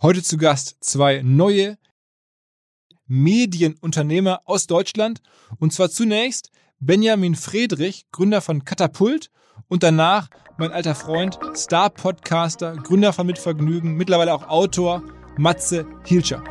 Heute zu Gast 2 neue Medienunternehmer aus Deutschland. Und zwar zunächst Benjamin Friedrich, Gründer von Katapult, und danach mein alter Freund, Star-Podcaster, Gründer von Mitvergnügen, mittlerweile auch Autor, Matze Hilscher.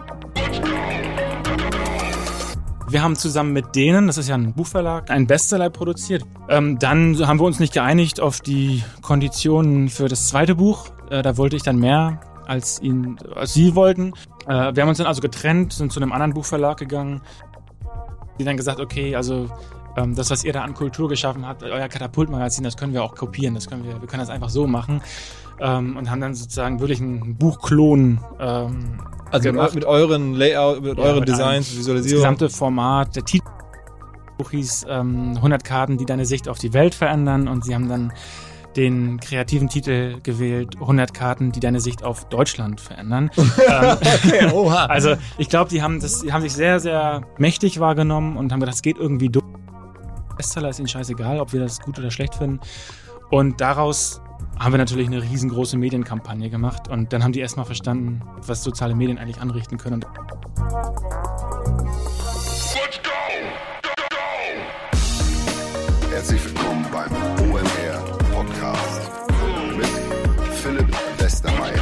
Wir haben zusammen mit denen, das ist ja ein Buchverlag, einen Bestseller produziert. Dann haben wir uns nicht geeinigt auf die Konditionen für das zweite Buch. Da wollte ich dann mehr als sie wollten. Wir haben uns dann also getrennt, sind zu einem anderen Buchverlag gegangen. Die dann gesagt, okay, also das, was ihr da an Kultur geschaffen habt, euer Katapult-Magazin, das können wir auch kopieren. Wir können das einfach so machen. Und haben dann sozusagen wirklich einen Buchklon gemacht. Mit euren Layout, mit euren Designs, Visualisierung. Das gesamte Format, der Titel des Buch hieß 100 Karten, die deine Sicht auf die Welt verändern. Und sie haben dann den kreativen Titel gewählt, 100 Karten, die deine Sicht auf Deutschland verändern. Okay, oha. Also ich glaube, die haben sich sehr, sehr mächtig wahrgenommen und haben gedacht, das geht irgendwie durch. Bestseller ist ihnen scheißegal, ob wir das gut oder schlecht finden. Und daraus haben wir natürlich eine riesengroße Medienkampagne gemacht. Und dann haben die erstmal verstanden, was soziale Medien eigentlich anrichten können. Herzlich willkommen beim OMR Podcast mit Philipp Westermeier.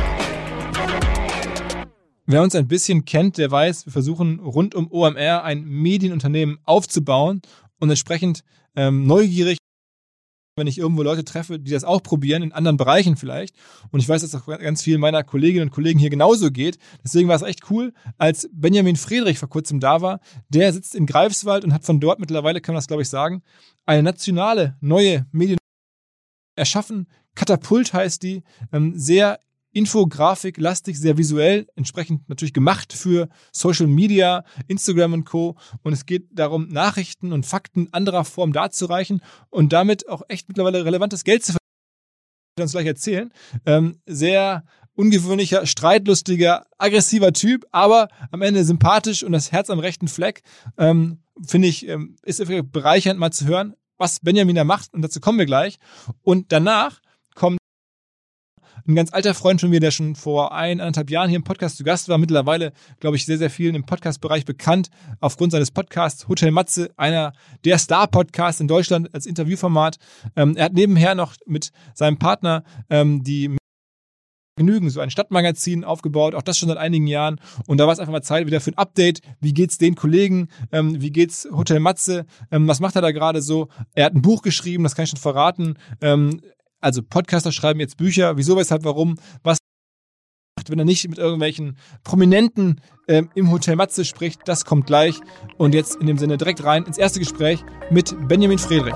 Wer uns ein bisschen kennt, der weiß, wir versuchen rund um OMR ein Medienunternehmen aufzubauen und entsprechend neugierig, wenn ich irgendwo Leute treffe, die das auch probieren, in anderen Bereichen vielleicht. Und ich weiß, dass es auch ganz vielen meiner Kolleginnen und Kollegen hier genauso geht. Deswegen war es echt cool, als Benjamin Friedrich vor kurzem da war. Der sitzt in Greifswald und hat von dort mittlerweile, kann man das glaube ich sagen, eine nationale neue Medien erschaffen. Katapult heißt die, sehr Infografik-lastig, sehr visuell, entsprechend natürlich gemacht für Social Media, Instagram und Co. Und es geht darum, Nachrichten und Fakten anderer Form darzureichen und damit auch echt mittlerweile relevantes Geld zu verdienen. Wir uns gleich erzählen. Sehr ungewöhnlicher, streitlustiger, aggressiver Typ, aber am Ende sympathisch und das Herz am rechten Fleck. Finde ich, ist bereichernd mal zu hören, was Benjamin da macht, und dazu kommen wir gleich. Und danach kommt ein ganz alter Freund von mir, der schon vor 1,5 Jahren hier im Podcast zu Gast war, mittlerweile, glaube ich, sehr, sehr vielen im Podcast-Bereich bekannt, aufgrund seines Podcasts Hotel Matze, einer der Star-Podcasts in Deutschland als Interviewformat. Er hat nebenher noch mit seinem Partner die Vergnügen, so ein Stadtmagazin aufgebaut, auch das schon seit einigen Jahren. Und da war es einfach mal Zeit wieder für ein Update. Wie geht's den Kollegen? Wie geht's Hotel Matze? Was macht er da gerade so? Er hat ein Buch geschrieben, das kann ich schon verraten. Also Podcaster schreiben jetzt Bücher. Wieso, weshalb, warum? Was macht, wenn er nicht mit irgendwelchen Prominenten im Hotel Matze spricht? Das kommt gleich. Und jetzt in dem Sinne direkt rein ins erste Gespräch mit Benjamin Friedrich.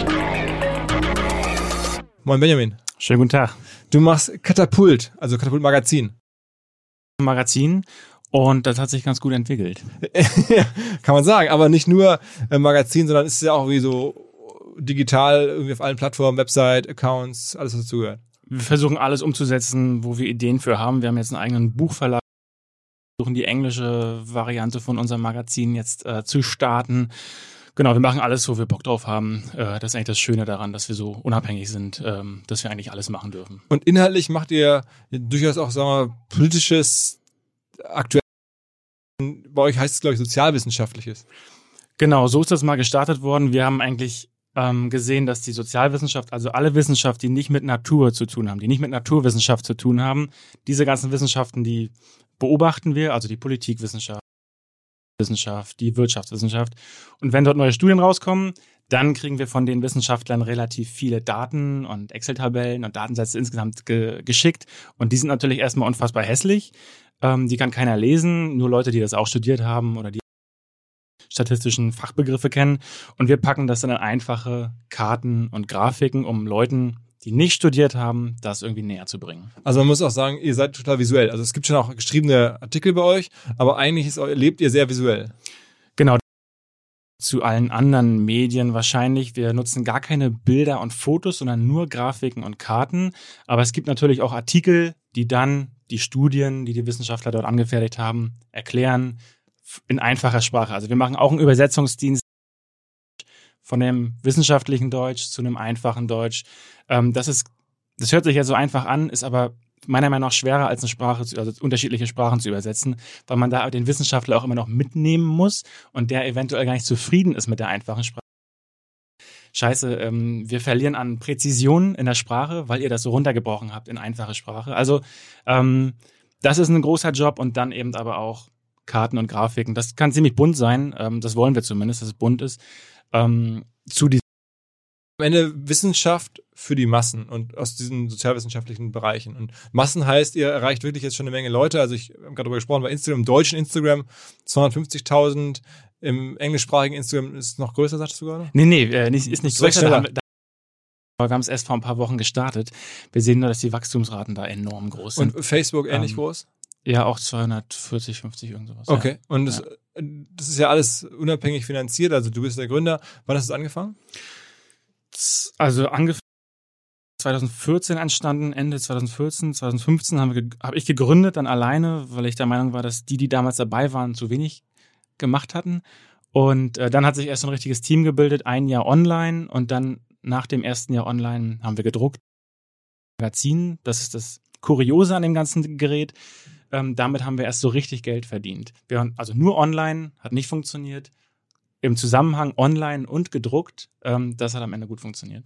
Moin Benjamin. Schönen guten Tag. Du machst Katapult, also Katapult Magazin. Und das hat sich ganz gut entwickelt. Kann man sagen, aber nicht nur Magazin, sondern es ist ja auch wie so digital, irgendwie auf allen Plattformen, Website, Accounts, alles, was dazugehört. Wir versuchen alles umzusetzen, wo wir Ideen für haben. Wir haben jetzt einen eigenen Buchverlag. Wir versuchen die englische Variante von unserem Magazin jetzt zu starten. Genau, wir machen alles, wo wir Bock drauf haben. Das ist eigentlich das Schöne daran, dass wir so unabhängig sind, dass wir eigentlich alles machen dürfen. Und inhaltlich macht ihr durchaus auch, sagen wir mal, politisches, aktuell, bei euch heißt es, glaube ich, sozialwissenschaftliches. Genau, so ist das mal gestartet worden. Wir haben eigentlich gesehen, dass die Sozialwissenschaft, also alle Wissenschaft, die nicht mit Natur zu tun haben, die nicht mit Naturwissenschaft zu tun haben, diese ganzen Wissenschaften, die beobachten wir, also die Politikwissenschaft, die Wirtschaftswissenschaft. Und wenn dort neue Studien rauskommen, dann kriegen wir von den Wissenschaftlern relativ viele Daten und Excel-Tabellen und Datensätze insgesamt geschickt. Und die sind natürlich erstmal unfassbar hässlich. Die kann keiner lesen, nur Leute, die das auch studiert haben oder die statistischen Fachbegriffe kennen. Und wir packen das dann in einfache Karten und Grafiken, um Leuten, die nicht studiert haben, das irgendwie näher zu bringen. Also man muss auch sagen, ihr seid total visuell. Also es gibt schon auch geschriebene Artikel bei euch, aber eigentlich lebt ihr sehr visuell. Genau. Zu allen anderen Medien wahrscheinlich. Wir nutzen gar keine Bilder und Fotos, sondern nur Grafiken und Karten. Aber es gibt natürlich auch Artikel, die dann die Studien, die die Wissenschaftler dort angefertigt haben, erklären in einfacher Sprache. Also wir machen auch einen Übersetzungsdienst von dem wissenschaftlichen Deutsch zu einem einfachen Deutsch. Das hört sich ja so einfach an, ist aber meiner Meinung nach schwerer als eine Sprache, also unterschiedliche Sprachen zu übersetzen, weil man da den Wissenschaftler auch immer noch mitnehmen muss und der eventuell gar nicht zufrieden ist mit der einfachen Sprache. Scheiße, wir verlieren an Präzision in der Sprache, weil ihr das so runtergebrochen habt in einfache Sprache. Also das ist ein großer Job und dann eben aber auch Karten und Grafiken. Das kann ziemlich bunt sein, das wollen wir zumindest, dass es bunt ist. Zu diesem Am Ende Wissenschaft für die Massen und aus diesen sozialwissenschaftlichen Bereichen. Und Massen heißt, ihr erreicht wirklich jetzt schon eine Menge Leute. Also ich habe gerade darüber gesprochen, bei Instagram, im deutschen Instagram 250.000, im englischsprachigen Instagram ist es noch größer, sagst du gerade? Nee, ist nicht größer. Wir haben es erst vor ein paar Wochen gestartet. Wir sehen nur, dass die Wachstumsraten da enorm groß sind. Und Facebook ähnlich groß? Ja, auch 240, 50, irgend sowas. Okay, und das ist ja alles unabhängig finanziert, also du bist der Gründer. Wann hast du angefangen? Also angefangen 2014 entstanden, Ende 2014, 2015 habe ich gegründet, dann alleine, weil ich der Meinung war, dass die damals dabei waren, zu wenig gemacht hatten. Und dann hat sich erst so ein richtiges Team gebildet, ein Jahr online und dann nach dem ersten Jahr online haben wir gedruckt. Magazin, das ist das Kuriose an dem ganzen Gerät. Damit haben wir erst so richtig Geld verdient. Also nur online, hat nicht funktioniert. Im Zusammenhang online und gedruckt, das hat am Ende gut funktioniert.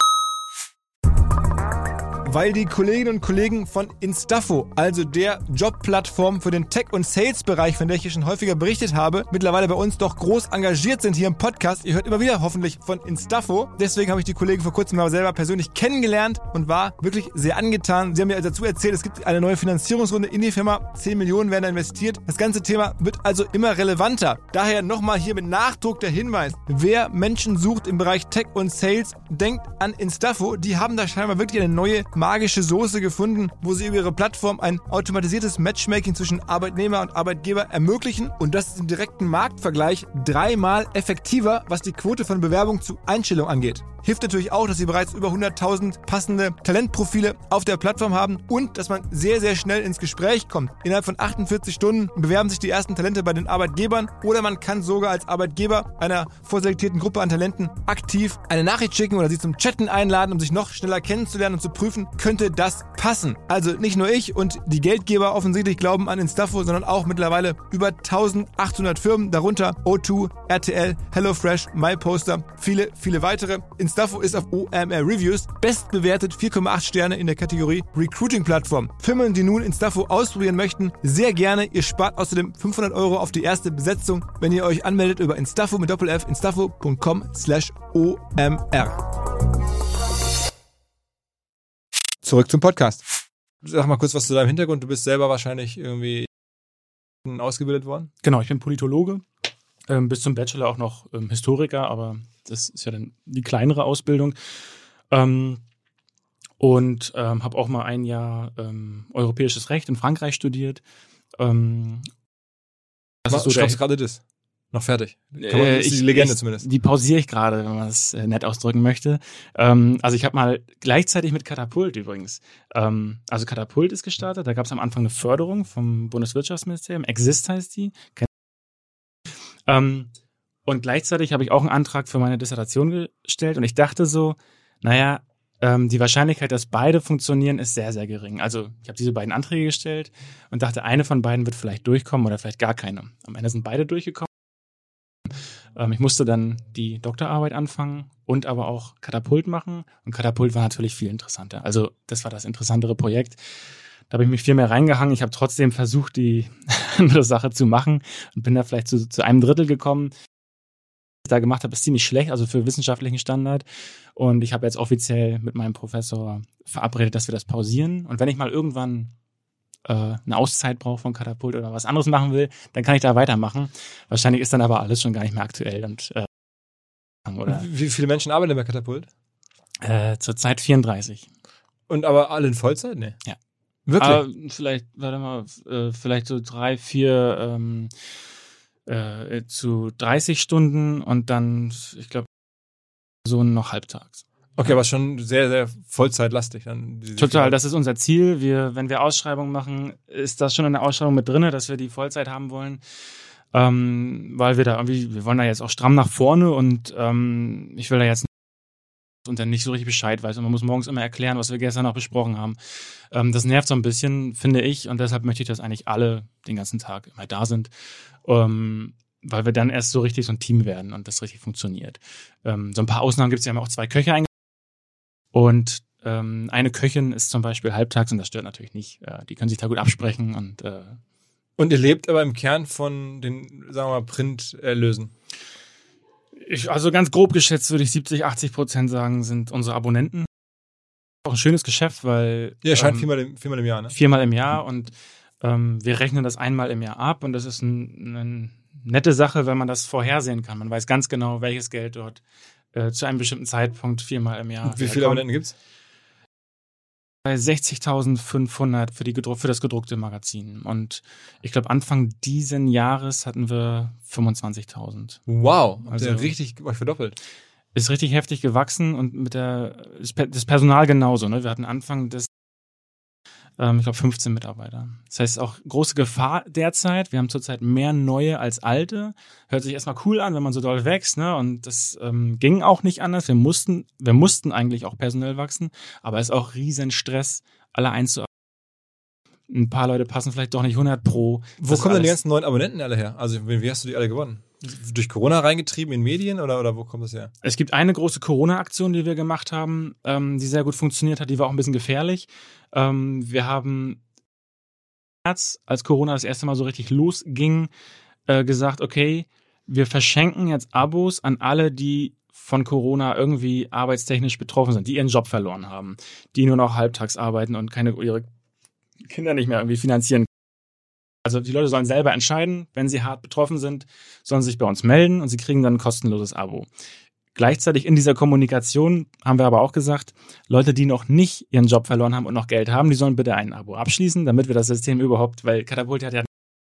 Weil die Kolleginnen und Kollegen von Instafo, also der Jobplattform für den Tech- und Sales-Bereich, von der ich hier schon häufiger berichtet habe, mittlerweile bei uns doch groß engagiert sind hier im Podcast. Ihr hört immer wieder hoffentlich von Instafo. Deswegen habe ich die Kollegen vor kurzem mal selber persönlich kennengelernt und war wirklich sehr angetan. Sie haben mir dazu erzählt, es gibt eine neue Finanzierungsrunde in die Firma. 10 Millionen werden da investiert. Das ganze Thema wird also immer relevanter. Daher nochmal hier mit Nachdruck der Hinweis. Wer Menschen sucht im Bereich Tech und Sales, denkt an Instafo. Die haben da scheinbar wirklich eine neue magische Soße gefunden, wo sie über ihre Plattform ein automatisiertes Matchmaking zwischen Arbeitnehmer und Arbeitgeber ermöglichen und das ist im direkten Marktvergleich 3-mal effektiver, was die Quote von Bewerbung zu Einstellung angeht. Hilft natürlich auch, dass sie bereits über 100.000 passende Talentprofile auf der Plattform haben und dass man sehr, sehr schnell ins Gespräch kommt. Innerhalb von 48 Stunden bewerben sich die ersten Talente bei den Arbeitgebern oder man kann sogar als Arbeitgeber einer vorselektierten Gruppe an Talenten aktiv eine Nachricht schicken oder sie zum Chatten einladen, um sich noch schneller kennenzulernen und zu prüfen, könnte das passen. Also nicht nur ich und die Geldgeber offensichtlich glauben an Instafo, sondern auch mittlerweile über 1800 Firmen, darunter O2, RTL, HelloFresh, MyPoster, viele, viele weitere. Instafo ist auf OMR Reviews bestbewertet, 4,8 Sterne in der Kategorie Recruiting-Plattform. Firmen, die nun Instafo ausprobieren möchten, sehr gerne. Ihr spart außerdem 500 € auf die erste Besetzung, wenn ihr euch anmeldet über Instafo mit Doppel-F, instafo.com/OMR. Zurück zum Podcast. Sag mal kurz was zu deinem Hintergrund. Du bist selber wahrscheinlich irgendwie ausgebildet worden? Genau, ich bin Politologe, bis zum Bachelor auch noch Historiker, aber das ist ja dann die kleinere Ausbildung. Und habe auch mal ein Jahr europäisches Recht in Frankreich studiert. Das ist so schreibst gerade das? Noch fertig? Das ist die Legende zumindest. Die pausiere ich gerade, wenn man es nett ausdrücken möchte. Also ich habe mal gleichzeitig mit Katapult übrigens. Also Katapult ist gestartet, da gab es am Anfang eine Förderung vom Bundeswirtschaftsministerium. Exist heißt die. Und gleichzeitig habe ich auch einen Antrag für meine Dissertation gestellt und ich dachte so, naja, die Wahrscheinlichkeit, dass beide funktionieren, ist sehr, sehr gering. Also ich habe diese beiden Anträge gestellt und dachte, eine von beiden wird vielleicht durchkommen oder vielleicht gar keine. Am Ende sind beide durchgekommen. Ich musste dann die Doktorarbeit anfangen und aber auch Katapult machen. Und Katapult war natürlich viel interessanter. Also das war das interessantere Projekt. Da habe ich mich viel mehr reingehangen. Ich habe trotzdem versucht, die andere Sache zu machen und bin da vielleicht zu einem Drittel gekommen. Was ich da gemacht habe, ist ziemlich schlecht, also für wissenschaftlichen Standard. Und ich habe jetzt offiziell mit meinem Professor verabredet, dass wir das pausieren. Und wenn ich mal irgendwann eine Auszeit brauche von Katapult oder was anderes machen will, dann kann ich da weitermachen. Wahrscheinlich ist dann aber alles schon gar nicht mehr aktuell. Und, oder wie viele Menschen arbeiten bei Katapult? Zurzeit 34. Und aber alle in Vollzeit? Nee. Ja. Wirklich? Aber vielleicht, warte mal, vielleicht so 3, 4 zu 30 Stunden und dann, ich glaube, so noch halbtags. Okay, aber schon sehr, sehr vollzeitlastig. Dann Total, das ist unser Ziel. Wenn wir Ausschreibungen machen, ist das schon in der Ausschreibung mit drin, dass wir die Vollzeit haben wollen. Weil wir wollen da jetzt auch stramm nach vorne und ich will da jetzt und dann nicht so richtig Bescheid weiß und man muss morgens immer erklären, was wir gestern noch besprochen haben. Das nervt so ein bisschen, finde ich, und deshalb möchte ich, dass eigentlich alle den ganzen Tag immer da sind, weil wir dann erst so richtig so ein Team werden und das richtig funktioniert. So ein paar Ausnahmen gibt es, wir haben auch 2 Köche eingestellt und eine Köchin ist zum Beispiel halbtags und das stört natürlich nicht. Die können sich da gut absprechen und ihr lebt aber im Kern von den, sagen wir mal, Printerlösen. Also ganz grob geschätzt würde ich 70-80% sagen, sind unsere Abonnenten. Auch ein schönes Geschäft, weil Ja, erscheint viermal im Jahr, ne? 4-mal im Jahr und wir rechnen das einmal im Jahr ab und das ist eine nette Sache, wenn man das vorhersehen kann. Man weiß ganz genau, welches Geld dort zu einem bestimmten Zeitpunkt 4-mal im Jahr. Wie viele Abonnenten gibt's? Bei 60.500 für das gedruckte Magazin. Und ich glaube, Anfang diesen Jahres hatten wir 25.000. Wow, habt Also ihr richtig euch verdoppelt. Ist richtig heftig gewachsen und mit das Personal genauso. Ne? Wir hatten Anfang des ich glaube 15 Mitarbeiter. Das heißt auch große Gefahr derzeit. Wir haben zurzeit mehr neue als alte. Hört sich erstmal cool an, wenn man so doll wächst, ne? Und das ging auch nicht anders. Wir mussten eigentlich auch personell wachsen, aber es ist auch riesen Stress, alle einzuarbeiten. Ein paar Leute passen vielleicht doch nicht 100 pro. Wo kommen denn die ganzen neuen Abonnenten alle her? Also wie hast du die alle gewonnen? Durch Corona reingetrieben in Medien oder wo kommt das her? Es gibt eine große Corona-Aktion, die wir gemacht haben, die sehr gut funktioniert hat. Die war auch ein bisschen gefährlich. Wir haben als Corona das erste Mal so richtig losging, gesagt, okay, wir verschenken jetzt Abos an alle, die von Corona irgendwie arbeitstechnisch betroffen sind, die ihren Job verloren haben, die nur noch halbtags arbeiten und ihre Kinder nicht mehr irgendwie finanzieren. Also die Leute sollen selber entscheiden, wenn sie hart betroffen sind, sollen sie sich bei uns melden und sie kriegen dann ein kostenloses Abo. Gleichzeitig in dieser Kommunikation haben wir aber auch gesagt, Leute, die noch nicht ihren Job verloren haben und noch Geld haben, die sollen bitte ein Abo abschließen, damit wir das System überhaupt, weil Katapult hat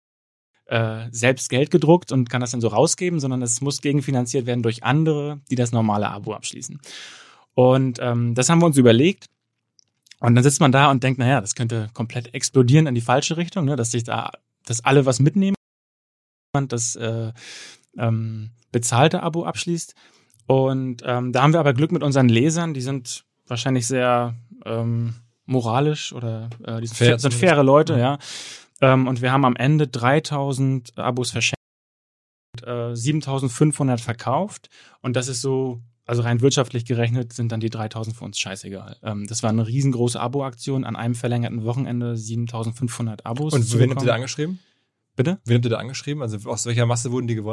ja selbst Geld gedruckt und kann das dann so rausgeben, sondern es muss gegenfinanziert werden durch andere, die das normale Abo abschließen. Und das haben wir uns überlegt. Und dann sitzt man da und denkt, naja, das könnte komplett explodieren in die falsche Richtung, ne? Dass alle was mitnehmen und das bezahlte Abo abschließt. Und da haben wir aber Glück mit unseren Lesern, die sind wahrscheinlich sehr moralisch oder die sind faire Leute, ja. Und wir haben am Ende 3.000 Abos verschenkt, 7.500 verkauft und das ist so. Also rein wirtschaftlich gerechnet sind dann die 3.000 für uns scheißegal. Das war eine riesengroße Abo-Aktion. An einem verlängerten Wochenende 7.500 Abos. Und wen habt ihr da angeschrieben? Bitte? Wen habt ihr da angeschrieben? Also aus welcher Masse wurden die gewonnen?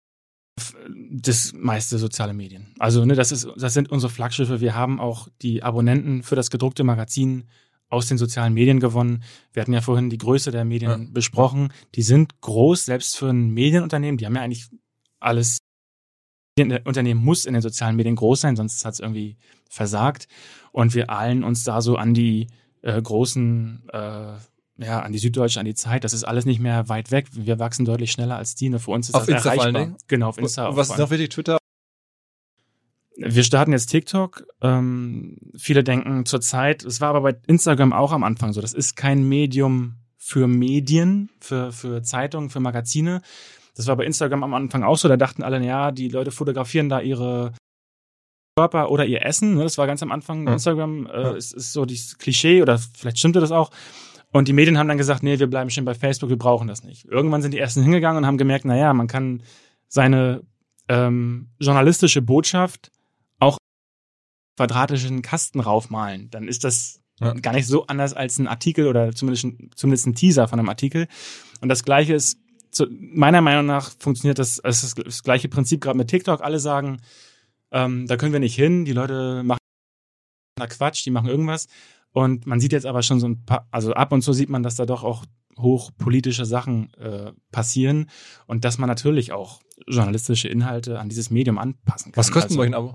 Das meiste soziale Medien. Also das sind unsere Flaggschiffe. Wir haben auch die Abonnenten für das gedruckte Magazin aus den sozialen Medien gewonnen. Wir hatten ja vorhin die Größe der Medien besprochen. Die sind groß, selbst für ein Medienunternehmen. Die haben ja eigentlich alles. Ein Unternehmen muss in den sozialen Medien groß sein, sonst hat es irgendwie versagt. Und wir eilen uns da so an die großen, an die Süddeutsche, an die Zeit. Das ist alles nicht mehr weit weg. Wir wachsen deutlich schneller als die. Für uns ist auf das Insta erreichbar. Vor allen Dingen? Genau, auf Insta. Und was ist noch wichtig? Twitter? Wir starten jetzt TikTok. Viele denken zurzeit, es war aber bei Instagram auch am Anfang so, das ist kein Medium für Medien, für Zeitungen, für Magazine. Das war bei Instagram am Anfang auch so, da dachten alle, ja, die Leute fotografieren da ihre Körper oder ihr Essen, ne? Das war ganz am Anfang. Instagram ist so dieses Klischee oder vielleicht stimmte das auch. Und die Medien haben dann gesagt, nee, wir bleiben schön bei Facebook, wir brauchen das nicht. Irgendwann sind die Ersten hingegangen und haben gemerkt, naja, man kann seine journalistische Botschaft auch quadratischen Kasten raufmalen. Dann ist das gar nicht so anders als ein Artikel oder zumindest ein Teaser von einem Artikel. Und das Gleiche ist, meiner Meinung nach funktioniert das gleiche Prinzip gerade mit TikTok. Alle sagen, da können wir nicht hin, die Leute machen Quatsch, die machen irgendwas. Und man sieht jetzt aber schon so ein paar, also ab und zu sieht man, dass da doch auch hochpolitische Sachen passieren und dass man natürlich auch journalistische Inhalte an dieses Medium anpassen kann. Was kostet euch ein Abo?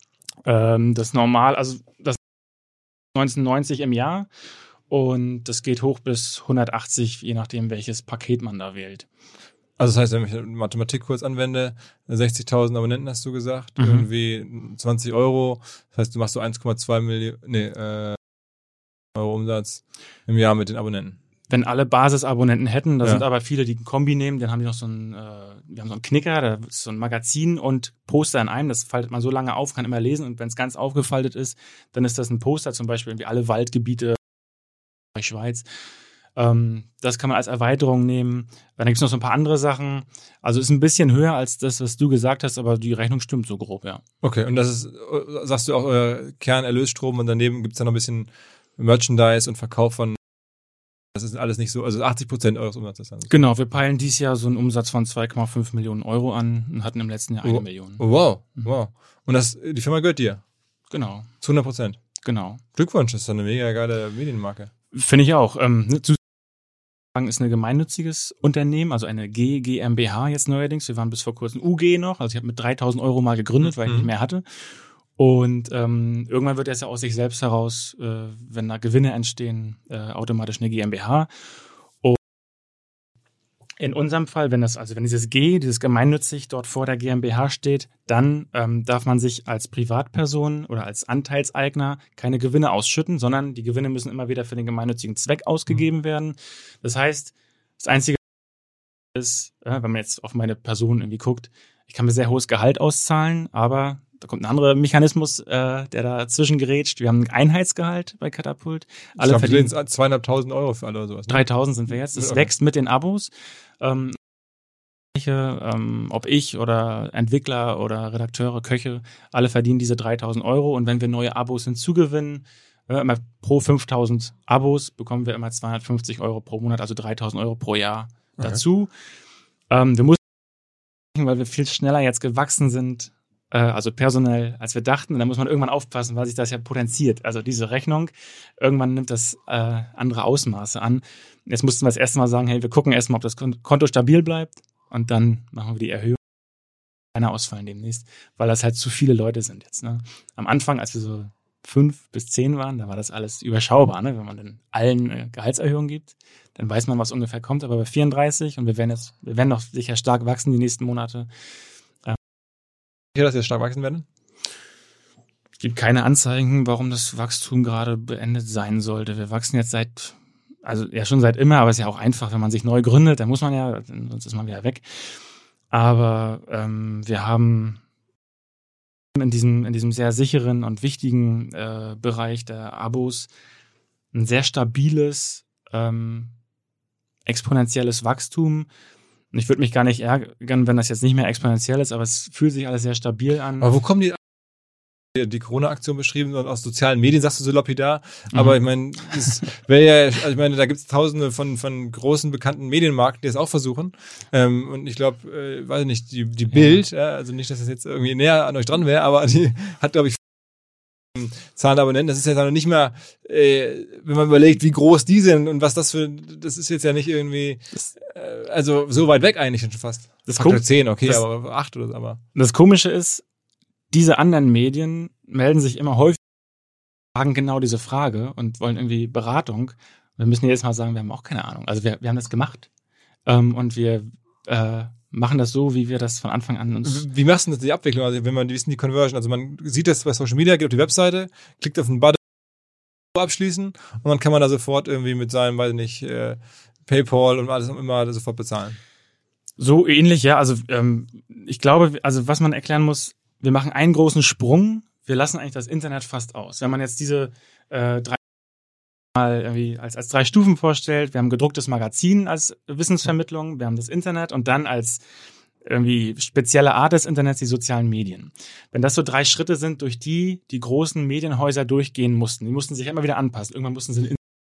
Das normal, also das 19,90 im Jahr. Und das geht hoch bis 180, je nachdem, welches Paket man da wählt. Also das heißt, wenn ich Mathematik kurz anwende, 60.000 Abonnenten hast du gesagt, irgendwie 20 Euro. Das heißt, du machst so 1,2 Millionen Euro Umsatz im Jahr mit den Abonnenten. wenn alle Basisabonnenten hätten, da Ja. sind aber viele, die ein Kombi nehmen, dann haben die noch wir haben so einen Knicker, da ist so ein Magazin und Poster in einem, das faltet man so lange auf, kann immer lesen und wenn es ganz aufgefaltet ist, dann ist das ein Poster, zum Beispiel irgendwie alle Waldgebiete der Schweiz. Das kann man als Erweiterung nehmen. Dann gibt es noch so ein paar andere Sachen. Also ist ein bisschen höher als das, was du gesagt hast, aber die Rechnung stimmt so grob, ja. Okay, und das ist, sagst du auch, euer Kernerlösstrom und daneben gibt's dann noch ein bisschen Merchandise und Verkauf von, das ist alles nicht so, also 80% eures Umsatzes dann. Genau, wir peilen dieses Jahr so einen Umsatz von 2,5 Millionen Euro an und hatten im letzten Jahr 1 Million. Wow, wow. Und die Firma gehört dir? Genau, Zu 100%? genau. Glückwunsch, das ist eine mega geile Medienmarke. Finde ich auch. Ist ein gemeinnütziges Unternehmen, also eine GmbH jetzt neuerdings. Wir waren bis vor kurzem UG noch, also ich habe mit 3.000 Euro mal gegründet, weil ich nicht mehr hatte. Und irgendwann wird es ja aus sich selbst heraus, wenn da Gewinne entstehen, automatisch eine GmbH. Und in unserem Fall, wenn dieses dieses gemeinnützig dort vor der GmbH steht, dann darf man sich als Privatperson oder als Anteilseigner keine Gewinne ausschütten, sondern die Gewinne müssen immer wieder für den gemeinnützigen Zweck ausgegeben werden. Das heißt, das Einzige ist, wenn man jetzt auf meine Person irgendwie guckt, ich kann mir sehr hohes Gehalt auszahlen, aber da kommt ein anderer Mechanismus, der dazwischen gerätscht. Wir haben ein Einheitsgehalt bei Katapult. Alle verdienen 2.500 Euro für alle oder sowas. Ne? 3.000 sind wir jetzt. Das wächst mit den Abos. Ob ich oder Entwickler oder Redakteure, Köche, alle verdienen diese 3.000 Euro. Und wenn wir neue Abos hinzugewinnen, immer pro 5.000 Abos bekommen wir immer 250 Euro pro Monat, also 3.000 Euro pro Jahr dazu. Wir mussten, weil wir viel schneller jetzt gewachsen sind, also personell, als wir dachten. Und da muss man irgendwann aufpassen, weil sich das ja potenziert. Also diese Rechnung, irgendwann nimmt das andere Ausmaße an. Jetzt mussten wir das erste Mal sagen, hey, wir gucken erstmal, ob das Konto stabil bleibt und dann machen wir die Erhöhung. Keiner ausfallen demnächst, weil das halt zu viele Leute sind jetzt. Ne? Am Anfang, als wir so 5 bis 10 waren, da war das alles überschaubar. Ne? Wenn man dann allen Gehaltserhöhungen gibt, dann weiß man, was ungefähr kommt. Aber bei 34 und wir werden noch sicher stark wachsen die nächsten Monate. Dass wir stark wachsen werden? Es gibt keine Anzeigen, warum das Wachstum gerade beendet sein sollte. Wir wachsen jetzt schon seit immer, aber es ist ja auch einfach, wenn man sich neu gründet, dann muss man ja, sonst ist man wieder weg. Aber wir haben in diesem sehr sicheren und wichtigen Bereich der Abos ein sehr stabiles, exponentielles Wachstum. Und ich würde mich gar nicht ärgern, wenn das jetzt nicht mehr exponentiell ist, aber es fühlt sich alles sehr stabil an. Aber wo kommen die Corona-Aktion beschrieben und aus sozialen Medien, sagst du so lapidar. Aber ich meine, das wäre ja, also ich meine, da gibt es tausende von großen, bekannten Medienmarken, die das auch versuchen. Und ich glaube, weiß ich nicht, die Bild, also nicht, dass das jetzt irgendwie näher an euch dran wäre, aber die hat, glaube ich, Zahlen der Abonnenten. Das ist jetzt noch nicht mehr, wenn man überlegt, wie groß die sind und was das ist jetzt ja nicht irgendwie, also so weit weg eigentlich schon fast. Das Faktor 10, okay, aber 8 oder so, aber. Das Komische ist, diese anderen Medien melden sich immer häufig, fragen genau diese Frage und wollen irgendwie Beratung. Wir müssen jedes Mal sagen, wir haben auch keine Ahnung. Also wir haben das gemacht und wir machen das so, wie wir das von Anfang an uns... Wie machst du das, die Abwicklung? Also wenn man die Conversion, also man sieht das bei Social Media, geht auf die Webseite, klickt auf den Button, abschließen und dann kann man da sofort irgendwie mit seinem, weiß nicht, PayPal und alles immer sofort bezahlen. So ähnlich, ja. Also ich glaube, also was man erklären muss, wir machen einen großen Sprung, wir lassen eigentlich das Internet fast aus. Wenn man jetzt diese 3 mal irgendwie als 3 Stufen vorstellt, wir haben gedrucktes Magazin als Wissensvermittlung, wir haben das Internet und dann als irgendwie spezielle Art des Internets die sozialen Medien. Wenn das so 3 Schritte sind, durch die großen Medienhäuser durchgehen mussten, die mussten sich immer wieder anpassen. Irgendwann mussten sie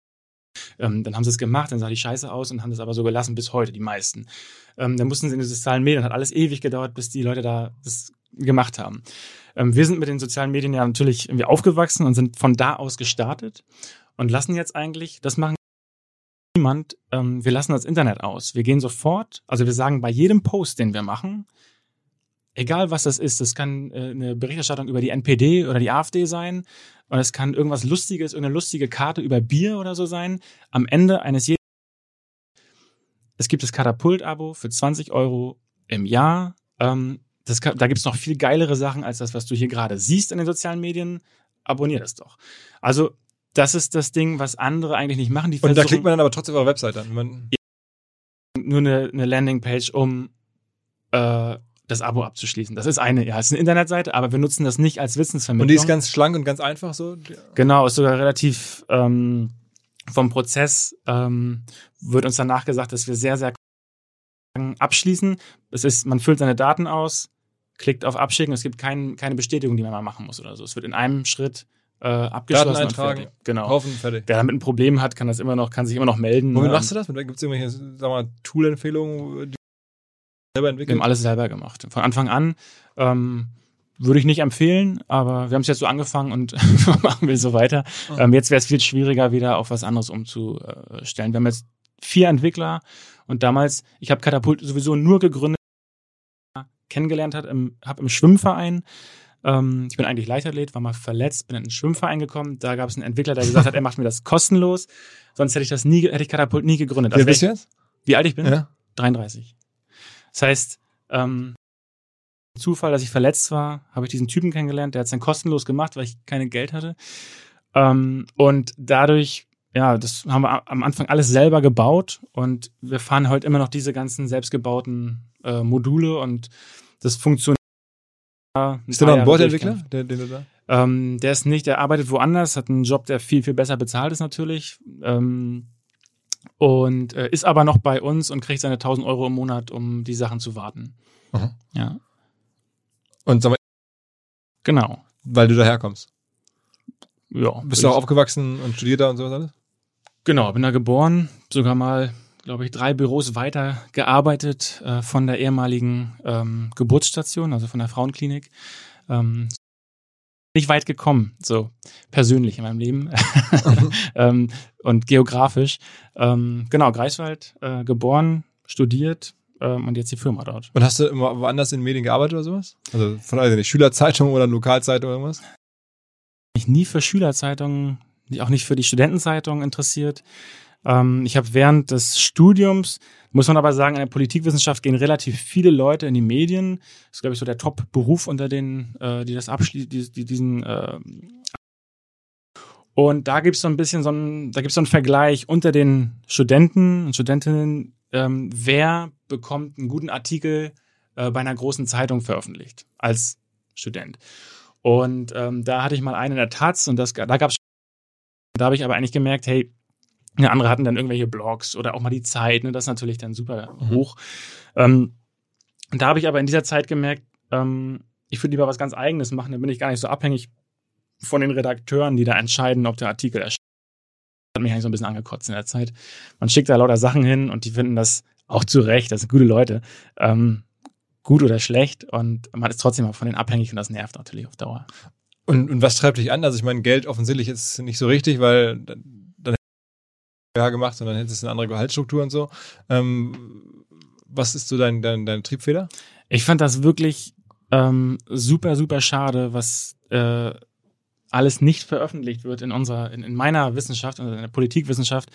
dann haben sie es gemacht, dann sah die Scheiße aus und haben das aber so gelassen bis heute, die meisten. Dann mussten sie in die sozialen Medien, hat alles ewig gedauert, bis die Leute da das gemacht haben. Wir sind mit den sozialen Medien ja natürlich irgendwie aufgewachsen und sind von da aus gestartet und lassen jetzt eigentlich, das machen niemand, wir lassen das Internet aus. Wir gehen sofort, also wir sagen bei jedem Post, den wir machen, egal was das ist, das kann eine Berichterstattung über die NPD oder die AfD sein und es kann irgendwas Lustiges, irgendeine lustige Karte über Bier oder so sein. Am Ende eines jeden es gibt das Katapult-Abo für 20 Euro im Jahr. Da gibt es noch viel geilere Sachen als das, was du hier gerade siehst in den sozialen Medien. Abonnier das doch. Also das ist das Ding, was andere eigentlich nicht machen. Die Und da klickt man dann aber trotzdem auf eure Website an. Nur eine Landingpage, um das Abo abzuschließen. Das ist es ist eine Internetseite, aber wir nutzen das nicht als Wissensvermittlung. Und die ist ganz schlank und ganz einfach so? Genau, ist sogar relativ vom Prozess wird uns danach gesagt, dass wir sehr, sehr abschließen. Man füllt seine Daten aus, klickt auf Abschicken, es gibt keine Bestätigung, die man mal machen muss oder so. Es wird in einem Schritt abgeschlossen. Daten eintragen, und fertig. Genau. kaufen, fertig. Wer damit ein Problem hat, kann sich immer noch melden. Womit machst du das? Gibt es irgendwelche, sag mal, Tool-Empfehlungen, die du selber entwickelt? Wir haben alles selber gemacht. Von Anfang an würde ich nicht empfehlen, aber wir haben es jetzt so angefangen und machen wir so weiter. Jetzt wäre es viel schwieriger, wieder auf was anderes umzustellen. Wir haben jetzt 4 Entwickler und damals, ich habe Katapult sowieso nur gegründet, kennengelernt habe im Schwimmverein. Ich bin eigentlich Leichtathlet, war mal verletzt, bin in den Schwimmverein gekommen. Da gab es einen Entwickler, der gesagt hat, er macht mir das kostenlos. Sonst hätte ich Katapult nie gegründet. Wie bist du jetzt? Wie alt ich bin? Ja. 33. Das heißt, Zufall, dass ich verletzt war, habe ich diesen Typen kennengelernt, der hat es dann kostenlos gemacht, weil ich kein Geld hatte. Und dadurch, das haben wir am Anfang alles selber gebaut und wir fahren heute immer noch diese ganzen selbstgebauten Module und das funktioniert. Ist der noch ein Bordentwickler, den du da? Der ist nicht, der arbeitet woanders, hat einen Job, der viel, viel besser bezahlt ist natürlich. Und ist aber noch bei uns und kriegt seine 1.000 Euro im Monat, um die Sachen zu warten. Aha. Ja. Und sag mal, genau. weil du daherkommst. Ja. Bist du auch aufgewachsen und studiert da und sowas alles? Genau, bin da geboren, sogar mal, glaube ich, 3 Büros weiter gearbeitet von der ehemaligen Geburtsstation, also von der Frauenklinik. Nicht weit gekommen, so persönlich in meinem Leben und geografisch. Genau, Greifswald, geboren, studiert und jetzt die Firma dort. Und hast du immer woanders in Medien gearbeitet oder sowas? Also von also nicht Schülerzeitung oder Lokalzeitung oder irgendwas? Ich nie für Schülerzeitungen, auch nicht für die Studentenzeitung interessiert. Ich habe während des Studiums, muss man aber sagen, in der Politikwissenschaft gehen relativ viele Leute in die Medien. Das ist, glaube ich, so der Top-Beruf unter denen, die das abschließen, und da gibt es so ein bisschen so einen Vergleich unter den Studenten und Studentinnen, wer bekommt einen guten Artikel bei einer großen Zeitung veröffentlicht als Student. Und da hatte ich mal einen in der Taz und da habe ich aber eigentlich gemerkt, hey, andere hatten dann irgendwelche Blogs oder auch mal die Zeit, ne, das ist natürlich dann super hoch. Und da habe ich aber in dieser Zeit gemerkt, ich würde lieber was ganz Eigenes machen, dann bin ich gar nicht so abhängig von den Redakteuren, die da entscheiden, ob der Artikel erscheint. Das hat mich eigentlich so ein bisschen angekotzt in der Zeit. Man schickt da lauter Sachen hin und die finden das auch zu Recht, das sind gute Leute, gut oder schlecht und man ist trotzdem mal von denen abhängig und das nervt natürlich auf Dauer. Und was treibt dich an? Also ich meine, Geld offensichtlich ist nicht so richtig, weil dann gemacht, sondern hättest es eine andere Gehaltsstruktur und so. Was ist so dein Triebfeder? Ich fand das wirklich super, super schade, was alles nicht veröffentlicht wird in meiner Wissenschaft, also in der Politikwissenschaft.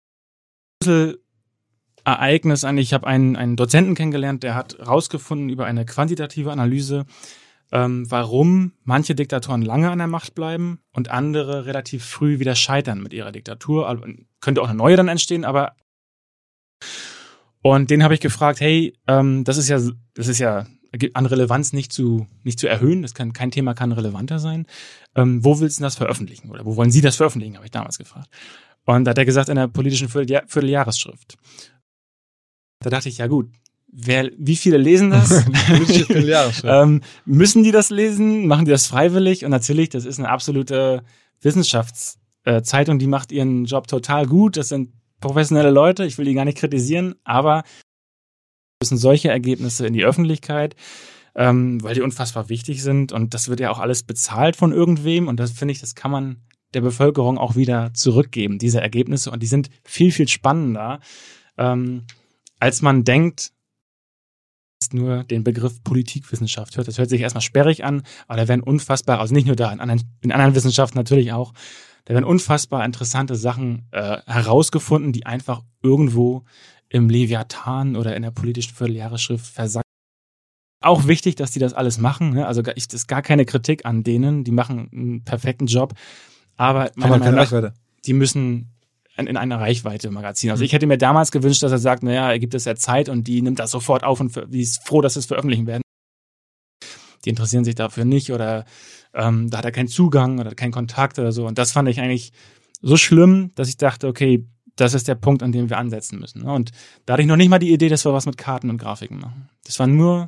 Ereignis eigentlich, ich habe einen Dozenten kennengelernt, der hat rausgefunden über eine quantitative Analyse, warum manche Diktatoren lange an der Macht bleiben und andere relativ früh wieder scheitern mit ihrer Diktatur. Also, könnte auch eine neue dann entstehen, aber und den habe ich gefragt, hey, das ist ja an Relevanz nicht zu erhöhen, kein Thema kann relevanter sein. Wo willst du das veröffentlichen? Oder wo wollen Sie das veröffentlichen, habe ich damals gefragt. Und da hat er gesagt, in der politischen Vierteljahresschrift. Da dachte ich, ja gut, wie viele lesen das? Müssen die das lesen? Machen die das freiwillig? Und natürlich, das ist eine absolute Wissenschaftszeitung, die macht ihren Job total gut. Das sind professionelle Leute, ich will die gar nicht kritisieren, aber müssen solche Ergebnisse in die Öffentlichkeit, weil die unfassbar wichtig sind. Und das wird ja auch alles bezahlt von irgendwem. Und das finde ich, das kann man der Bevölkerung auch wieder zurückgeben, diese Ergebnisse. Und die sind viel, viel spannender, als man denkt, nur den Begriff Politikwissenschaft hört. Das hört sich erstmal sperrig an, aber da werden unfassbar, also nicht nur da, in anderen Wissenschaften natürlich auch, da werden unfassbar interessante Sachen herausgefunden, die einfach irgendwo im Leviathan oder in der politischen Vierteljahresschrift versacken. Auch wichtig, dass die das alles machen, ne? Also das ist gar keine Kritik an denen, die machen einen perfekten Job, aber meiner Meinung nach, die müssen in einer Reichweite Magazin. Also ich hätte mir damals gewünscht, dass er sagt, naja, er gibt es ja Zeit und die nimmt das sofort auf und die ist froh, dass sie es veröffentlichen werden. Die interessieren sich dafür nicht oder da hat er keinen Zugang oder keinen Kontakt oder so. Und das fand ich eigentlich so schlimm, dass ich dachte, okay, das ist der Punkt, an dem wir ansetzen müssen. Und da hatte ich noch nicht mal die Idee, dass wir was mit Karten und Grafiken machen. Das war nur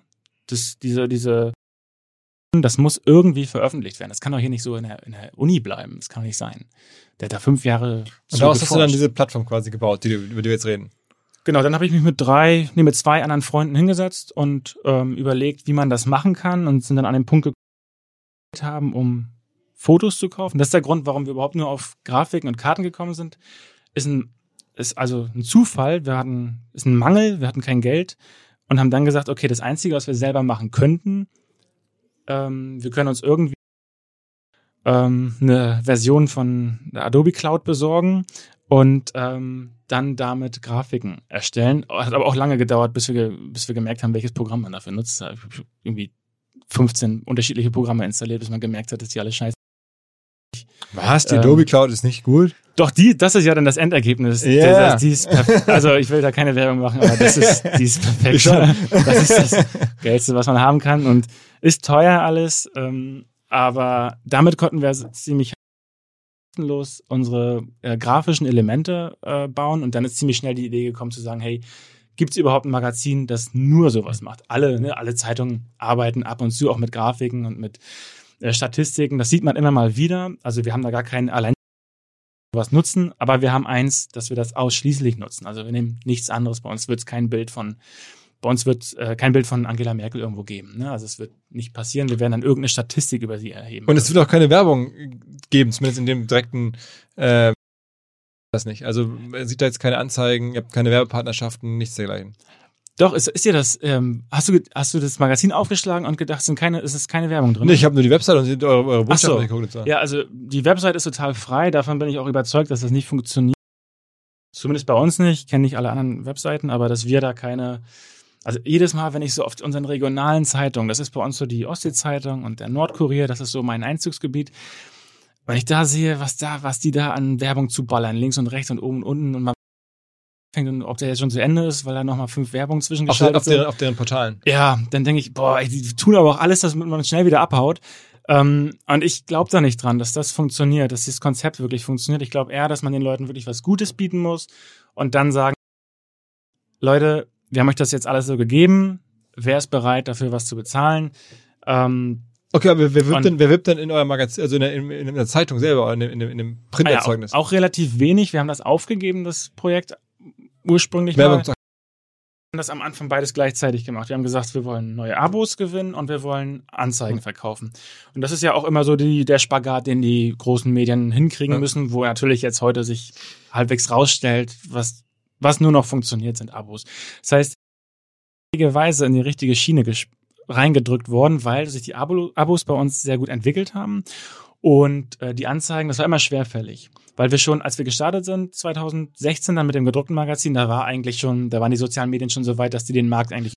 das muss irgendwie veröffentlicht werden. Das kann doch hier nicht so in der Uni bleiben. Das kann doch nicht sein. Der hat da 5 Jahre und daraus hast du dann diese Plattform quasi gebaut, über die wir jetzt reden. Genau, dann habe ich mich mit 2 anderen Freunden hingesetzt und überlegt, wie man das machen kann und sind dann an den Punkt gekommen, um Fotos zu kaufen. Das ist der Grund, warum wir überhaupt nur auf Grafiken und Karten gekommen sind. Ist also ein Zufall. Ist ein Mangel, wir hatten kein Geld und haben dann gesagt, okay, das Einzige, was wir selber machen könnten, wir können uns irgendwie eine Version von der Adobe Cloud besorgen und dann damit Grafiken erstellen. Hat aber auch lange gedauert, bis wir gemerkt haben, welches Programm man dafür nutzt. Ich habe irgendwie 15 unterschiedliche Programme installiert, bis man gemerkt hat, dass die alle scheiße. Was? Die Adobe Cloud ist nicht gut? Doch, das ist ja dann das Endergebnis. Yeah. Die ist also ich will da keine Werbung machen, aber die ist perfekt. Das ist das Geilste, was man haben kann und ist teuer alles, aber damit konnten wir ziemlich kostenlos unsere grafischen Elemente bauen und dann ist ziemlich schnell die Idee gekommen zu sagen, hey, gibt es überhaupt ein Magazin, das nur sowas macht? Alle Zeitungen arbeiten ab und zu auch mit Grafiken und mit Statistiken, das sieht man immer mal wieder. Also wir haben da gar keinen allein was nutzen, aber wir haben eins, dass wir das ausschließlich nutzen. Also wir nehmen nichts anderes. Bei uns wird kein Bild von Angela Merkel irgendwo geben. Ne? Also es wird nicht passieren. Wir werden dann irgendeine Statistik über sie erheben. Und es wird auch keine Werbung geben, zumindest in dem direkten das nicht. Also man sieht da jetzt keine Anzeigen, ihr habt keine Werbepartnerschaften, nichts dergleichen. Doch, ist dir das, hast du das Magazin aufgeschlagen und gedacht, es ist keine Werbung drin? Nee, ich habe nur die Website und eure Botschaft geguckt. Ja, also die Website ist total frei, davon bin ich auch überzeugt, dass das nicht funktioniert. Zumindest bei uns nicht, ich kenne nicht alle anderen Webseiten, aber dass wir da also jedes Mal, wenn ich so auf unseren regionalen Zeitungen, das ist bei uns so die Ostsee-Zeitung und der Nordkurier, das ist so mein Einzugsgebiet, wenn ich da sehe, was die da an Werbung zuballern, links und rechts und oben und unten und man fängt, ob der jetzt schon zu Ende ist, weil da nochmal 5 Werbung zwischengeschaltet sind. Auf deren Portalen. Ja, dann denke ich, die tun aber auch alles, dass man schnell wieder abhaut. Und ich glaube da nicht dran, dass das funktioniert, dass dieses Konzept wirklich funktioniert. Ich glaube eher, dass man den Leuten wirklich was Gutes bieten muss und dann sagen, Leute, wir haben euch das jetzt alles so gegeben, wer ist bereit, dafür was zu bezahlen? Okay, aber wer wirbt denn in eurem Magazin, also in der Zeitung selber, in dem Printerzeugnis? Auch relativ wenig. Wir haben das aufgegeben, das Projekt ursprünglich mal. Wir haben das am Anfang beides gleichzeitig gemacht. Wir haben gesagt, wir wollen neue Abos gewinnen und wir wollen Anzeigen verkaufen. Und das ist ja auch immer so der Spagat, den die großen Medien hinkriegen müssen, wo natürlich jetzt heute sich halbwegs rausstellt, was nur noch funktioniert, sind Abos. Das heißt, Weise in die richtige Schiene reingedrückt worden, weil sich die Abos bei uns sehr gut entwickelt haben und die Anzeigen, das war immer schwerfällig. Weil wir schon, als wir gestartet sind, 2016 dann mit dem gedruckten Magazin, da waren die sozialen Medien schon so weit, dass die den Markt eigentlich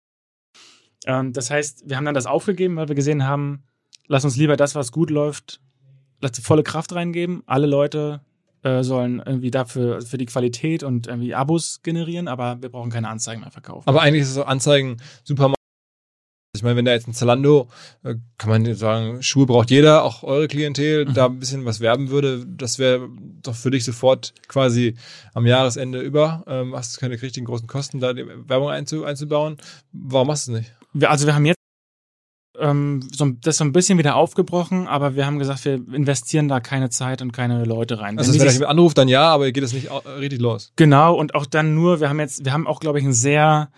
das heißt, wir haben dann das aufgegeben, weil wir gesehen haben, lass uns lieber das, was gut läuft, volle Kraft reingeben. Alle Leute sollen irgendwie dafür für die Qualität und irgendwie Abos generieren, aber wir brauchen keine Anzeigen mehr verkaufen. Aber eigentlich ist es so Anzeigen super. Ich meine, wenn da jetzt ein Zalando, kann man sagen, Schuhe braucht jeder, auch eure Klientel, da ein bisschen was werben würde, das wäre doch für dich sofort quasi am Jahresende über. Hast du keine richtigen großen Kosten, da die Werbung einzubauen. Warum machst du es nicht? Wir haben jetzt das so ein bisschen wieder aufgebrochen, aber wir haben gesagt, wir investieren da keine Zeit und keine Leute rein. Also wenn ich anrufe, dann ja, aber geht es nicht richtig los. Genau, und auch dann nur, wir haben auch, glaube ich, ein sehr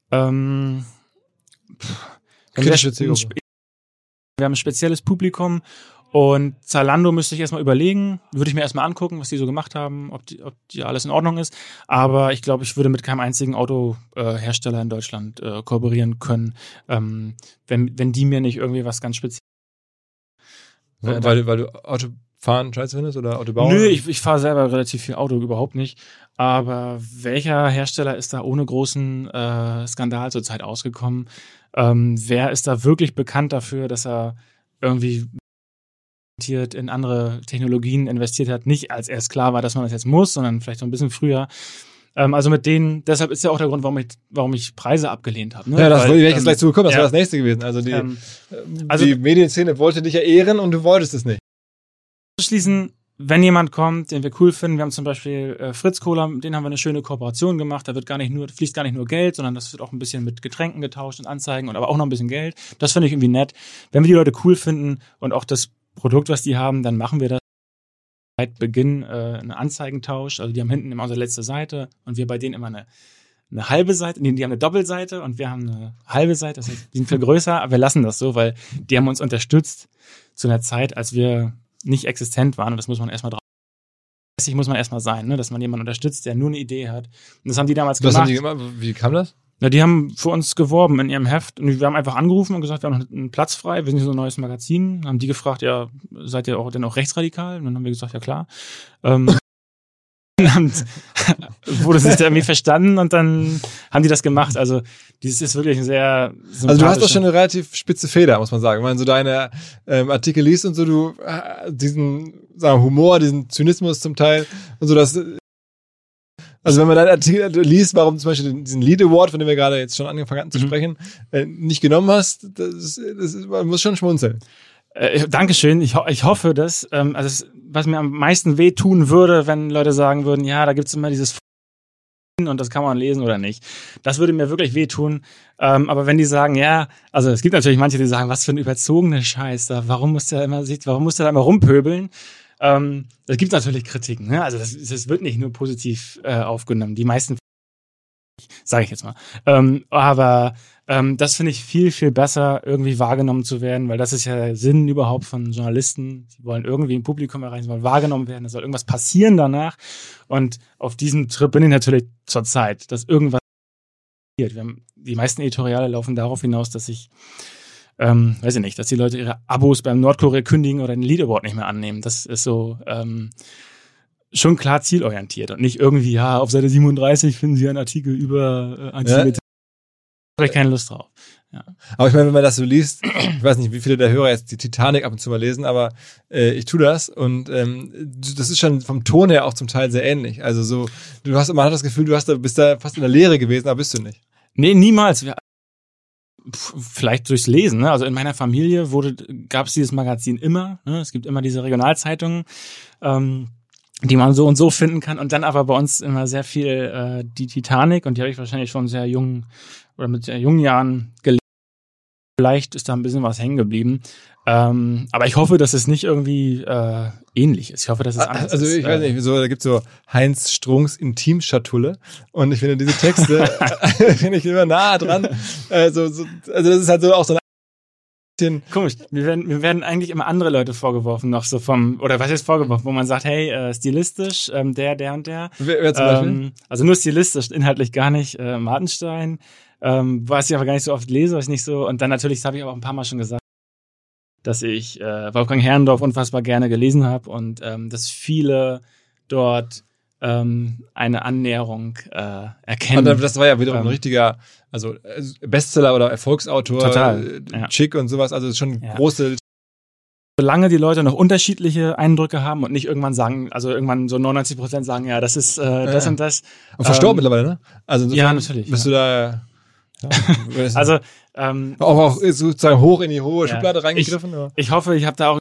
wir haben ein spezielles Publikum und Zalando müsste ich erstmal überlegen, würde ich mir erstmal angucken, was die so gemacht haben, ob die alles in Ordnung ist, aber ich glaube, ich würde mit keinem einzigen Autohersteller in Deutschland kooperieren können, wenn die mir nicht irgendwie was ganz Spezielles weil du Autofahren scheiße findest oder Autobauer? Nö, ich fahre selber relativ viel Auto, überhaupt nicht, aber welcher Hersteller ist da ohne großen Skandal zurzeit ausgekommen? Wer ist da wirklich bekannt dafür, dass er irgendwie in andere Technologien investiert hat, nicht als erst klar war, dass man das jetzt muss, sondern vielleicht so ein bisschen früher. Also mit denen, deshalb ist ja auch der Grund, warum ich Preise abgelehnt habe. Ne? Ja, das wäre ich jetzt gleich zu bekommen, das wäre das nächste gewesen. Also die Medienszene wollte dich ja ehren und du wolltest es nicht. Schließen, wenn jemand kommt, den wir cool finden, wir haben zum Beispiel Fritz Cola, mit denen haben wir eine schöne Kooperation gemacht, da fließt gar nicht nur Geld, sondern das wird auch ein bisschen mit Getränken getauscht und Anzeigen und aber auch noch ein bisschen Geld. Das finde ich irgendwie nett. Wenn wir die Leute cool finden und auch das Produkt, was die haben, dann machen wir das seit Beginn einen Anzeigentausch. Also die haben hinten immer unsere letzte Seite und wir bei denen immer eine halbe Seite, die haben eine Doppelseite und wir haben eine halbe Seite, das heißt, die sind viel größer, aber wir lassen das so, weil die haben uns unterstützt zu einer Zeit, als wir nicht existent waren und das muss man erstmal sein, ne? Dass man jemanden unterstützt, der nur eine Idee hat. Und das haben die damals gemacht. Wie kam das? Ja, die haben für uns geworben in ihrem Heft und wir haben einfach angerufen und gesagt, wir haben noch einen Platz frei, wir sind hier so ein neues Magazin. Haben die gefragt, ja, seid ihr denn auch rechtsradikal? Und dann haben wir gesagt, ja klar. Dann wurde es nicht irgendwie verstanden und dann haben die das gemacht. Also dieses ist wirklich ein sehr Also du hast doch schon eine relativ spitze Feder, muss man sagen. Wenn man so deine Artikel liest und so, du diesen Humor, diesen Zynismus zum Teil und so, das. Also wenn man deinen Artikel liest, warum zum Beispiel diesen Lead Award, von dem wir gerade jetzt schon angefangen hatten zu sprechen, nicht genommen hast, man muss schon schmunzeln. Dankeschön. Ich hoffe, dass was mir am meisten wehtun würde, wenn Leute sagen würden, ja, da gibt's immer dieses und das kann man lesen oder nicht. Das würde mir wirklich wehtun. Aber wenn die sagen, ja, also es gibt natürlich manche, die sagen, was für ein überzogener Scheiß da, warum muss der da immer rumpöbeln? Es gibt natürlich Kritiken, ne? Also das wird nicht nur positiv aufgenommen. Die meisten, sage ich jetzt mal. Aber das finde ich viel, viel besser, irgendwie wahrgenommen zu werden, weil das ist ja der Sinn überhaupt von Journalisten. Sie wollen irgendwie ein Publikum erreichen, sie wollen wahrgenommen werden, es soll irgendwas passieren danach. Und auf diesem Trip bin ich natürlich zur Zeit, dass irgendwas passiert. Die meisten Editoriale laufen darauf hinaus, dass dass die Leute ihre Abos beim Nordkorea kündigen oder den Lead Award nicht mehr annehmen. Das ist so schon klar zielorientiert und nicht irgendwie, ja, auf Seite 37 finden Sie einen Artikel über Antisemitismus. Da habe ich keine Lust drauf. Ja. Aber ich meine, wenn man das so liest, ich weiß nicht, wie viele der Hörer jetzt die Titanic ab und zu mal lesen, aber ich tue das und das ist schon vom Ton her auch zum Teil sehr ähnlich. Also so, man hat das Gefühl, bist da fast in der Lehre gewesen, aber bist du nicht. Nee, niemals. Vielleicht durchs Lesen, ne? Also in meiner Familie gab es dieses Magazin immer, ne? Es gibt immer diese Regionalzeitungen, die man so und so finden kann und dann aber bei uns immer sehr viel die Titanic und die habe ich wahrscheinlich schon sehr jung oder mit sehr jungen Jahren gelesen. Vielleicht ist da ein bisschen was hängen geblieben. Aber ich hoffe, dass es nicht irgendwie ähnlich ist. Ich hoffe, dass es anders ist. Also ich weiß nicht, da gibt's so Heinz Strunks Intimschatulle und ich finde diese Texte finde ich immer nah dran. Also das ist halt so auch so ein komisch. Wir werden eigentlich immer andere Leute vorgeworfen noch so oder was heißt vorgeworfen, wo man sagt, hey, stilistisch, der und der. Wer zum Beispiel? Also nur stilistisch, inhaltlich gar nicht. Martenstein, was ich aber gar nicht so oft lese, was ich nicht so. Und dann natürlich, das habe ich aber auch ein paar Mal schon gesagt, dass ich Wolfgang Herrndorf unfassbar gerne gelesen habe und dass viele dort eine Annäherung erkennen. Und das war ja wiederum ein richtiger, also Bestseller oder Erfolgsautor, total, Chick und sowas, also schon große. Solange die Leute noch unterschiedliche Eindrücke haben und nicht irgendwann sagen, also irgendwann so 99% sagen, ja, das ist das und das. Und verstorben mittlerweile, ne? Also ja, natürlich. Bist du da... Also auch sozusagen hoch in die hohe Schublade reingegriffen? Ich hoffe, ich habe da auch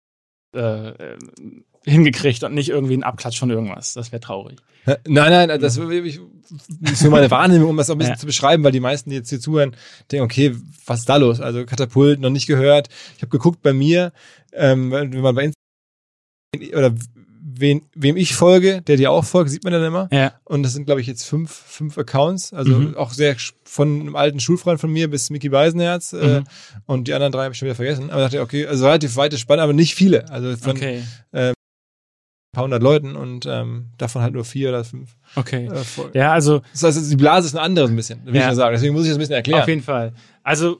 hingekriegt und nicht irgendwie einen Abklatsch von irgendwas. Das wäre traurig. Nein, das ist nur meine Wahrnehmung, um das auch ein bisschen zu beschreiben, weil die meisten, die jetzt hier zuhören, denken, okay, was ist da los? Also Katapult, noch nicht gehört. Ich habe geguckt bei mir, wenn man bei Instagram oder wem ich folge, der dir auch folgt, sieht man dann immer. Ja. Und das sind, glaube ich, jetzt fünf Accounts. Also auch sehr von einem alten Schulfreund von mir bis Micky Beisenherz. Und die anderen 3 habe ich schon wieder vergessen. Aber ich dachte, okay, also relativ weite Spanne, aber nicht viele. Also von ein paar hundert Leuten und davon halt nur 4 oder 5. Okay. Ja, also. Das heißt, die Blase ist eine andere ein bisschen, will ich mal sagen. Deswegen muss ich das ein bisschen erklären. Auf jeden Fall. Also,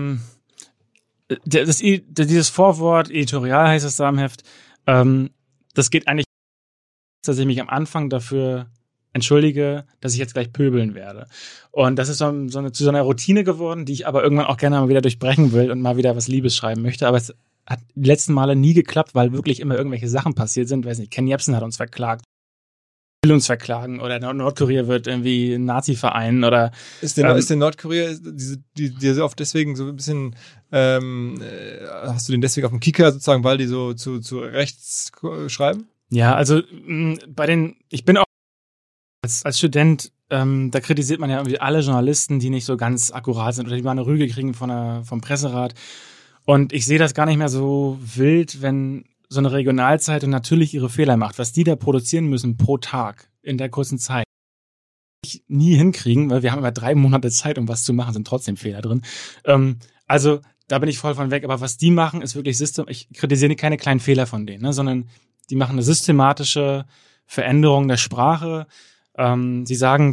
dieses Vorwort, Editorial heißt es da im Heft, das geht eigentlich, dass ich mich am Anfang dafür entschuldige, dass ich jetzt gleich pöbeln werde. Und das ist zu so einer Routine geworden, die ich aber irgendwann auch gerne mal wieder durchbrechen will und mal wieder was Liebes schreiben möchte. Aber hat die letzten Male nie geklappt, weil wirklich immer irgendwelche Sachen passiert sind. Weiß nicht, Ken Jebsen hat uns verklagt, will uns verklagen oder Nordkorea wird irgendwie ein Nazi-Verein oder Ist der Nordkorea die so oft deswegen so ein bisschen hast du den deswegen auf dem Kicker sozusagen, weil die so zu rechts schreiben? Ja, also ich bin auch als Student, da kritisiert man ja irgendwie alle Journalisten, die nicht so ganz akkurat sind oder die mal eine Rüge kriegen vom Presserat. Und ich sehe das gar nicht mehr so wild, wenn so eine Regionalzeitung natürlich ihre Fehler macht. Was die da produzieren müssen pro Tag in der kurzen Zeit, nie hinkriegen, weil wir haben immer 3 Monate Zeit, um was zu machen, sind trotzdem Fehler drin. Also da bin ich voll von weg. Aber was die machen, ist wirklich ich kritisiere keine kleinen Fehler von denen, ne, sondern die machen eine systematische Veränderung der Sprache. Sie sagen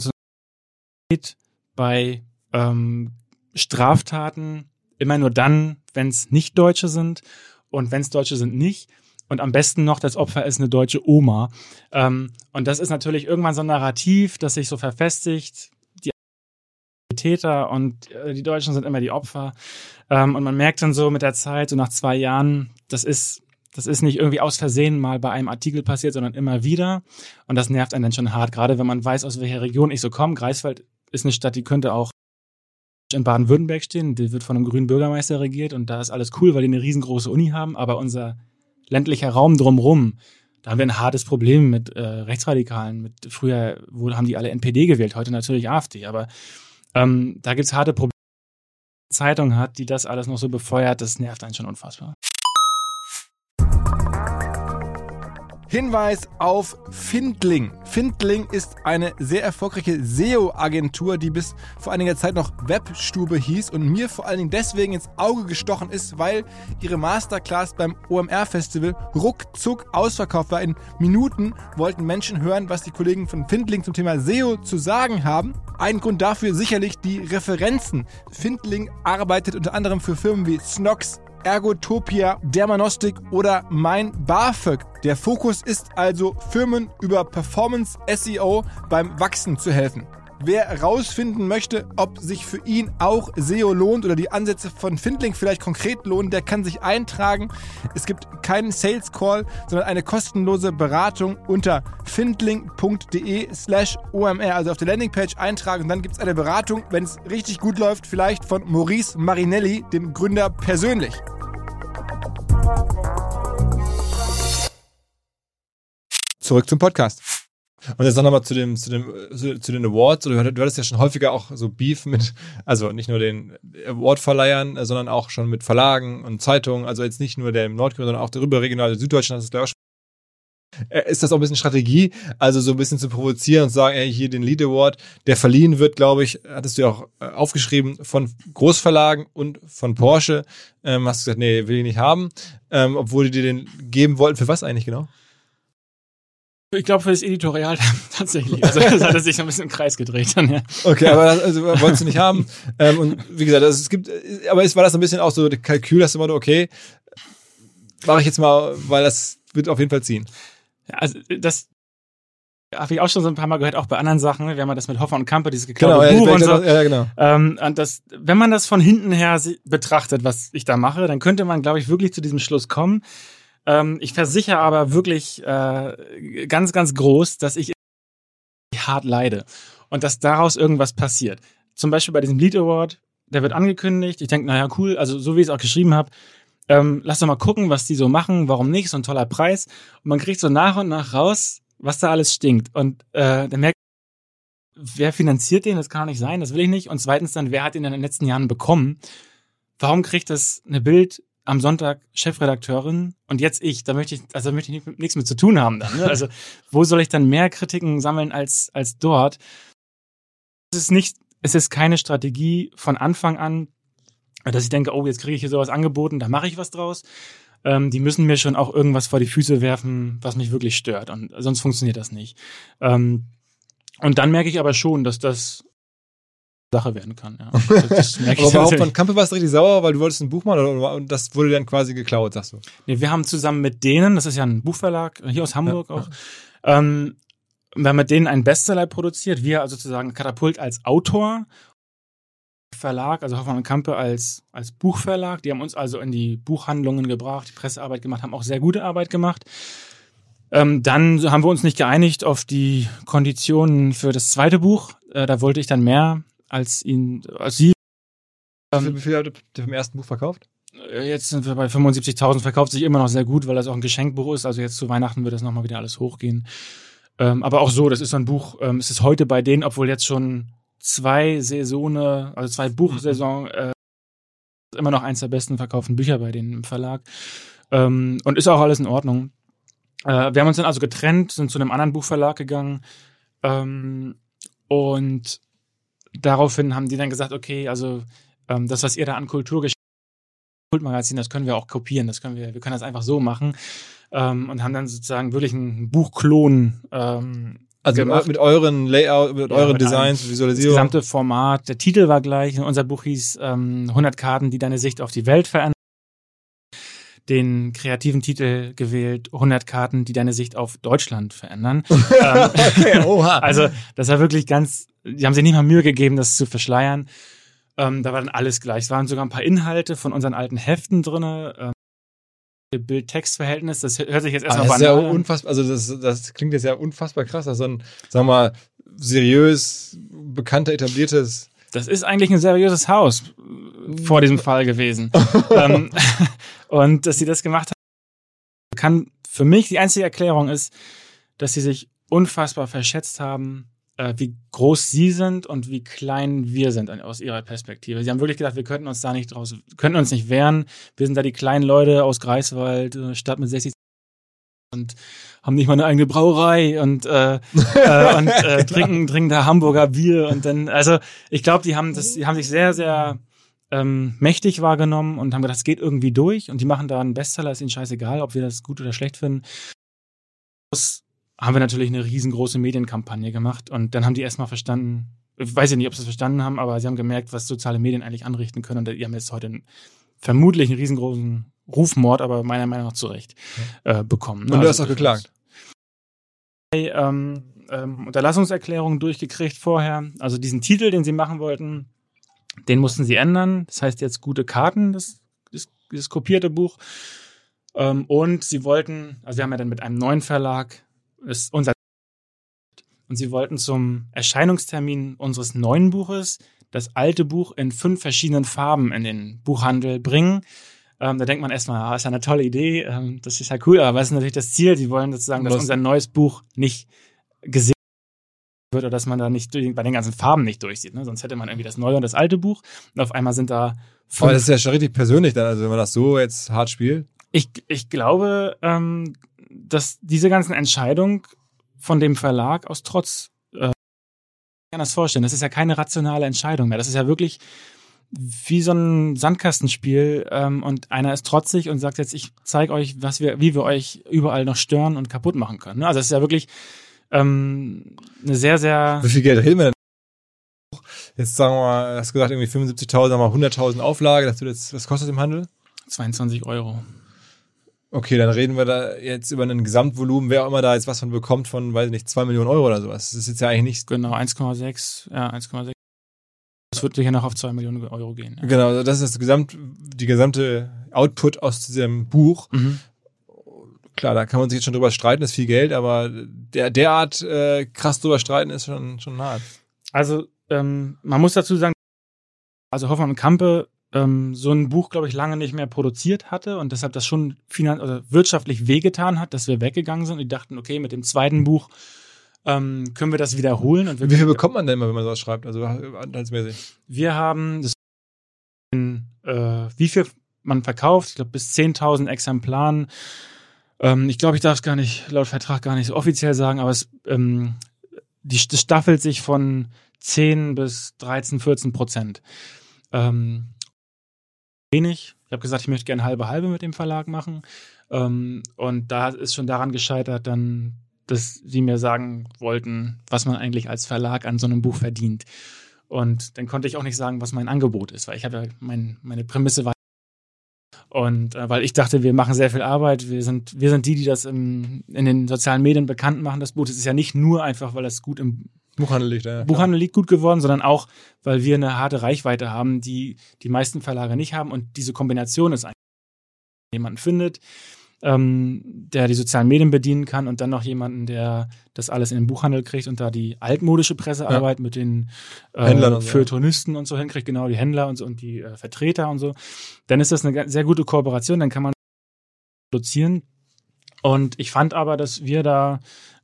bei Straftaten immer nur dann, wenn es nicht Deutsche sind und wenn es Deutsche sind, nicht. Und am besten noch, das Opfer ist eine deutsche Oma. Und das ist natürlich irgendwann so ein Narrativ, das sich so verfestigt. Die Täter und die Deutschen sind immer die Opfer. Und man merkt dann so mit der Zeit, so nach 2 Jahren, das ist nicht irgendwie aus Versehen mal bei einem Artikel passiert, sondern immer wieder. Und das nervt einen dann schon hart, gerade wenn man weiß, aus welcher Region ich so komme. Greifswald ist eine Stadt, die könnte auch in Baden-Württemberg stehen. Die wird von einem grünen Bürgermeister regiert und da ist alles cool, weil die eine riesengroße Uni haben. Aber unser ländlicher Raum drumherum, da haben wir ein hartes Problem mit Rechtsradikalen. Früher haben die alle NPD gewählt, heute natürlich AfD. Aber da gibt's harte Probleme. Die Zeitung hat, die das alles noch so befeuert, das nervt einen schon unfassbar. Hinweis auf Findling. Findling ist eine sehr erfolgreiche SEO-Agentur, die bis vor einiger Zeit noch Webstube hieß und mir vor allen Dingen deswegen ins Auge gestochen ist, weil ihre Masterclass beim OMR-Festival ruckzuck ausverkauft war. In Minuten wollten Menschen hören, was die Kollegen von Findling zum Thema SEO zu sagen haben. Ein Grund dafür sicherlich die Referenzen. Findling arbeitet unter anderem für Firmen wie Snox, Ergotopia, Dermanostik oder Mein BAföG. Der Fokus ist also, Firmen über Performance SEO beim Wachsen zu helfen. Wer rausfinden möchte, ob sich für ihn auch SEO lohnt oder die Ansätze von Findling vielleicht konkret lohnen, der kann sich eintragen. Es gibt keinen Sales Call, sondern eine kostenlose Beratung unter findling.de/omr. Also auf der Landingpage eintragen und dann gibt es eine Beratung, wenn es richtig gut läuft, vielleicht von Maurice Marinelli, dem Gründer persönlich. Zurück zum Podcast. Und jetzt noch mal zu den Awards. Du hattest ja schon häufiger auch so Beef mit, also nicht nur den Awardverleihern, sondern auch schon mit Verlagen und Zeitungen. Also jetzt nicht nur der im Nordkorea, sondern auch der überregionale Süddeutschland. Das ist gleich auch schon. Ist das auch ein bisschen Strategie, also so ein bisschen zu provozieren und zu sagen, ey, hier den Lead Award, der verliehen wird, glaube ich, hattest du ja auch aufgeschrieben, von Großverlagen und von Porsche. Hast du gesagt, nee, will ich nicht haben, obwohl die dir den geben wollten. Für was eigentlich genau? Ich glaube, für das Editorial tatsächlich. Also das hat sich ein bisschen im Kreis gedreht dann, ja. Okay, aber wolltest du nicht haben. Und wie gesagt, war das ein bisschen auch so der Kalkül, dass du immer okay, mache ich jetzt mal, weil das wird auf jeden Fall ziehen. Ja, also das habe ich auch schon so ein paar Mal gehört, auch bei anderen Sachen. Wir haben ja das mit Hofer und Kampe, dieses geklaute Buch und so. Ja, genau. Und wenn man das von hinten her betrachtet, was ich da mache, dann könnte man, glaube ich, wirklich zu diesem Schluss kommen. Ich versichere aber wirklich ganz, ganz groß, dass ich hart leide und dass daraus irgendwas passiert. Zum Beispiel bei diesem Lead Award, der wird angekündigt. Ich denke, naja, cool, also so wie ich es auch geschrieben habe, lass doch mal gucken, was die so machen, warum nicht, so ein toller Preis. Und man kriegt so nach und nach raus, was da alles stinkt. Und dann merkt man, wer finanziert den? Das kann doch nicht sein, das will ich nicht. Und zweitens dann, wer hat ihn in den letzten Jahren bekommen? Warum kriegt das eine Bild am Sonntag Chefredakteurin und jetzt ich? Da möchte ich nichts mit zu tun haben dann. Ne? Also wo soll ich dann mehr Kritiken sammeln als dort? Es ist keine Strategie von Anfang an, dass ich denke, oh, jetzt kriege ich hier sowas angeboten, da mache ich was draus. Die müssen mir schon auch irgendwas vor die Füße werfen, was mich wirklich stört. Und sonst funktioniert das nicht. Und dann merke ich aber schon, dass das Sache werden kann. Ja. Das merke ich. Aber von Kampe warst du richtig sauer, weil du wolltest ein Buch machen und das wurde dann quasi geklaut, sagst du? Nee, wir haben zusammen mit denen, das ist ja ein Buchverlag, hier aus Hamburg auch, wir haben mit denen einen Bestseller produziert. Wir also sozusagen Katapult als Autor. Verlag, also Hoffmann und Campe als Buchverlag. Die haben uns also in die Buchhandlungen gebracht, die Pressearbeit gemacht, haben auch sehr gute Arbeit gemacht. Dann haben wir uns nicht geeinigt auf die Konditionen für das zweite Buch. Da wollte ich dann mehr als sie. Wie viel habt ihr vom ersten Buch verkauft? Jetzt sind wir bei 75.000, verkauft sich immer noch sehr gut, weil das auch ein Geschenkbuch ist. Also jetzt zu Weihnachten wird das nochmal wieder alles hochgehen. Aber auch so, das ist so ein Buch, es ist heute bei denen, obwohl jetzt schon 2 Buchsaison, immer noch eins der besten verkauften Bücher bei denen im Verlag. Und ist auch alles in Ordnung. Wir haben uns dann also getrennt, sind zu einem anderen Buchverlag gegangen. Und daraufhin haben die dann gesagt, okay, also das, was ihr da an Kulturmagazin, das können wir auch kopieren, wir können das einfach so machen. Und haben dann sozusagen wirklich einen Buchklon gemacht. Mit euren Layout, mit euren Designs, Visualisierung. Das gesamte Format, der Titel war gleich. Unser Buch hieß 100 Karten, die deine Sicht auf die Welt verändern. Den kreativen Titel gewählt, 100 Karten, die deine Sicht auf Deutschland verändern. Okay, oha. Also das war wirklich die haben sich nicht mal Mühe gegeben, das zu verschleiern. Da war dann alles gleich. Es waren sogar ein paar Inhalte von unseren alten Heften drin. Bild-Text-Verhältnis, das hört sich jetzt erstmal banal an. Ja unfassbar, also das klingt jetzt ja unfassbar krass, dass so ein, sagen wir mal, seriös, bekannter, etabliertes. Das ist eigentlich ein seriöses Haus vor diesem Fall gewesen. Und dass sie das gemacht haben, kann für mich die einzige Erklärung ist, dass sie sich unfassbar verschätzt haben, wie groß sie sind und wie klein wir sind aus ihrer Perspektive. Sie haben wirklich gedacht, wir könnten uns nicht wehren. Wir sind da die kleinen Leute aus Greifswald, Stadt mit 60 und haben nicht mal eine eigene Brauerei und trinken da Hamburger Bier und dann, also ich glaube, die haben sich sehr, sehr mächtig wahrgenommen und haben gedacht, es geht irgendwie durch und die machen da einen Bestseller, ist ihnen scheißegal, ob wir das gut oder schlecht finden. Haben wir natürlich eine riesengroße Medienkampagne gemacht und dann haben die erstmal verstanden, ich weiß ja nicht, ob sie es verstanden haben, aber sie haben gemerkt, was soziale Medien eigentlich anrichten können und die haben jetzt heute vermutlich einen riesengroßen Rufmord, aber meiner Meinung nach zu Recht bekommen. Und du hast auch geklagt? Unterlassungserklärungen durchgekriegt vorher, also diesen Titel, den sie machen wollten, den mussten sie ändern, das heißt jetzt Gute Karten, das kopierte Buch und sie wollten, also wir haben ja dann mit einem neuen Verlag und sie wollten zum Erscheinungstermin unseres neuen Buches das alte Buch in 5 verschiedenen Farben in den Buchhandel bringen. Da denkt man erstmal, ist ja eine tolle Idee, das ist ja cool, aber was ist natürlich das Ziel? Sie wollen sozusagen, dass unser neues Buch nicht gesehen wird oder dass man da nicht bei den ganzen Farben nicht durchsieht. Ne? Sonst hätte man irgendwie das neue und das alte Buch und auf einmal sind da 5. Aber das ist ja schon richtig persönlich dann, also wenn man das so jetzt hart spielt. Ich glaube, dass diese ganzen Entscheidungen von dem Verlag aus Trotz, ich kann das vorstellen, das ist ja keine rationale Entscheidung mehr. Das ist ja wirklich wie so ein Sandkastenspiel und einer ist trotzig und sagt jetzt, ich zeige euch, wie wir euch überall noch stören und kaputt machen können. Also das ist ja wirklich eine sehr, sehr... Wie viel Geld reden wir denn? Jetzt sagen wir mal, hast gesagt irgendwie 75.000, sagen wir mal 100.000 Auflage, was kostet im Handel? 22 €. Okay, dann reden wir da jetzt über ein Gesamtvolumen, wer auch immer da jetzt was von bekommt, von, weiß ich nicht, 2 Millionen Euro oder sowas. Das ist jetzt ja eigentlich nichts. Genau, 1,6. Das wird sicher noch auf 2 Millionen Euro gehen. Ja. Genau, das ist die gesamte Output aus diesem Buch. Mhm. Klar, da kann man sich jetzt schon drüber streiten, ist viel Geld, aber derart krass drüber streiten ist schon hart. Also, man muss dazu sagen, also Hoffmann und Campe so ein Buch, glaube ich, lange nicht mehr produziert hatte und deshalb das schon wirtschaftlich wehgetan hat, dass wir weggegangen sind und die dachten, okay, mit dem zweiten Buch können wir das wiederholen. Und wie viel bekommt man denn immer, wenn man sowas schreibt? Also anteilsmäßig? Wir haben wie viel man verkauft, ich glaube bis 10.000 Exemplaren. Ich glaube, ich darf es gar nicht, laut Vertrag gar nicht so offiziell sagen, aber das staffelt sich von 10 bis 13-14%. Wenig. Ich habe gesagt, ich möchte gerne halbe mit dem Verlag machen. Und da ist schon daran gescheitert, dann, dass sie mir sagen wollten, was man eigentlich als Verlag an so einem Buch verdient. Und dann konnte ich auch nicht sagen, was mein Angebot ist, weil ich habe ja meine Prämisse war. Und weil ich dachte, wir machen sehr viel Arbeit, wir sind die das in den sozialen Medien bekannt machen, das Buch. Das ist ja nicht nur einfach, weil es gut im Buchhandel liegt, ja. Buchhandel liegt gut geworden, sondern auch, weil wir eine harte Reichweite haben, die die meisten Verlage nicht haben. Und diese Kombination ist eigentlich, jemanden findet, der die sozialen Medien bedienen kann und dann noch jemanden, der das alles in den Buchhandel kriegt und da die altmodische Pressearbeit mit den Händlern und so. Feuilletonisten und so hinkriegt, genau, die Händler und so und die Vertreter und so. Dann ist das eine sehr gute Kooperation, dann kann man produzieren. Und ich fand aber, dass wir da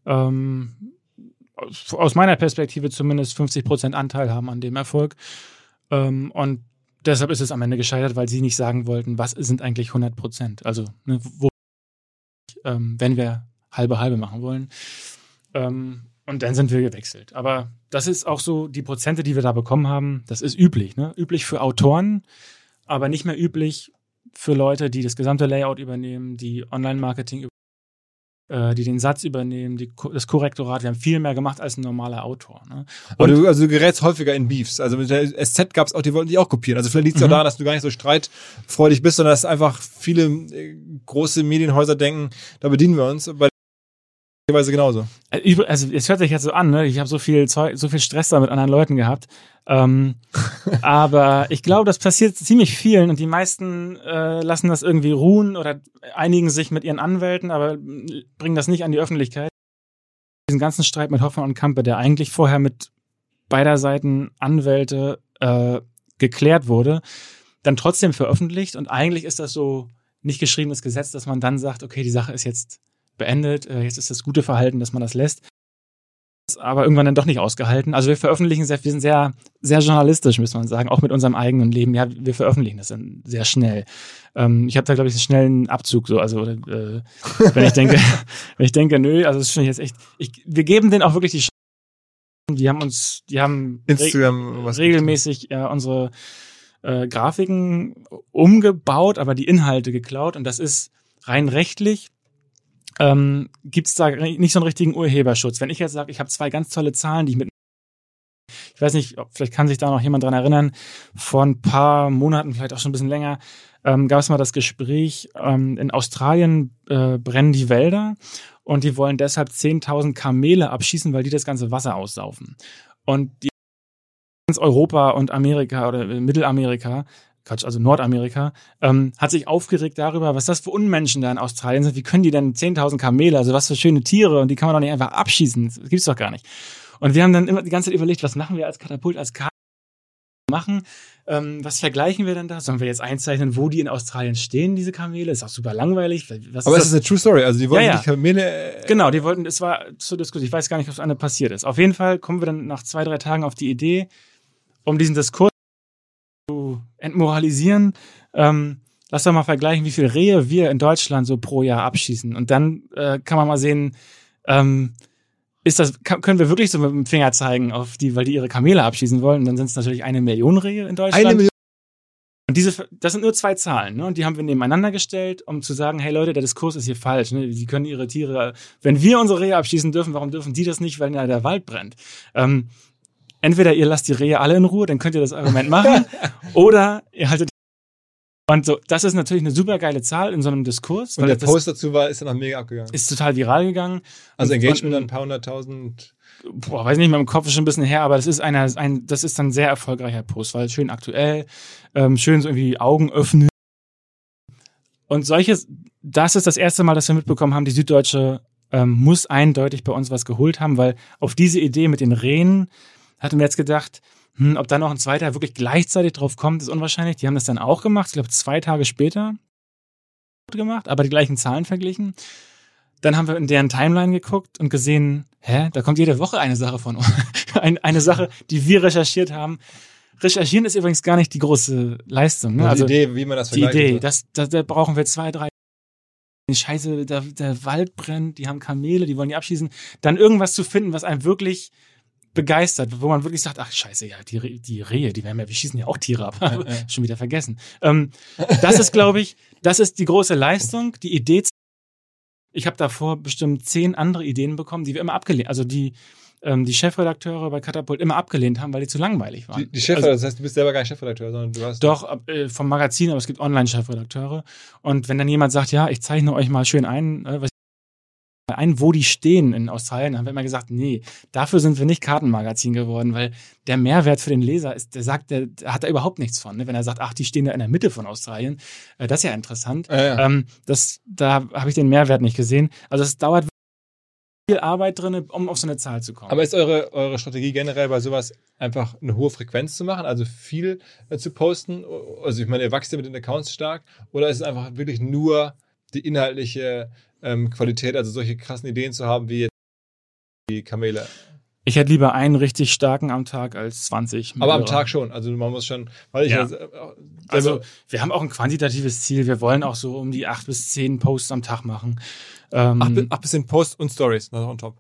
aus meiner Perspektive zumindest 50% Anteil haben an dem Erfolg. Und deshalb ist es am Ende gescheitert, weil sie nicht sagen wollten, was sind eigentlich 100%. Also, ne, wenn wir halbe machen wollen. Und dann sind wir gewechselt. Aber das ist auch so, die Prozente, die wir da bekommen haben, das ist üblich. Ne? Üblich für Autoren, aber nicht mehr üblich für Leute, die das gesamte Layout übernehmen, die Online-Marketing die den Satz übernehmen, das Korrektorat. Wir haben viel mehr gemacht als ein normaler Autor. Ne? Und du gerätst häufiger in Beefs. Also mit der SZ gab es auch, die wollten dich auch kopieren. Also vielleicht liegt es ja daran, dass du gar nicht so streitfreudig bist, sondern dass einfach viele große Medienhäuser denken, da bedienen wir uns. Bei Weise genauso. Also es hört sich jetzt so an, ne? Ich habe so viel Stress da mit anderen Leuten gehabt. Aber ich glaube, das passiert ziemlich vielen und die meisten lassen das irgendwie ruhen oder einigen sich mit ihren Anwälten, aber bringen das nicht an die Öffentlichkeit. Diesen ganzen Streit mit Hoffmann und Campe, der eigentlich vorher mit beider Seiten Anwälte geklärt wurde, dann trotzdem veröffentlicht und eigentlich ist das so nicht geschriebenes Gesetz, dass man dann sagt, okay, die Sache ist jetzt beendet, jetzt ist das gute Verhalten, dass man das lässt. Aber irgendwann dann doch nicht ausgehalten. Also wir veröffentlichen wir sind sehr, sehr journalistisch, muss man sagen, auch mit unserem eigenen Leben. Ja, wir veröffentlichen das dann sehr schnell. Ich habe da, glaube ich, einen schnellen Abzug, so, also wenn ich denke, nö, also das finde ich jetzt echt, wir geben denen auch wirklich die Chance. Die haben Instagram regelmäßig unsere Grafiken umgebaut, aber die Inhalte geklaut und das ist rein rechtlich. Gibt's da nicht so einen richtigen Urheberschutz. Wenn ich jetzt sage, ich habe 2 ganz tolle Zahlen, die ich weiß nicht, vielleicht kann sich da noch jemand dran erinnern, vor ein paar Monaten, vielleicht auch schon ein bisschen länger, gab es mal das Gespräch, in Australien brennen die Wälder und die wollen deshalb 10.000 Kamele abschießen, weil die das ganze Wasser aussaufen. Und die ganz Europa und Amerika oder Mittelamerika, also Nordamerika, hat sich aufgeregt darüber, was das für Unmenschen da in Australien sind. Wie können die denn 10.000 Kamele, also was für schöne Tiere, und die kann man doch nicht einfach abschießen. Das gibt's doch gar nicht. Und wir haben dann immer die ganze Zeit überlegt, was machen wir als Katapult, als machen? Was vergleichen wir denn da? Sollen wir jetzt einzeichnen, wo die in Australien stehen, diese Kamele? Ist auch super langweilig. Aber es ist eine True Story. Also die wollten die Kamele... Genau, die wollten, es war zur Diskussion. Ich weiß gar nicht, ob es eine passiert ist. Auf jeden Fall kommen wir dann nach 2-3 Tagen auf die Idee, um diesen Diskurs zu entmoralisieren. Lass doch mal vergleichen, wie viel Rehe wir in Deutschland so pro Jahr abschießen. Und dann kann man mal sehen, können wir wirklich so mit dem Finger zeigen auf die, weil die ihre Kamele abschießen wollen. Und dann sind es natürlich 1 Million Rehe in Deutschland. 1 Million. Und das sind nur 2 Zahlen, ne? Und die haben wir nebeneinander gestellt, um zu sagen, hey Leute, der Diskurs ist hier falsch, ne? Die können ihre Tiere, wenn wir unsere Rehe abschießen dürfen, warum dürfen die das nicht, weil der Wald brennt? Entweder ihr lasst die Rehe alle in Ruhe, dann könnt ihr das Argument machen, oder ihr haltet. Und so, das ist natürlich eine super geile Zahl in so einem Diskurs. Und der Post dazu ist dann auch mega abgegangen. Ist total viral gegangen. Also Engagement dann ein paar 100.000. Weiß nicht, mein Kopf ist schon ein bisschen her, aber das ist das ist ein sehr erfolgreicher Post, weil schön aktuell, schön so irgendwie Augen öffnen. Und das ist das erste Mal, dass wir mitbekommen haben, die Süddeutsche muss eindeutig bei uns was geholt haben, weil auf diese Idee mit den Rehen hatten wir jetzt gedacht, ob da noch ein zweiter wirklich gleichzeitig drauf kommt, ist unwahrscheinlich. Die haben das dann auch gemacht, ich glaube 2 Tage später gemacht, aber die gleichen Zahlen verglichen. Dann haben wir in deren Timeline geguckt und gesehen, da kommt jede Woche eine Sache von uns. eine Sache, die wir recherchiert haben. Recherchieren ist übrigens gar nicht die große Leistung. Ne? Also die Idee, wie man das vergleicht. Die Idee, da brauchen wir 2, 3 Scheiße, der Wald brennt, die haben Kamele, die wollen die abschießen. Dann irgendwas zu finden, was einen wirklich begeistert, wo man wirklich sagt, ach scheiße, ja, die Rehe, wir schießen ja auch Tiere ab. Schon wieder vergessen. Das ist, glaube ich, das ist die große Leistung, die Idee. Ich habe davor bestimmt 10 andere Ideen bekommen, die wir immer abgelehnt, also die Chefredakteure bei Katapult immer abgelehnt haben, weil die zu langweilig waren. Die Chefredakteure, das heißt, du bist selber gar nicht Chefredakteur, sondern du hast... Doch, vom Magazin, aber es gibt Online-Chefredakteure. Und wenn dann jemand sagt, ja, ich zeichne euch mal schön ein, ein, wo die stehen in Australien. Da haben wir immer gesagt, nee, dafür sind wir nicht Kartenmagazin geworden, weil der Mehrwert für den Leser ist, der hat da überhaupt nichts von. Ne? Wenn er sagt, ach, die stehen da in der Mitte von Australien, das ist ja interessant. Ja. Da habe ich den Mehrwert nicht gesehen. Also es dauert viel Arbeit drin, um auf so eine Zahl zu kommen. Aber ist eure Strategie generell bei sowas einfach eine hohe Frequenz zu machen, also viel zu posten? Also ich meine, ihr wächst ja mit den Accounts stark, oder ist es einfach wirklich nur die inhaltliche Qualität, also solche krassen Ideen zu haben wie jetzt die Kamele? Ich hätte lieber einen richtig starken am Tag als 20. Aber am Tag schon, also man muss schon, weil ich also wir haben auch ein quantitatives Ziel, wir wollen auch so um die 8 bis 10 Posts am Tag machen. 8 bis 10 Posts und Stories, das ist on top.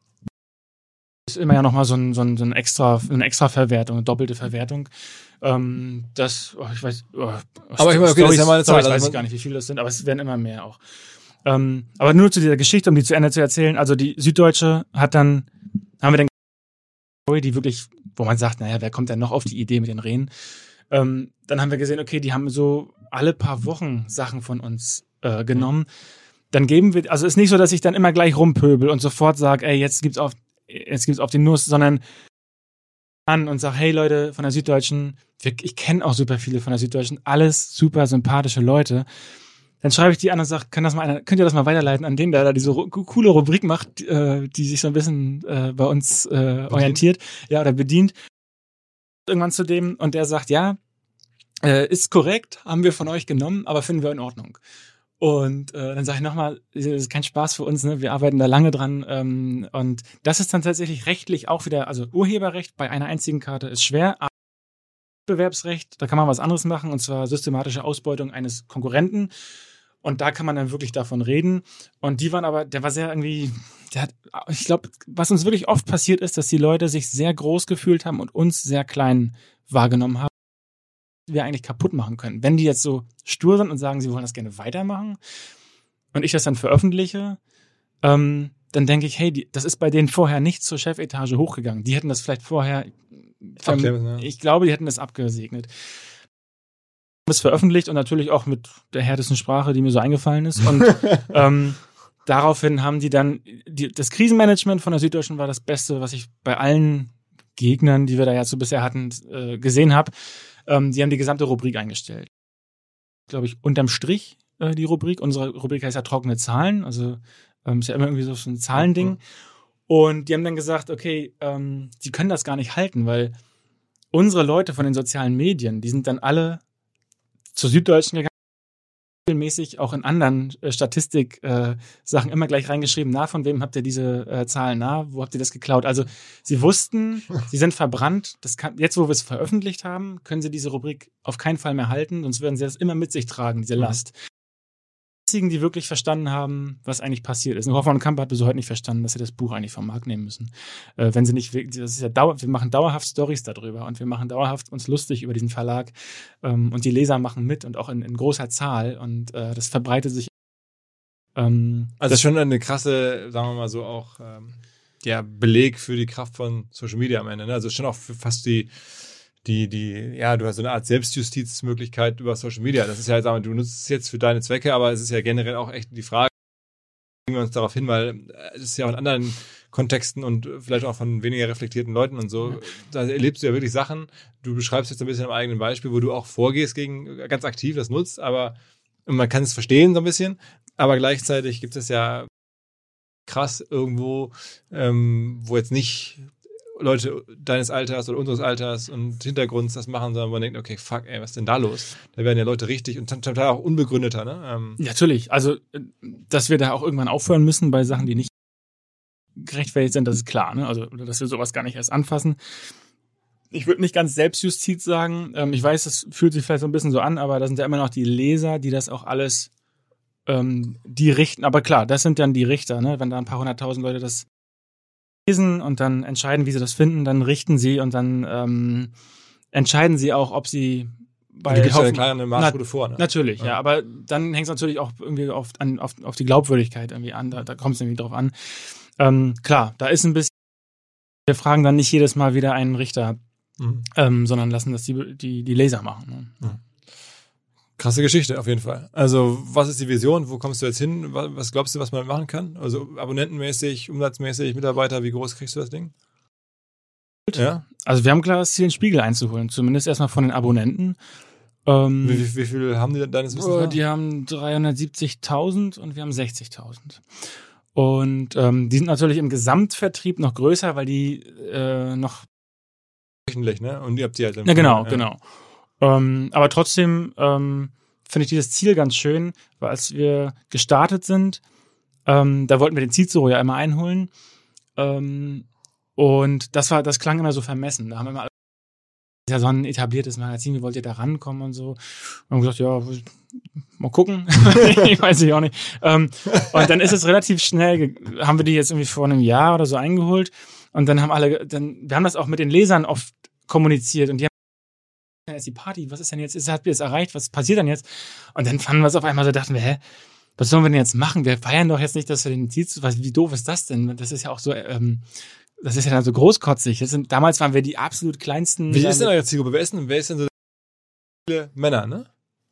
Ist immer ja nochmal eine extra Verwertung, eine doppelte Verwertung. Ich weiß, aber ich meine, okay, das ist ja mal eine Zahl. Ich weiß gar nicht, wie viele das sind, aber es werden immer mehr auch. Aber nur zu dieser Geschichte, um die zu Ende zu erzählen. Also die Süddeutsche haben wir dann Story, die wirklich, wo man sagt, naja, wer kommt denn noch auf die Idee mit den Rehen? Dann haben wir gesehen, okay, die haben so alle paar Wochen Sachen von uns genommen. Dann geben wir, also ist nicht so, dass ich dann immer gleich rumpöbel und sofort sage, ey, jetzt gibt's auf den Nuss, sondern an und sag, hey Leute von der Süddeutschen, ich kenne auch super viele von der Süddeutschen, alles super sympathische Leute. Dann schreibe ich die an und sage, könnt ihr das mal weiterleiten an den, der da diese coole Rubrik macht, die sich so ein bisschen bei uns orientiert, ja, oder bedient. Irgendwann zu dem und der sagt, ja, ist korrekt, haben wir von euch genommen, aber finden wir in Ordnung. Und dann sage ich nochmal, das ist kein Spaß für uns, ne? Wir arbeiten da lange dran. Und das ist dann tatsächlich rechtlich auch wieder, also Urheberrecht bei einer einzigen Karte ist schwer, aber Wettbewerbsrecht, da kann man was anderes machen, und zwar systematische Ausbeutung eines Konkurrenten. Und da kann man dann wirklich davon reden. Und der war sehr irgendwie, ich glaube, was uns wirklich oft passiert ist, dass die Leute sich sehr groß gefühlt haben und uns sehr klein wahrgenommen haben, wir eigentlich kaputt machen können. Wenn die jetzt so stur sind und sagen, sie wollen das gerne weitermachen und ich das dann veröffentliche, dann denke ich, hey, das ist bei denen vorher nicht zur Chefetage hochgegangen. Die hätten das vielleicht vorher, ich glaube, die hätten das abgesegnet. Das veröffentlicht und natürlich auch mit der härtesten Sprache, die mir so eingefallen ist. Und daraufhin haben die dann, das Krisenmanagement von der Süddeutschen war das Beste, was ich bei allen Gegnern, die wir da jetzt so bisher hatten, gesehen habe. Die haben die gesamte Rubrik eingestellt. Glaube ich, unterm Strich die Rubrik. Unsere Rubrik heißt ja trockene Zahlen. Also ist ja immer irgendwie so ein Zahlending. Und die haben dann gesagt, okay, sie können das gar nicht halten, weil unsere Leute von den sozialen Medien, die sind dann alle zur Süddeutschen gegangen, regelmäßig auch in anderen Statistik-Sachen immer gleich reingeschrieben, von wem habt ihr diese Zahlen, wo habt ihr das geklaut? Also sie wussten, sie sind verbrannt. Jetzt, wo wir es veröffentlicht haben, können sie diese Rubrik auf keinen Fall mehr halten, sonst würden sie das immer mit sich tragen, diese Last. Die einzigen, die wirklich verstanden haben, was eigentlich passiert ist. Und Hoffmann und Kamper hat bis heute nicht verstanden, dass sie das Buch eigentlich vom Markt nehmen müssen. Wenn sie nicht, das ist ja wir machen dauerhaft Storys darüber und wir machen dauerhaft uns lustig über diesen Verlag und die Leser machen mit und auch in großer Zahl und das verbreitet sich. Also das ist schon eine krasse, sagen wir mal so, auch Beleg für die Kraft von Social Media am Ende. Ne? Also schon auch für fast du hast so eine Art Selbstjustizmöglichkeit über Social Media. Das ist ja, sagen wir, du nutzt es jetzt für deine Zwecke, aber es ist ja generell auch echt die Frage, bringen wir uns darauf hin, weil es ist ja auch in anderen Kontexten und vielleicht auch von weniger reflektierten Leuten und so, da erlebst du ja wirklich Sachen, du beschreibst jetzt ein bisschen am eigenen Beispiel, wo du auch vorgehst ganz aktiv das nutzt, aber man kann es verstehen so ein bisschen, aber gleichzeitig gibt es ja krass irgendwo, wo jetzt nicht Leute deines Alters oder unseres Alters und Hintergrunds das machen, sondern man denkt, okay, fuck, ey, was ist denn da los? Da werden ja Leute richtig und zum Teil auch unbegründeter, ne? Natürlich, also, dass wir da auch irgendwann aufhören müssen bei Sachen, die nicht gerechtfertigt sind, das ist klar, ne? Also, dass wir sowas gar nicht erst anfassen. Ich würde nicht ganz Selbstjustiz sagen. Ich weiß, das fühlt sich vielleicht so ein bisschen so an, aber da sind ja immer noch die Leser, die das auch alles, die richten. Aber klar, das sind dann die Richter, ne? Wenn da ein paar 100.000 Leute das lesen und dann entscheiden, wie sie das finden, dann richten sie und dann entscheiden sie auch, ob sie bei du gibst ja eine kleine Marschroute vor, ne? Natürlich, ja, aber dann hängt es natürlich auch irgendwie auf die Glaubwürdigkeit irgendwie an, da kommt es irgendwie drauf an. Klar, da ist ein bisschen, wir fragen dann nicht jedes Mal wieder einen Richter, sondern lassen das die Leser machen. Ne? Krasse Geschichte auf jeden Fall. Also was ist die Vision? Wo kommst du jetzt hin? Was glaubst du, was man machen kann? Also abonnentenmäßig, umsatzmäßig, Mitarbeiter, wie groß kriegst du das Ding? Ja. Also wir haben klar das Ziel, einen Spiegel einzuholen. Zumindest erstmal von den Abonnenten. Wie viel haben die deines Wissens? Die haben 370.000 und wir haben 60.000. Und die sind natürlich im Gesamtvertrieb noch größer, weil die noch... Wöchentlich, ne? Und ihr habt die halt... Ja, genau. Aber trotzdem finde ich dieses Ziel ganz schön, weil als wir gestartet sind, da wollten wir den Cicero ja immer einholen. Und das klang immer so vermessen. Da haben immer alle, das ist ja so ein etabliertes Magazin, wie wollt ihr da rankommen und so. Und haben gesagt, ja, mal gucken. Ich weiß ich auch nicht. Und dann ist es relativ schnell, haben wir die jetzt irgendwie vor einem Jahr oder so eingeholt. Und dann wir haben das auch mit den Lesern oft kommuniziert und die haben jetzt die Party, was ist denn jetzt, habt ihr es erreicht, was passiert dann jetzt? Und dann fanden wir es auf einmal so, dachten wir, was sollen wir denn jetzt machen? Wir feiern doch jetzt nicht, dass wir den Ziel, wie doof ist das denn? Das ist ja auch so, das ist ja dann so großkotzig. Damals waren wir die absolut kleinsten. Wie ist denn eure Zielgruppe? Wer ist denn so viele Männer, ne?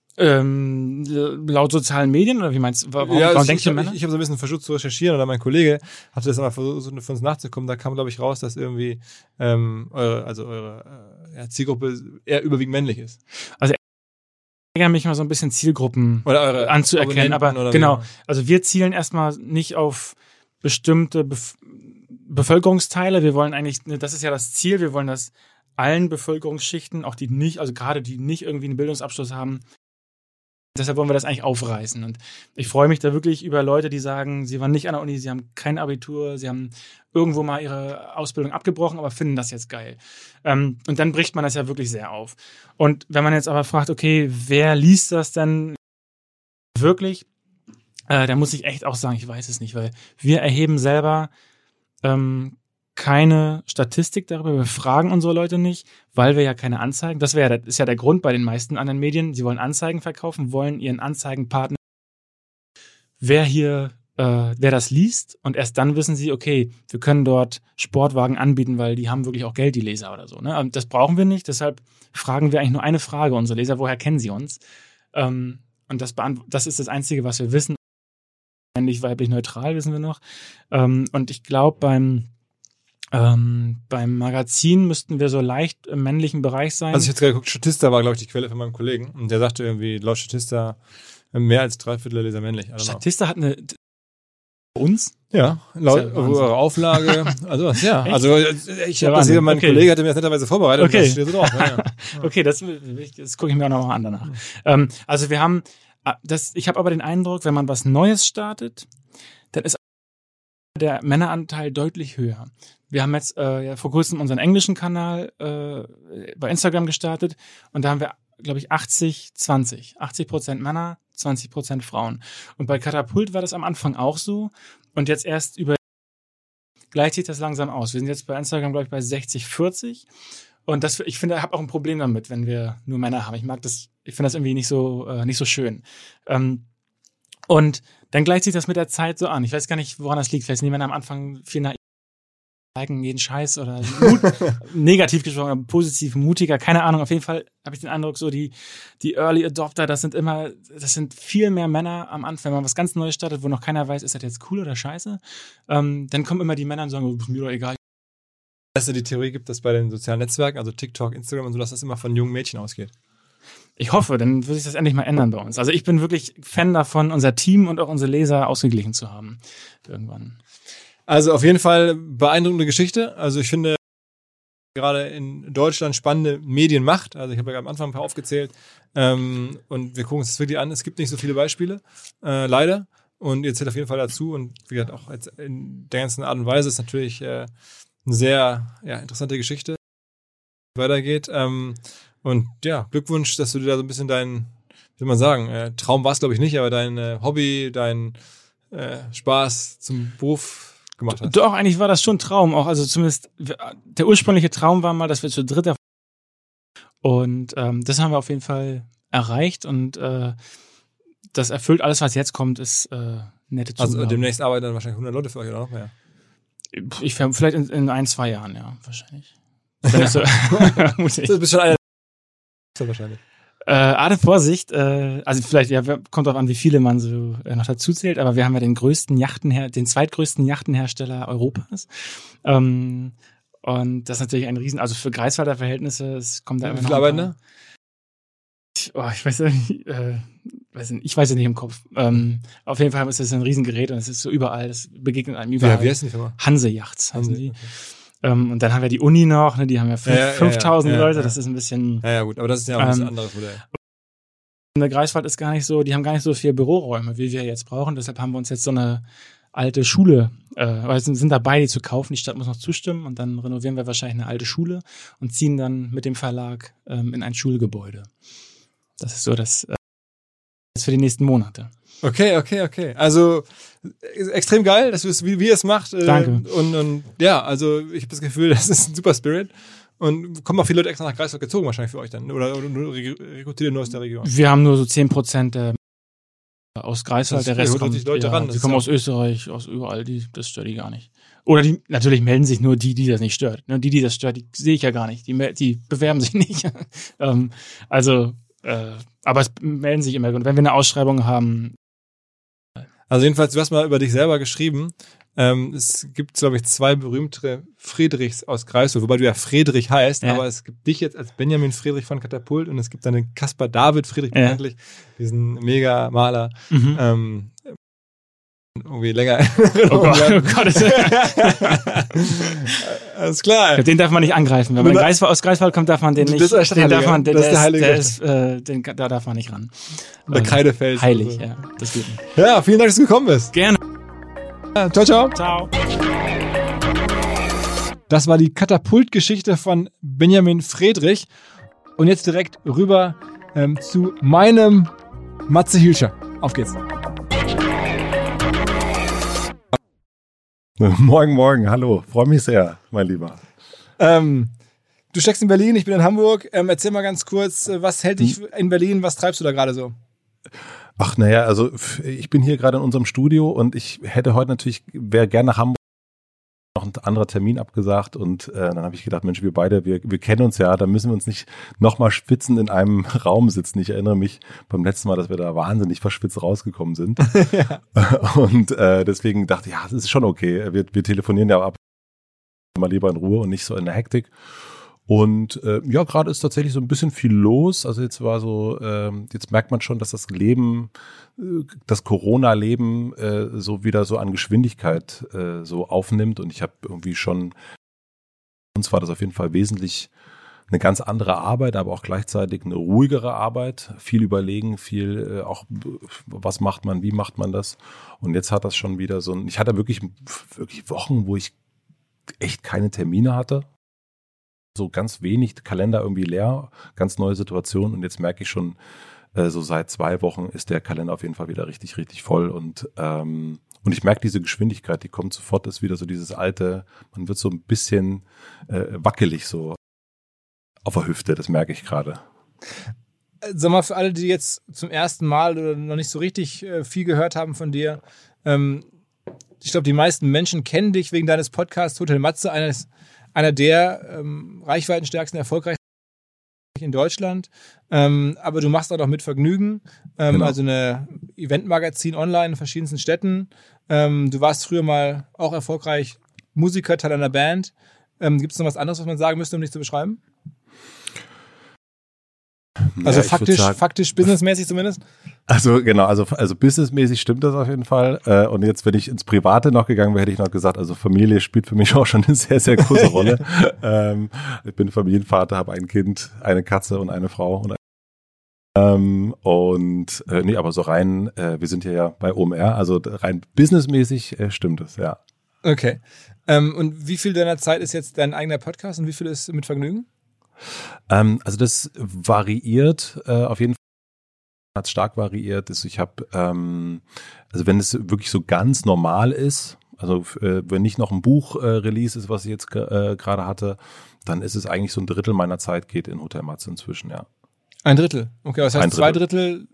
Laut sozialen Medien, oder wie meinst du? Warum denkst du Männer? Ich habe so ein bisschen versucht zu recherchieren, oder mein Kollege hatte das aber versucht, für uns nachzukommen. Da kam, glaube ich, raus, dass irgendwie eure Zielgruppe eher überwiegend männlich ist. Also ich ärgere mich mal so ein bisschen Zielgruppen oder eure anzuerkennen, aber oder genau. Also wir zielen erstmal nicht auf bestimmte Bevölkerungsteile. Wir wollen eigentlich, das ist ja das Ziel, wir wollen, dass allen Bevölkerungsschichten, auch die nicht, also gerade die nicht irgendwie einen Bildungsabschluss haben, deshalb wollen wir das eigentlich aufreißen. Und ich freue mich da wirklich über Leute, die sagen, sie waren nicht an der Uni, sie haben kein Abitur, sie haben irgendwo mal ihre Ausbildung abgebrochen, aber finden das jetzt geil. Und dann bricht man das ja wirklich sehr auf. Und wenn man jetzt aber fragt, okay, wer liest das denn wirklich? Da muss ich echt auch sagen, ich weiß es nicht, weil wir erheben selber keine Statistik darüber, wir fragen unsere Leute nicht, weil wir ja keine Anzeigen, das ist ja der Grund bei den meisten anderen Medien, sie wollen Anzeigen verkaufen, wollen ihren Anzeigenpartner, wer das liest, und erst dann wissen sie, okay, wir können dort Sportwagen anbieten, weil die haben wirklich auch Geld, die Leser oder so. Ne? Das brauchen wir nicht, deshalb fragen wir eigentlich nur eine Frage, unsere Leser, woher kennen sie uns? Und das ist das Einzige, was wir wissen. Männlich, weiblich, neutral wissen wir noch. Und ich glaube, beim Magazin müssten wir so leicht im männlichen Bereich sein. Also ich habe gerade geguckt, Statista war, glaube ich, die Quelle von meinem Kollegen. Und der sagte irgendwie, laut Statista mehr als 3/4 der Leser männlich. Statista hat uns? Ja, laut eurer Auflage. Also ja, echt? Also ich habe das hier, mein Kollege hatte mir das netterweise vorbereitet. Okay. Und das steht so drauf. Ja. Okay, das gucke ich mir auch noch mal an danach. Also wir haben ich habe aber den Eindruck, wenn man was Neues startet, dann ist der Männeranteil deutlich höher. Wir haben jetzt vor kurzem unseren englischen Kanal bei Instagram gestartet und da haben wir, glaube ich, 80-20. 80% Männer, 20% Frauen. Und bei Katapult war das am Anfang auch so und jetzt erst gleicht sich das langsam aus. Wir sind jetzt bei Instagram, glaube ich, bei 60-40. Und ich finde, ich habe auch ein Problem damit, wenn wir nur Männer haben. Ich finde das irgendwie nicht so schön. Und dann gleicht sich das mit der Zeit so an. Ich weiß gar nicht, woran das liegt. Vielleicht sind die Männer am Anfang viel liken jeden Scheiß oder negativ gesprochen, aber positiv, mutiger, keine Ahnung. Auf jeden Fall habe ich den Eindruck, so die Early Adopter, das sind viel mehr Männer am Anfang. Wenn man was ganz Neues startet, wo noch keiner weiß, ist das jetzt cool oder scheiße, dann kommen immer die Männer und sagen, oh, ist mir doch egal. Dass es die Theorie gibt, dass bei den sozialen Netzwerken, also TikTok, Instagram und so, dass das immer von jungen Mädchen ausgeht. Ich hoffe, dann wird sich das endlich mal ändern bei uns. Also ich bin wirklich Fan davon, unser Team und auch unsere Leser ausgeglichen zu haben. Irgendwann. Also auf jeden Fall beeindruckende Geschichte. Also ich finde, gerade in Deutschland spannende Medien macht. Also ich habe ja am Anfang ein paar aufgezählt. Und wir gucken uns das wirklich an. Es gibt nicht so viele Beispiele, leider. Und ihr zählt auf jeden Fall dazu. Und wie gesagt, auch jetzt in der ganzen Art und Weise ist natürlich eine sehr interessante Geschichte, die weitergeht. Und ja, Glückwunsch, dass du dir da so ein bisschen dein, wie soll man sagen, Traum war es, glaube ich, nicht, aber dein Hobby, dein Spaß zum Beruf gemacht hast. Doch, eigentlich war das schon ein Traum auch. Also zumindest der ursprüngliche Traum war mal, dass wir zu dritt und das haben wir auf jeden Fall erreicht und das erfüllt alles, was jetzt kommt, ist nette Zugabe. Also demnächst arbeiten dann wahrscheinlich 100 Leute für euch oder noch mehr? Vielleicht in 1-2 Jahren, ja, wahrscheinlich. Wenn das so, du bist schon einer wahrscheinlich. Vorsicht, also vielleicht, ja, kommt drauf an, wie viele man so noch dazu zählt, aber wir haben ja den zweitgrößten Yachtenhersteller Europas. Und das ist natürlich ein Riesen, also für Greifswalder Verhältnisse, es kommt da immer noch. Wie viele Arbeiter? Ich weiß es nicht im Kopf. Auf jeden Fall ist das ein Riesengerät und es ist so überall, das begegnet einem überall. Wie heißt die Firma? Hanse-Yachts heißen die. Okay. Und dann haben wir die Uni noch, ne, die haben ja 5000 Leute, das ist ein bisschen. Ja, gut, aber das ist ja auch ein bisschen anderes Modell. Der Greifswald ist gar nicht so, die haben gar nicht so viele Büroräume, wie wir jetzt brauchen. Deshalb haben wir uns jetzt so eine alte Schule, sind dabei, die zu kaufen. Die Stadt muss noch zustimmen und dann renovieren wir wahrscheinlich eine alte Schule und ziehen dann mit dem Verlag in ein Schulgebäude. Das ist so das für die nächsten Monate. Okay. Also extrem geil, dass wie ihr es macht. Danke. Und ja, also ich habe das Gefühl, das ist ein super Spirit. Und kommen auch viele Leute extra nach Greifswald gezogen wahrscheinlich für euch dann. Oder rekrutiert ihr nur aus der Region? Wir haben nur so 10% aus Greifswald, der Rest kommt. Die Leute ran. Die kommen aus Österreich, aus überall, das stört die gar nicht. Oder natürlich melden sich nur die das nicht stört. Die das stört, die sehe ich ja gar nicht. Die bewerben sich nicht. Aber es melden sich immer. Und wenn wir eine Ausschreibung haben. Also jedenfalls, du hast mal über dich selber geschrieben. Es gibt, glaube ich, 2 berühmte Friedrichs aus Greifswald, wobei du ja Friedrich heißt, aber es gibt dich jetzt als Benjamin Friedrich von Katapult und es gibt dann den Caspar David Friedrich, bekanntlich, diesen Mega-Maler. Irgendwie länger. Oh Gott. Alles klar. Den darf man nicht angreifen. Wenn man aus Greifswald kommt, darf man den nicht. Das ist der da darf man nicht ran. Der Kreidefels. Heilig, so. ja. Das geht nicht. Ja, vielen Dank, dass du gekommen bist. Gerne. Ja, ciao. Ciao. Das war die Katapultgeschichte von Benjamin Friedrich. Und jetzt direkt rüber zu meinem Matze Hilscher. Auf geht's. Morgen, hallo. Freue mich sehr, mein Lieber. Du steckst in Berlin, ich bin in Hamburg. Erzähl mal ganz kurz, was hält dich in Berlin, was treibst du da gerade so? Ach, naja, also ich bin hier gerade in unserem Studio und ich hätte heute wäre gerne nach Hamburg, noch ein anderer Termin abgesagt und dann habe ich gedacht, Mensch, wir beide, wir kennen uns ja, da müssen wir uns nicht nochmal schwitzend in einem Raum sitzen. Ich erinnere mich beim letzten Mal, dass wir da wahnsinnig verschwitzt rausgekommen sind. Ja. Und deswegen dachte ich, ja, das ist schon okay. Wir telefonieren ja ab, mal lieber in Ruhe und nicht so in der Hektik. Und ja, gerade ist tatsächlich so ein bisschen viel los. Also jetzt jetzt merkt man schon, dass das Leben, das Corona-Leben so wieder so an Geschwindigkeit so aufnimmt. Und ich habe irgendwie schon, uns war das auf jeden Fall wesentlich eine ganz andere Arbeit, aber auch gleichzeitig eine ruhigere Arbeit. Viel überlegen, viel auch, was macht man, wie macht man das? Und jetzt hat das schon wieder ich hatte wirklich Wochen, wo ich echt keine Termine hatte. So ganz wenig, Kalender irgendwie leer, ganz neue Situation und jetzt merke ich schon, so seit 2 Wochen ist der Kalender auf jeden Fall wieder richtig, richtig voll und ich merke diese Geschwindigkeit, die kommt sofort, ist wieder so dieses alte, man wird so ein bisschen wackelig so auf der Hüfte, das merke ich gerade. Sag mal, für alle, die jetzt zum ersten Mal oder noch nicht so richtig viel gehört haben von dir, ich glaube, die meisten Menschen kennen dich wegen deines Podcasts Hotel Matze, einer der reichweitenstärksten, erfolgreichsten in Deutschland. Aber du machst auch noch mit Vergnügen, Genau. also eine Eventmagazin online in verschiedensten Städten. Du warst früher mal auch erfolgreich Musiker, Teil einer Band. Gibt es noch was anderes, was man sagen müsste, um dich zu beschreiben? Also faktisch, businessmäßig zumindest? Also genau, also businessmäßig stimmt das auf jeden Fall. Und jetzt, wenn ich ins Private noch gegangen wäre, hätte ich noch gesagt, also Familie spielt für mich auch schon eine sehr, sehr große Rolle. Ich bin Familienvater, habe ein Kind, eine Katze und eine Frau. Aber so rein, wir sind ja bei OMR, also rein businessmäßig stimmt es, ja. Okay. Und wie viel deiner Zeit ist jetzt dein eigener Podcast und wie viel ist mit Vergnügen? Also das variiert auf jeden Fall, hat stark variiert. Ich habe, also wenn es wirklich so ganz normal ist, also wenn nicht noch ein Buch-Release ist, was ich jetzt gerade hatte, dann ist es eigentlich so 1/3 meiner Zeit geht in Hotel Matze inzwischen, ja. 1/3? Okay, was heißt 2/3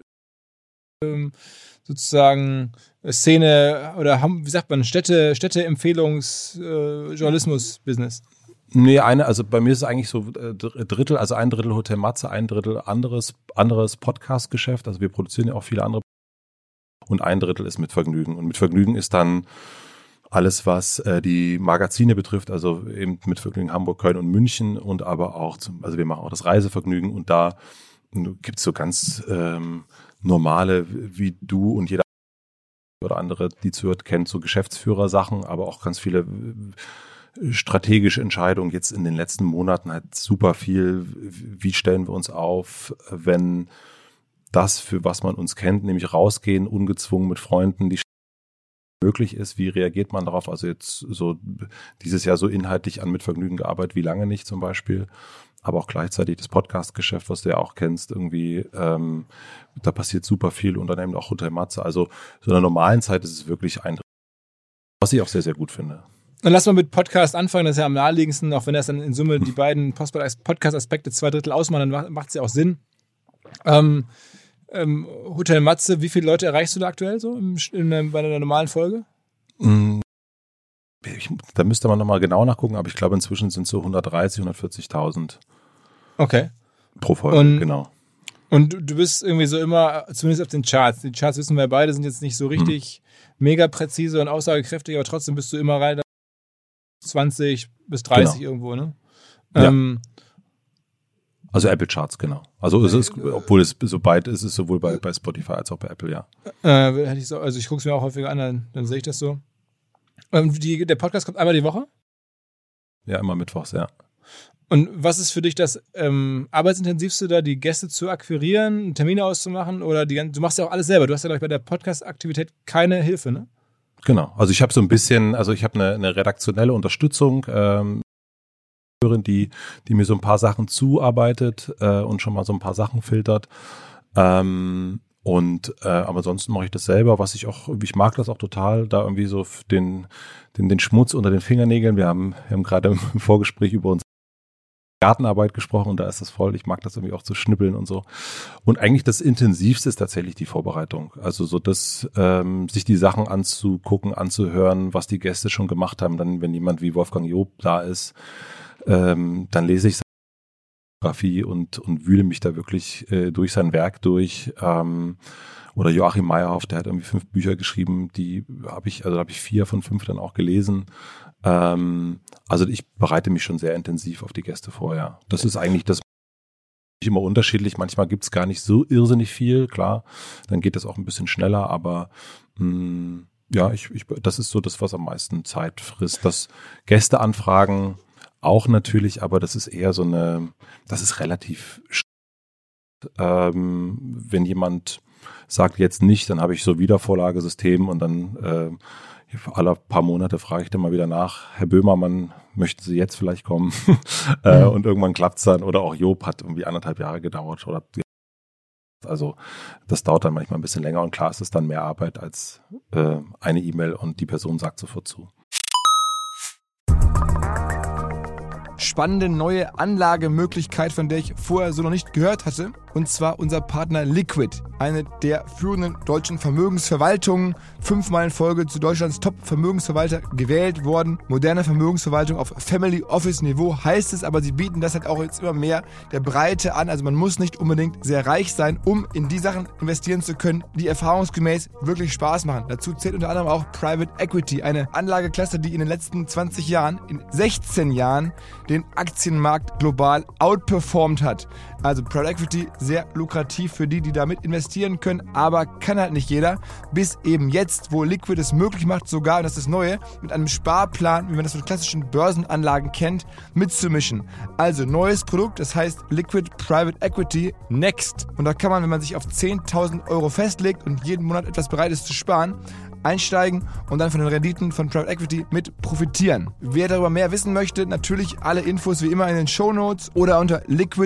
sozusagen Szene oder wie sagt man, Städte-Empfehlungs-Journalismus-Business? Nee, also bei mir ist es eigentlich so Drittel, also ein Drittel Hotel Matze, ein Drittel anderes Podcast-Geschäft. Also wir produzieren ja auch viele andere. Und ein Drittel ist mit Vergnügen. Und mit Vergnügen ist dann alles, was die Magazine betrifft, also eben mit Vergnügen Hamburg, Köln und München und aber auch, also wir machen auch das Reisevergnügen und da gibt's so ganz normale, wie du und jeder oder andere, die zuhört, kennt, so Geschäftsführersachen, aber auch ganz viele strategische Entscheidungen jetzt in den letzten Monaten halt super viel. Wie stellen wir uns auf, wenn das, für was man uns kennt, nämlich rausgehen, ungezwungen mit Freunden, die möglich ist, wie reagiert man darauf? Also jetzt so dieses Jahr so inhaltlich an mit Vergnügen gearbeitet, wie lange nicht zum Beispiel, aber auch gleichzeitig das Podcast-Geschäft, was du ja auch kennst, irgendwie, da passiert super viel und dann eben auch Hotel Matze. Also so in der normalen Zeit ist es wirklich ein, was ich auch sehr, sehr gut finde. Dann lass mal mit Podcast anfangen, das ist ja am naheliegendsten, auch wenn das dann in Summe die beiden Podcast-Aspekte 2/3 ausmachen, dann macht es ja auch Sinn. Hotel Matze, wie viele Leute erreichst du da aktuell so bei einer normalen Folge? Da müsste man nochmal genau nachgucken, aber ich glaube inzwischen sind es so 130.000, 140.000 okay. Pro Folge, genau. Und du bist irgendwie so immer, zumindest auf den Charts. Die Charts wissen wir beide, sind jetzt nicht so richtig mega präzise und aussagekräftig, aber trotzdem bist du immer rein 20 bis 30 irgendwo, ne? Ja. Also Apple Charts, genau. Also es ist, obwohl es so weit ist, es sowohl bei Spotify als auch bei Apple, ja. Also ich gucke es mir auch häufiger an, dann sehe ich das so. Der Podcast kommt einmal die Woche? Ja, immer mittwochs, ja. Und was ist für dich das arbeitsintensivste da, die Gäste zu akquirieren, Termine auszumachen oder du machst ja auch alles selber. Du hast ja, glaube ich, bei der Podcast-Aktivität keine Hilfe, ne? Genau. Also ich habe so ein bisschen, ich habe eine redaktionelle Unterstützung, die mir so ein paar Sachen zuarbeitet und schon mal so ein paar Sachen filtert. Aber ansonsten mache ich das selber, ich mag das auch total, da irgendwie so den Schmutz unter den Fingernägeln. Wir haben gerade im Vorgespräch über unsere Gartenarbeit gesprochen und da ist das voll. Ich mag das irgendwie auch zu schnippeln und so. Und eigentlich das Intensivste ist tatsächlich die Vorbereitung. Also so das, sich die Sachen anzugucken, anzuhören, was die Gäste schon gemacht haben. Dann, wenn jemand wie Wolfgang Job da ist, dann lese ich seine Biografie und wühle mich da wirklich durch sein Werk durch. Oder Joachim Meyerhoff, der hat irgendwie 5 Bücher geschrieben, da habe ich 4 von 5 dann auch gelesen. Also ich bereite mich schon sehr intensiv auf die Gäste vor, ja. Das ist eigentlich das immer unterschiedlich. Manchmal gibt's gar nicht so irrsinnig viel, klar. Dann geht das auch ein bisschen schneller, aber das ist so das, was am meisten Zeit frisst. Das Gästeanfragen auch natürlich, aber das ist eher das ist relativ wenn jemand sagt jetzt nicht, dann habe ich so Wiedervorlagesystem und dann alle paar Monate frage ich dann mal wieder nach, Herr Böhmermann, möchten Sie jetzt vielleicht kommen? Und irgendwann klappt's dann. Oder auch Job hat irgendwie 1,5 Jahre gedauert. Also das dauert dann manchmal ein bisschen länger und klar ist es dann mehr Arbeit als eine E-Mail und die Person sagt sofort zu. Spannende neue Anlagemöglichkeit, von der ich vorher so noch nicht gehört hatte. Und zwar unser Partner Liquid, eine der führenden deutschen Vermögensverwaltungen. 5-mal in Folge zu Deutschlands Top-Vermögensverwalter gewählt worden. Moderne Vermögensverwaltung auf Family-Office-Niveau heißt es, aber sie bieten das halt auch jetzt immer mehr der Breite an. Also man muss nicht unbedingt sehr reich sein, um in die Sachen investieren zu können, die erfahrungsgemäß wirklich Spaß machen. Dazu zählt unter anderem auch Private Equity, eine Anlageklasse, die in den letzten 20 Jahren, in 16 Jahren, den Aktienmarkt global outperformt hat. Also Private Equity sehr lukrativ für die damit investieren können, aber kann halt nicht jeder. Bis eben jetzt, wo Liquid es möglich macht, sogar, und das ist das Neue, mit einem Sparplan, wie man das von klassischen Börsenanlagen kennt, mitzumischen. Also neues Produkt, das heißt Liquid Private Equity Next. Und da kann man, wenn man sich auf 10.000 Euro festlegt und jeden Monat etwas bereit ist zu sparen, einsteigen und dann von den Renditen von Private Equity mit profitieren. Wer darüber mehr wissen möchte, natürlich alle Infos wie immer in den Shownotes oder unter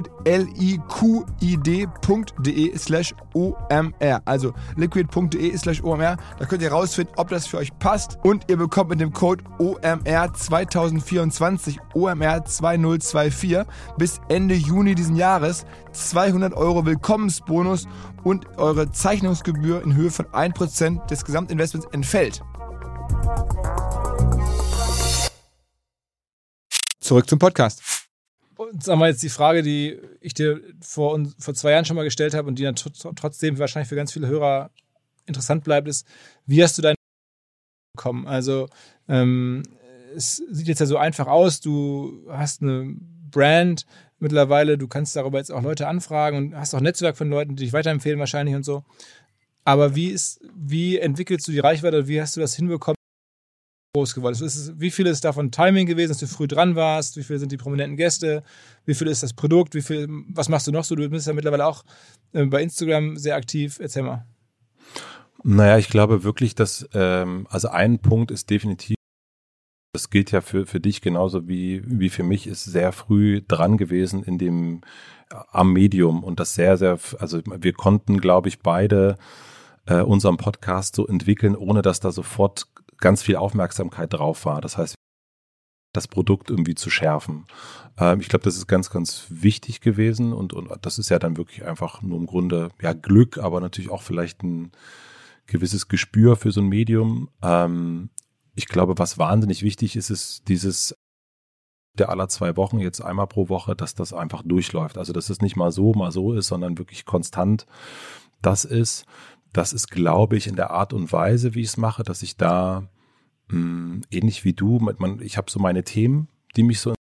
liquid.de/omr. Also liquid.de/omr. Da könnt ihr rausfinden, ob das für euch passt und ihr bekommt mit dem Code OMR 2024 OMR 2024 bis Ende Juni diesen Jahres 200 Euro Willkommensbonus und eure Zeichnungsgebühr in Höhe von 1% des Gesamtinvestments entfällt. zurück zum Podcast. Und sagen wir jetzt die Frage, die ich dir vor 2 Jahren schon mal gestellt habe und die dann trotzdem wahrscheinlich für ganz viele Hörer interessant bleibt, ist, wie hast du dein bekommen? Also es sieht jetzt ja so einfach aus, du hast eine Brand mittlerweile, du kannst darüber jetzt auch Leute anfragen und hast auch ein Netzwerk von Leuten, die dich weiterempfehlen wahrscheinlich und so. Aber wie entwickelst du die Reichweite, wie hast du das hinbekommen, groß geworden? Wie viel ist davon Timing gewesen, dass du früh dran warst? Wie viel sind die prominenten Gäste? Wie viel ist das Produkt? Was machst du noch so? Du bist ja mittlerweile auch bei Instagram sehr aktiv. Erzähl mal. Naja, ich glaube wirklich, dass also ein Punkt ist definitiv, das gilt ja für dich genauso wie für mich, ist sehr früh dran gewesen am Medium und das sehr, sehr, also wir konnten, glaube ich, beide unseren Podcast so entwickeln, ohne dass da sofort ganz viel Aufmerksamkeit drauf war. Das heißt, das Produkt irgendwie zu schärfen. Ich glaube, das ist ganz, ganz wichtig gewesen und das ist ja dann wirklich einfach nur im Grunde ja Glück, aber natürlich auch vielleicht ein gewisses Gespür für so ein Medium. Ich glaube, was wahnsinnig wichtig ist dieses der aller 2 Wochen, jetzt einmal pro Woche, dass das einfach durchläuft. Also, dass es nicht mal so ist, sondern wirklich konstant das ist. Das ist, glaube ich, in der Art und Weise, wie ich es mache, dass ich da ähnlich wie du, ich habe so meine Themen, die mich so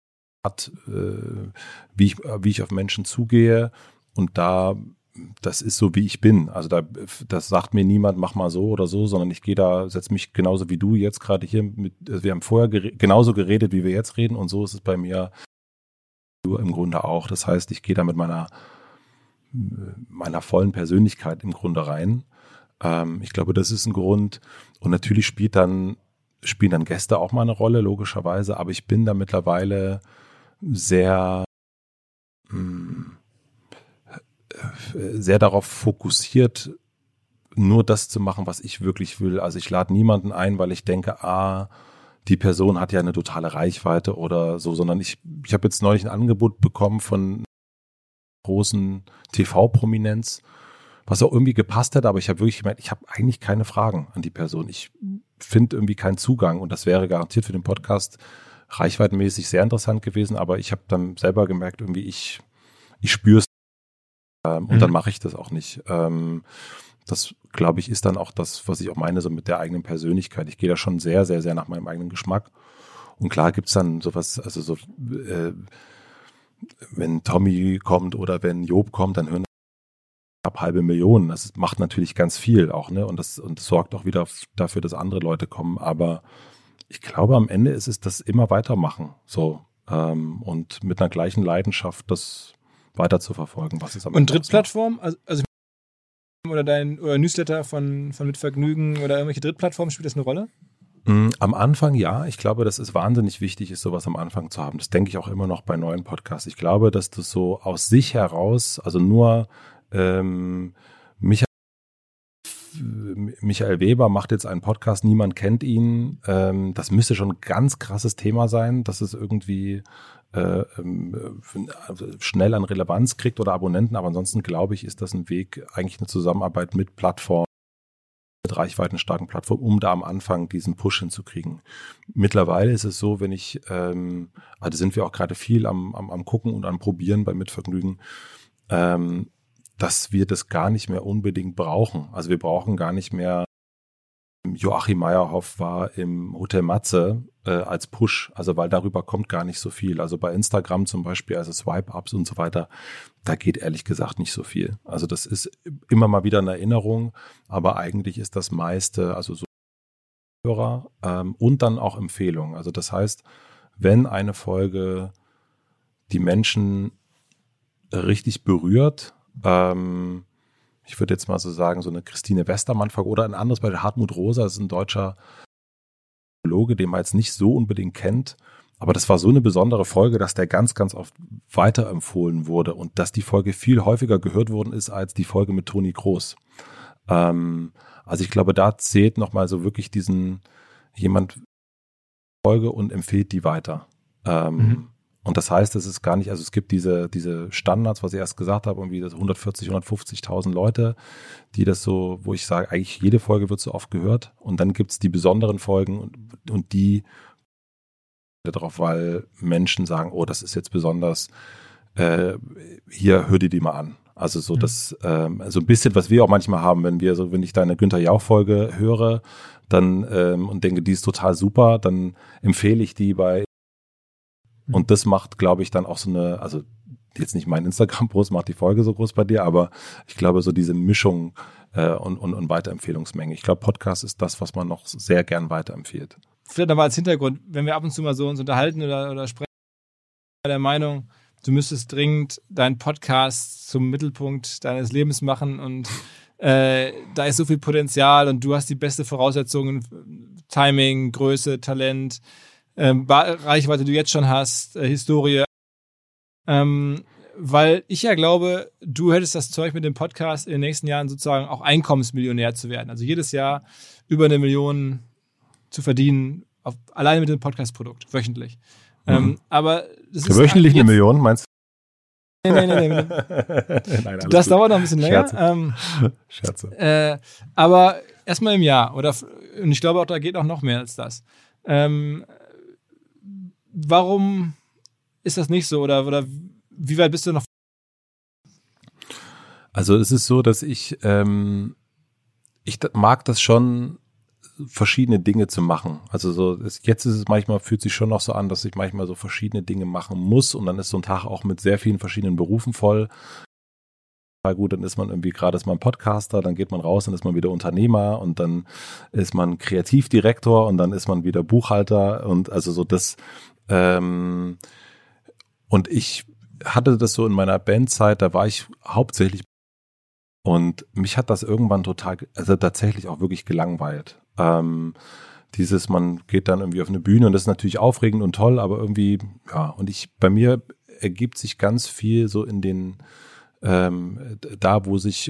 wie ich auf Menschen zugehe und das ist so, wie ich bin. Also das sagt mir niemand, mach mal so oder so, sondern ich setze mich genauso wie du jetzt gerade hier wir haben vorher genauso geredet, wie wir jetzt reden und so ist es bei mir im Grunde auch. Das heißt, ich gehe da mit meiner vollen Persönlichkeit im Grunde rein. Ich glaube, das ist ein Grund. Und natürlich spielen dann Gäste auch mal eine Rolle, logischerweise. Aber ich bin da mittlerweile sehr darauf fokussiert, nur das zu machen, was ich wirklich will. Also ich lade niemanden ein, weil ich denke, die Person hat ja eine totale Reichweite oder so, sondern ich habe jetzt neulich ein Angebot bekommen von großen TV-Prominenz, was auch irgendwie gepasst hat, aber ich habe wirklich gemerkt, ich habe eigentlich keine Fragen an die Person. Ich finde irgendwie keinen Zugang und das wäre garantiert für den Podcast reichweitenmäßig sehr interessant gewesen, aber ich habe dann selber gemerkt, irgendwie ich spüre es und dann mache ich das auch nicht. Das, glaube ich, ist dann auch das, was ich auch meine, so mit der eigenen Persönlichkeit. Ich gehe da schon sehr, sehr, sehr nach meinem eigenen Geschmack. Und klar gibt's dann sowas, also so, wenn Tommy kommt oder wenn Job kommt, dann hören ab 500.000. Das macht natürlich ganz viel auch, ne? Und das sorgt auch wieder dafür, dass andere Leute kommen. Aber ich glaube, am Ende ist es das immer weitermachen, so, und mit einer gleichen Leidenschaft das weiter zu verfolgen, was es am Ende Und Drittplattform, also oder dein Newsletter von Mit Vergnügen oder irgendwelche Drittplattformen, spielt das eine Rolle? Am Anfang ja. Ich glaube, dass es wahnsinnig wichtig ist, sowas am Anfang zu haben. Das denke ich auch immer noch bei neuen Podcasts. Ich glaube, dass das so aus sich heraus, also nur Michael Weber macht jetzt einen Podcast, niemand kennt ihn. Das müsste schon ein ganz krasses Thema sein, dass es irgendwie schnell an Relevanz kriegt oder Abonnenten. Aber ansonsten glaube ich, ist das ein Weg, eigentlich eine Zusammenarbeit mit Plattformen, mit reichweitenstarken Plattformen, um da am Anfang diesen Push hinzukriegen. Mittlerweile ist es so, wenn also sind wir auch gerade viel am Gucken und am Probieren bei Mitvergnügen, dass wir das gar nicht mehr unbedingt brauchen. Also wir brauchen gar nicht mehr, Joachim Meyerhoff war im Hotel Matze als Push, also weil darüber kommt gar nicht so viel. Also bei Instagram zum Beispiel, also Swipe-Ups und so weiter, da geht ehrlich gesagt nicht so viel. Also das ist immer mal wieder eine Erinnerung, aber eigentlich ist das meiste, also so Hörer und dann auch Empfehlungen. Also das heißt, wenn eine Folge die Menschen richtig berührt, ich würde jetzt mal so sagen, so eine Christine Westermann-Folge oder ein anderes bei Hartmut Rosa, das ist ein deutscher Psychologe, den man jetzt nicht so unbedingt kennt, aber das war so eine besondere Folge, dass der ganz, ganz oft weiterempfohlen wurde und dass die Folge viel häufiger gehört worden ist als die Folge mit Toni Kroos. Also ich glaube, da zählt nochmal so wirklich jemand Folge und empfiehlt die weiter. Und das heißt, es ist gar nicht, also es gibt diese Standards, was ich erst gesagt habe, irgendwie das 140, 150.000 Leute, die das so, wo ich sage, eigentlich jede Folge wird so oft gehört. Und dann gibt es die besonderen Folgen und die darauf, weil Menschen sagen, oh, das ist jetzt besonders, hier, hör dir die mal an. Also so das, so ein bisschen, was wir auch manchmal haben, wenn ich deine Günther Jauch-Folge höre, dann und denke, die ist total super, dann empfehle ich die bei. Und das macht, glaube ich, dann auch so eine, also jetzt nicht mein Instagram-Post macht die Folge so groß bei dir, aber ich glaube, so diese Mischung und Weiterempfehlungsmenge. Ich glaube, Podcast ist das, was man noch sehr gern weiterempfiehlt. Vielleicht nochmal als Hintergrund, wenn wir ab und zu mal so uns unterhalten oder sprechen, der Meinung, du müsstest dringend deinen Podcast zum Mittelpunkt deines Lebens machen und da ist so viel Potenzial und du hast die beste Voraussetzungen, Timing, Größe, Talent, Reichweite, die du jetzt schon hast, Historie. Weil ich ja glaube, du hättest das Zeug mit dem Podcast in den nächsten Jahren sozusagen auch Einkommensmillionär zu werden. Also jedes Jahr über 1 Million zu verdienen, alleine mit dem Podcast-Produkt, wöchentlich. Aber das ist wöchentlich 1 Million, meinst du? Nee. Nein, Das dauert noch ein bisschen länger. Scherze. Aber erstmal im Jahr. Und ich glaube auch, da geht auch noch mehr als das. Warum ist das nicht so? Oder wie weit bist du noch? Also es ist so, dass ich mag das schon, verschiedene Dinge zu machen. Also so jetzt ist es manchmal, fühlt sich schon noch so an, dass ich manchmal so verschiedene Dinge machen muss und dann ist so ein Tag auch mit sehr vielen verschiedenen Berufen voll. Gut, dann ist man irgendwie gerade ist man Podcaster, dann geht man raus, dann ist man wieder Unternehmer und dann ist man Kreativdirektor und dann ist man wieder Buchhalter und also so das und ich hatte das so in meiner Bandzeit, da war ich hauptsächlich und mich hat das irgendwann tatsächlich auch wirklich gelangweilt. Man geht dann irgendwie auf eine Bühne und das ist natürlich aufregend und toll, aber irgendwie, ja, und bei mir ergibt sich ganz viel so in den, da wo sich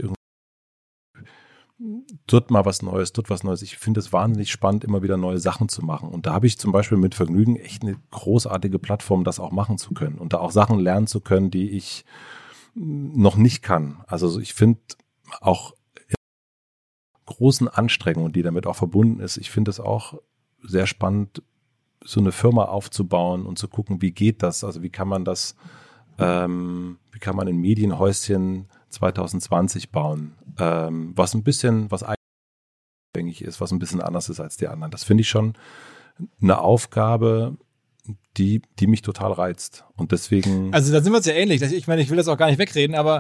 dort was Neues. Ich finde es wahnsinnig spannend, immer wieder neue Sachen zu machen. Und da habe ich zum Beispiel mit Vergnügen echt eine großartige Plattform, das auch machen zu können und da auch Sachen lernen zu können, die ich noch nicht kann. Also ich finde auch großen Anstrengungen, die damit auch verbunden ist. Ich finde es auch sehr spannend, so eine Firma aufzubauen und zu gucken, wie geht das? Also wie kann man das, wie kann man ein Medienhäuschen 2020 bauen, was eigenständig ist, was ein bisschen anders ist als die anderen. Das finde ich schon eine Aufgabe, die mich total reizt. Und deswegen. Also da sind wir uns ja ähnlich. Ich meine, ich will das auch gar nicht wegreden, aber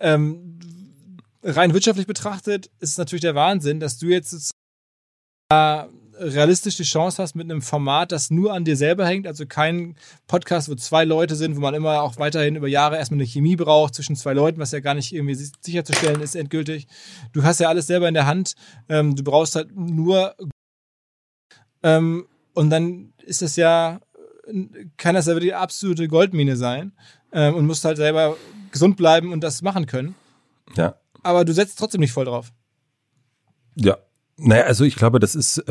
rein wirtschaftlich betrachtet ist es natürlich der Wahnsinn, dass du jetzt realistisch die Chance hast mit einem Format, das nur an dir selber hängt, also kein Podcast, wo 2 Leute sind, wo man immer auch weiterhin über Jahre erstmal eine Chemie braucht zwischen 2 Leuten, was ja gar nicht irgendwie sicherzustellen ist endgültig. Du hast ja alles selber in der Hand, du brauchst halt nur und dann ist das ja, kann das ja die absolute Goldmine sein und musst halt selber gesund bleiben und das machen können. Ja. Aber du setzt trotzdem nicht voll drauf. Ja. Naja, also ich glaube, das ist,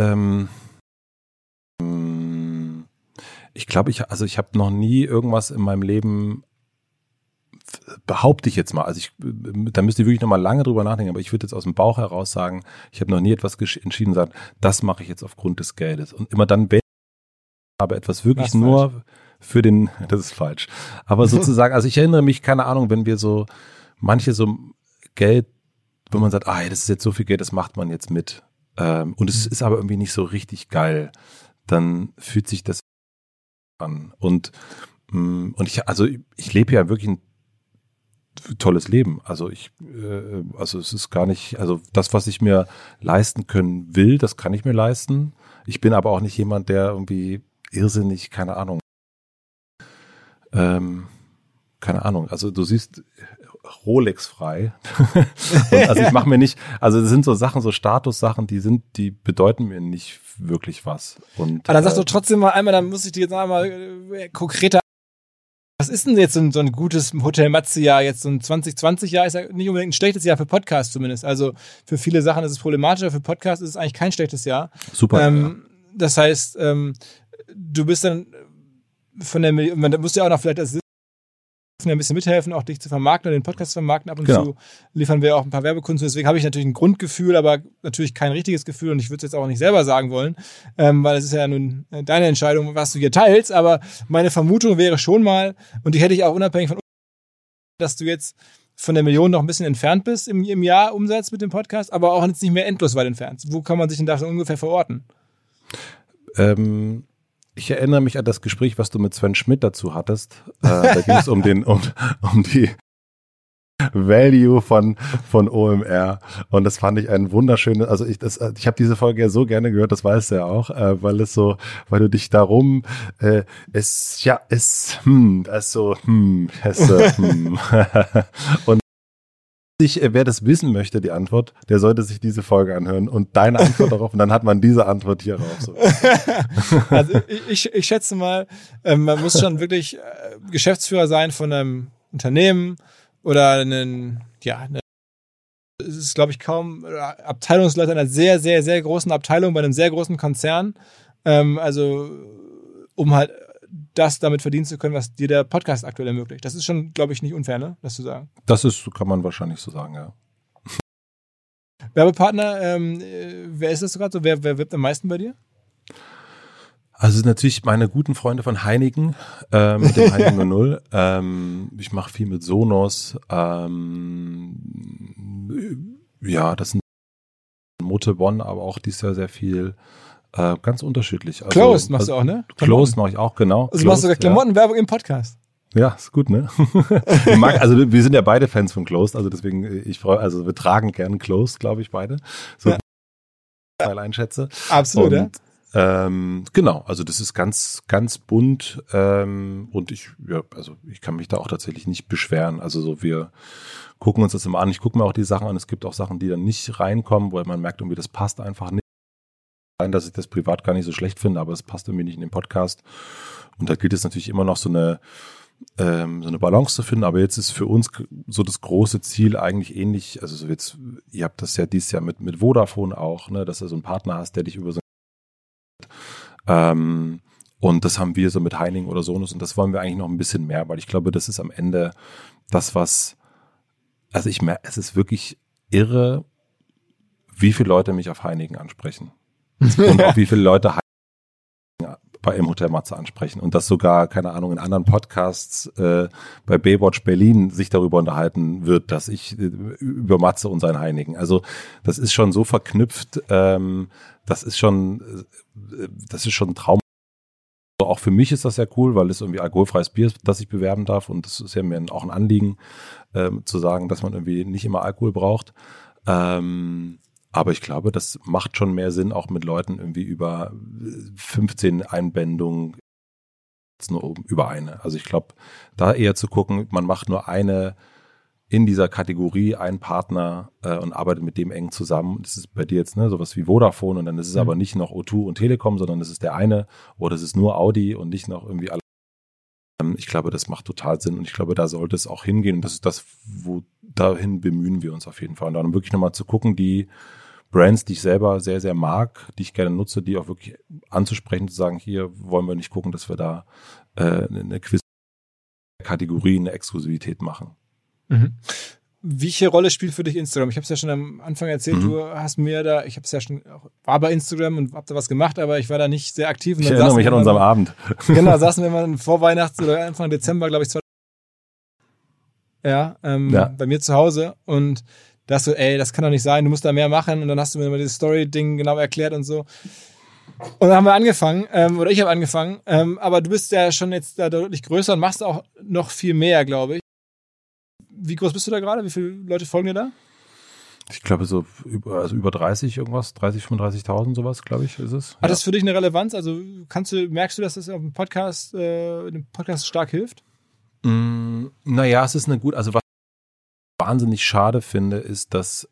ich glaube, ich habe noch nie irgendwas in meinem Leben, behaupte ich jetzt mal, also da müsste ich wirklich noch mal lange drüber nachdenken, aber ich würde jetzt aus dem Bauch heraus sagen, ich habe noch nie etwas entschieden und gesagt, das mache ich jetzt aufgrund des Geldes. Und immer dann, wenn ich habe etwas wirklich nur für den, das ist falsch, aber sozusagen, also ich erinnere mich, keine Ahnung, wenn wir so, manche so Geld, wenn man sagt, das ist jetzt so viel Geld, das macht man jetzt mit. Und es ist aber irgendwie nicht so richtig geil, dann fühlt sich das an. Und ich lebe ja wirklich ein tolles Leben. Also es ist gar nicht, also das, was ich mir leisten können will, das kann ich mir leisten. Ich bin aber auch nicht jemand, der irgendwie irrsinnig, keine Ahnung. Also du siehst Rolex frei. Also ich mache mir nicht, also das sind so Sachen, so Statussachen, die bedeuten mir nicht wirklich was. Und aber dann sagst du trotzdem mal einmal, dann muss ich dir jetzt noch einmal konkreter. Was ist denn jetzt so ein gutes Hotel Matze-Jahr? Jetzt so ein 2020-Jahr ist ja nicht unbedingt ein schlechtes Jahr für Podcasts zumindest. Also für viele Sachen ist es problematisch, aber für Podcasts ist es eigentlich kein schlechtes Jahr. Super. Das heißt, du bist dann von der Million, man muss ja auch noch vielleicht das ein bisschen mithelfen, auch dich zu vermarkten oder den Podcast zu vermarkten. Ab und zu liefern wir auch ein paar Werbekunden zu. Deswegen habe ich natürlich ein Grundgefühl, aber natürlich kein richtiges Gefühl und ich würde es jetzt auch nicht selber sagen wollen, weil es ist ja nun deine Entscheidung, was du hier teilst. Aber meine Vermutung wäre schon mal, und die hätte ich auch unabhängig von, dass du jetzt von der Million noch ein bisschen entfernt bist im Jahr Umsatz mit dem Podcast, aber auch jetzt nicht mehr endlos weit entfernt. Wo kann man sich denn da so ungefähr verorten? Ich erinnere mich an das Gespräch, was du mit Sven Schmidt dazu hattest. Da ging es um die Value von OMR. Und das fand ich ein wunderschönes, also ich habe diese Folge ja so gerne gehört, das weißt du ja auch, weil du dich darum, und wer das wissen möchte, die Antwort, der sollte sich diese Folge anhören und deine Antwort darauf und dann hat man diese Antwort hier rauf. So. Also ich schätze mal, man muss schon wirklich Geschäftsführer sein von einem Unternehmen oder es ist, glaube ich, kaum Abteilungsleiter einer sehr, sehr, sehr großen Abteilung bei einem sehr großen Konzern, also um halt das damit verdienen zu können, was dir der Podcast aktuell ermöglicht. Das ist schon, glaube ich, nicht unfair, ne? Das zu sagen. Kann man wahrscheinlich so sagen, ja. Werbepartner, wer ist das gerade so? Wer wirbt am meisten bei dir? Also natürlich meine guten Freunde von Heineken, mit dem Heineken 00. Ich mache viel mit Sonos. Ja, das sind Mote One, aber auch dies Jahr sehr viel. Ganz unterschiedlich. Also, Closed machst du auch, ne? Closed mache ich auch, genau. Also du machst sogar Klamottenwerbung im Podcast. Ja, ist gut, ne? Wir sind ja beide Fans von Closed, also deswegen, wir tragen gern Closed, glaube ich, beide. So ja. Teil einschätze. Absolut, und, ja. Genau, also das ist ganz, ganz bunt, und ich kann mich da auch tatsächlich nicht beschweren. Also so, wir gucken uns das immer an. Ich gucke mir auch die Sachen an. Es gibt auch Sachen, die dann nicht reinkommen, wo man merkt, irgendwie, das passt einfach nicht. Dass ich das privat gar nicht so schlecht finde, aber es passt irgendwie nicht in den Podcast. Und da gilt es natürlich immer noch so eine Balance zu finden. Aber jetzt ist für uns so das große Ziel eigentlich ähnlich. Also so jetzt, ihr habt das ja dieses Jahr mit Vodafone auch, ne, dass du so einen Partner hast, der dich über so und das haben wir so mit Heineken oder Sonos und das wollen wir eigentlich noch ein bisschen mehr, weil ich glaube, das ist am Ende das, also ich merke, es ist wirklich irre, wie viele Leute mich auf Heineken ansprechen. Und auch wie viele Leute bei im Hotel Matze ansprechen und das sogar, keine Ahnung, in anderen Podcasts bei Baywatch Berlin sich darüber unterhalten wird, dass ich über Matze und sein Heineken. Also das ist schon so verknüpft, das ist schon ein Traum. Auch für mich ist das sehr cool, weil es irgendwie alkoholfreies Bier ist, das ich bewerben darf und das ist ja mir auch ein Anliegen, zu sagen, dass man irgendwie nicht immer Alkohol braucht. Aber ich glaube, das macht schon mehr Sinn, auch mit Leuten irgendwie über 15 Einbindungen nur über eine. Also ich glaube, da eher zu gucken, man macht nur eine in dieser Kategorie, einen Partner und arbeitet mit dem eng zusammen. Das ist bei dir jetzt sowas wie Vodafone und dann ist es aber nicht noch O2 und Telekom, sondern das ist der eine oder es ist nur Audi und nicht noch irgendwie alle. Ich glaube, das macht total Sinn und ich glaube, da sollte es auch hingehen und das ist das, wo dahin bemühen wir uns auf jeden Fall. Und dann wirklich nochmal zu gucken, die Brands, die ich selber sehr, sehr mag, die ich gerne nutze, die auch wirklich anzusprechen, zu sagen, hier wollen wir nicht gucken, dass wir da eine Quiz-Kategorie, eine Exklusivität machen. Mhm. Welche Rolle spielt für dich Instagram? Ich habe es ja schon am Anfang erzählt, du hast mir da, ich habe es ja schon, war bei Instagram und habe da was gemacht, aber ich war da nicht sehr aktiv. Und ich erinnere mich an unserem Abend. Genau, saßen wir mal vor Weihnachts- oder Anfang Dezember, glaube ich, bei mir zu Hause und das so, das kann doch nicht sein, du musst da mehr machen und dann hast du mir immer dieses Story-Ding genau erklärt und so. Und dann haben wir angefangen, oder ich habe angefangen, aber du bist ja schon jetzt da deutlich größer und machst auch noch viel mehr, glaube ich. Wie groß bist du da gerade? Wie viele Leute folgen dir da? Ich glaube so über 30 irgendwas, 30, 35.000 sowas, glaube ich, ist es. Hat das für dich eine Relevanz? Also merkst du, dass das auf dem Podcast stark hilft? Naja, es ist also was ich wahnsinnig schade finde, ist, dass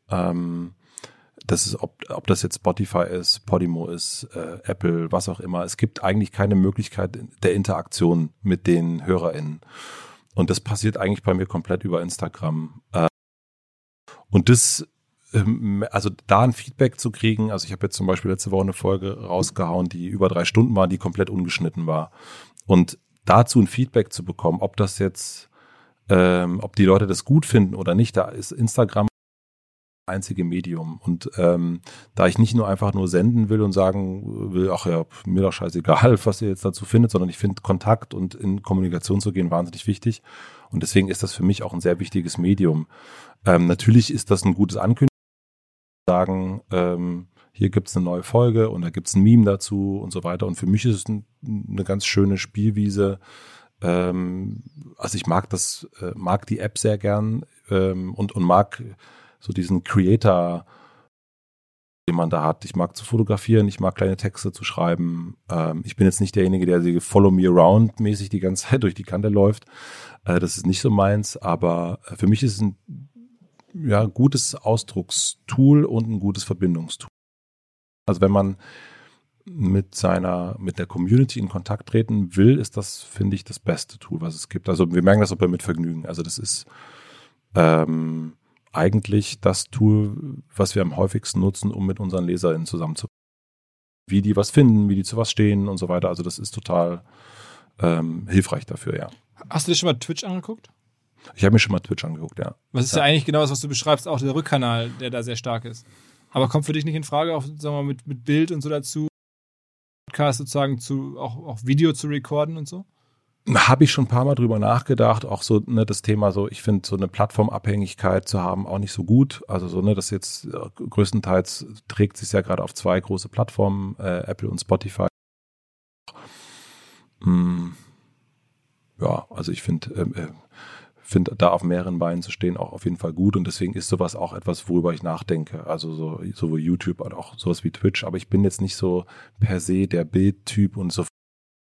ob das jetzt Spotify ist, Podimo ist, Apple, was auch immer, es gibt eigentlich keine Möglichkeit der Interaktion mit den HörerInnen. Und das passiert eigentlich bei mir komplett über Instagram. Und das, also da ein Feedback zu kriegen, also ich habe jetzt zum Beispiel letzte Woche eine Folge rausgehauen, die über 3 Stunden war, die komplett ungeschnitten war. Und dazu ein Feedback zu bekommen, ob das jetzt ob die Leute das gut finden oder nicht, da ist Instagram das einzige Medium. Und da ich nicht nur einfach nur senden will und sagen will, ach ja, mir doch scheißegal, was ihr jetzt dazu findet, sondern ich finde Kontakt und in Kommunikation zu gehen wahnsinnig wichtig. Und deswegen ist das für mich auch ein sehr wichtiges Medium. Natürlich ist das ein gutes Ankündigen, sagen, hier gibt's eine neue Folge und da gibt's ein Meme dazu und so weiter. Und für mich ist es eine ganz schöne Spielwiese. Also ich mag die App sehr gern und mag so diesen Creator, den man da hat. Ich mag zu fotografieren, ich mag kleine Texte zu schreiben. Ich bin jetzt nicht derjenige, der sie Follow Me Around mäßig die ganze Zeit durch die Kante läuft. Das ist nicht so meins, aber für mich ist es ein gutes Ausdruckstool und ein gutes Verbindungstool. Also wenn man mit der Community in Kontakt treten will, ist das, finde ich, das beste Tool, was es gibt. Also wir merken das auch bei Mitvergnügen. Also das ist eigentlich das Tool, was wir am häufigsten nutzen, um mit unseren LeserInnen zusammenzuarbeiten. Wie die was finden, wie die zu was stehen und so weiter. Also das ist total hilfreich dafür, ja. Hast du dir schon mal Twitch angeguckt? Ich habe mir schon mal Twitch angeguckt, ja. Was ist ja eigentlich genau das, was du beschreibst, auch der Rückkanal, der da sehr stark ist. Aber kommt für dich nicht in Frage, auch sagen wir mal, mit Bild und so dazu, Podcast sozusagen auch Video zu recorden und so? Habe ich schon ein paar Mal drüber nachgedacht, auch so das Thema so, ich finde so eine Plattformabhängigkeit zu haben auch nicht so gut. Also so das jetzt größtenteils trägt sich ja gerade auf 2 große Plattformen, Apple und Spotify. Ja, also ich finde da auf mehreren Beinen zu stehen auch auf jeden Fall gut und deswegen ist sowas auch etwas, worüber ich nachdenke. Also sowohl YouTube und auch sowas wie Twitch, aber ich bin jetzt nicht so per se der Bildtyp und so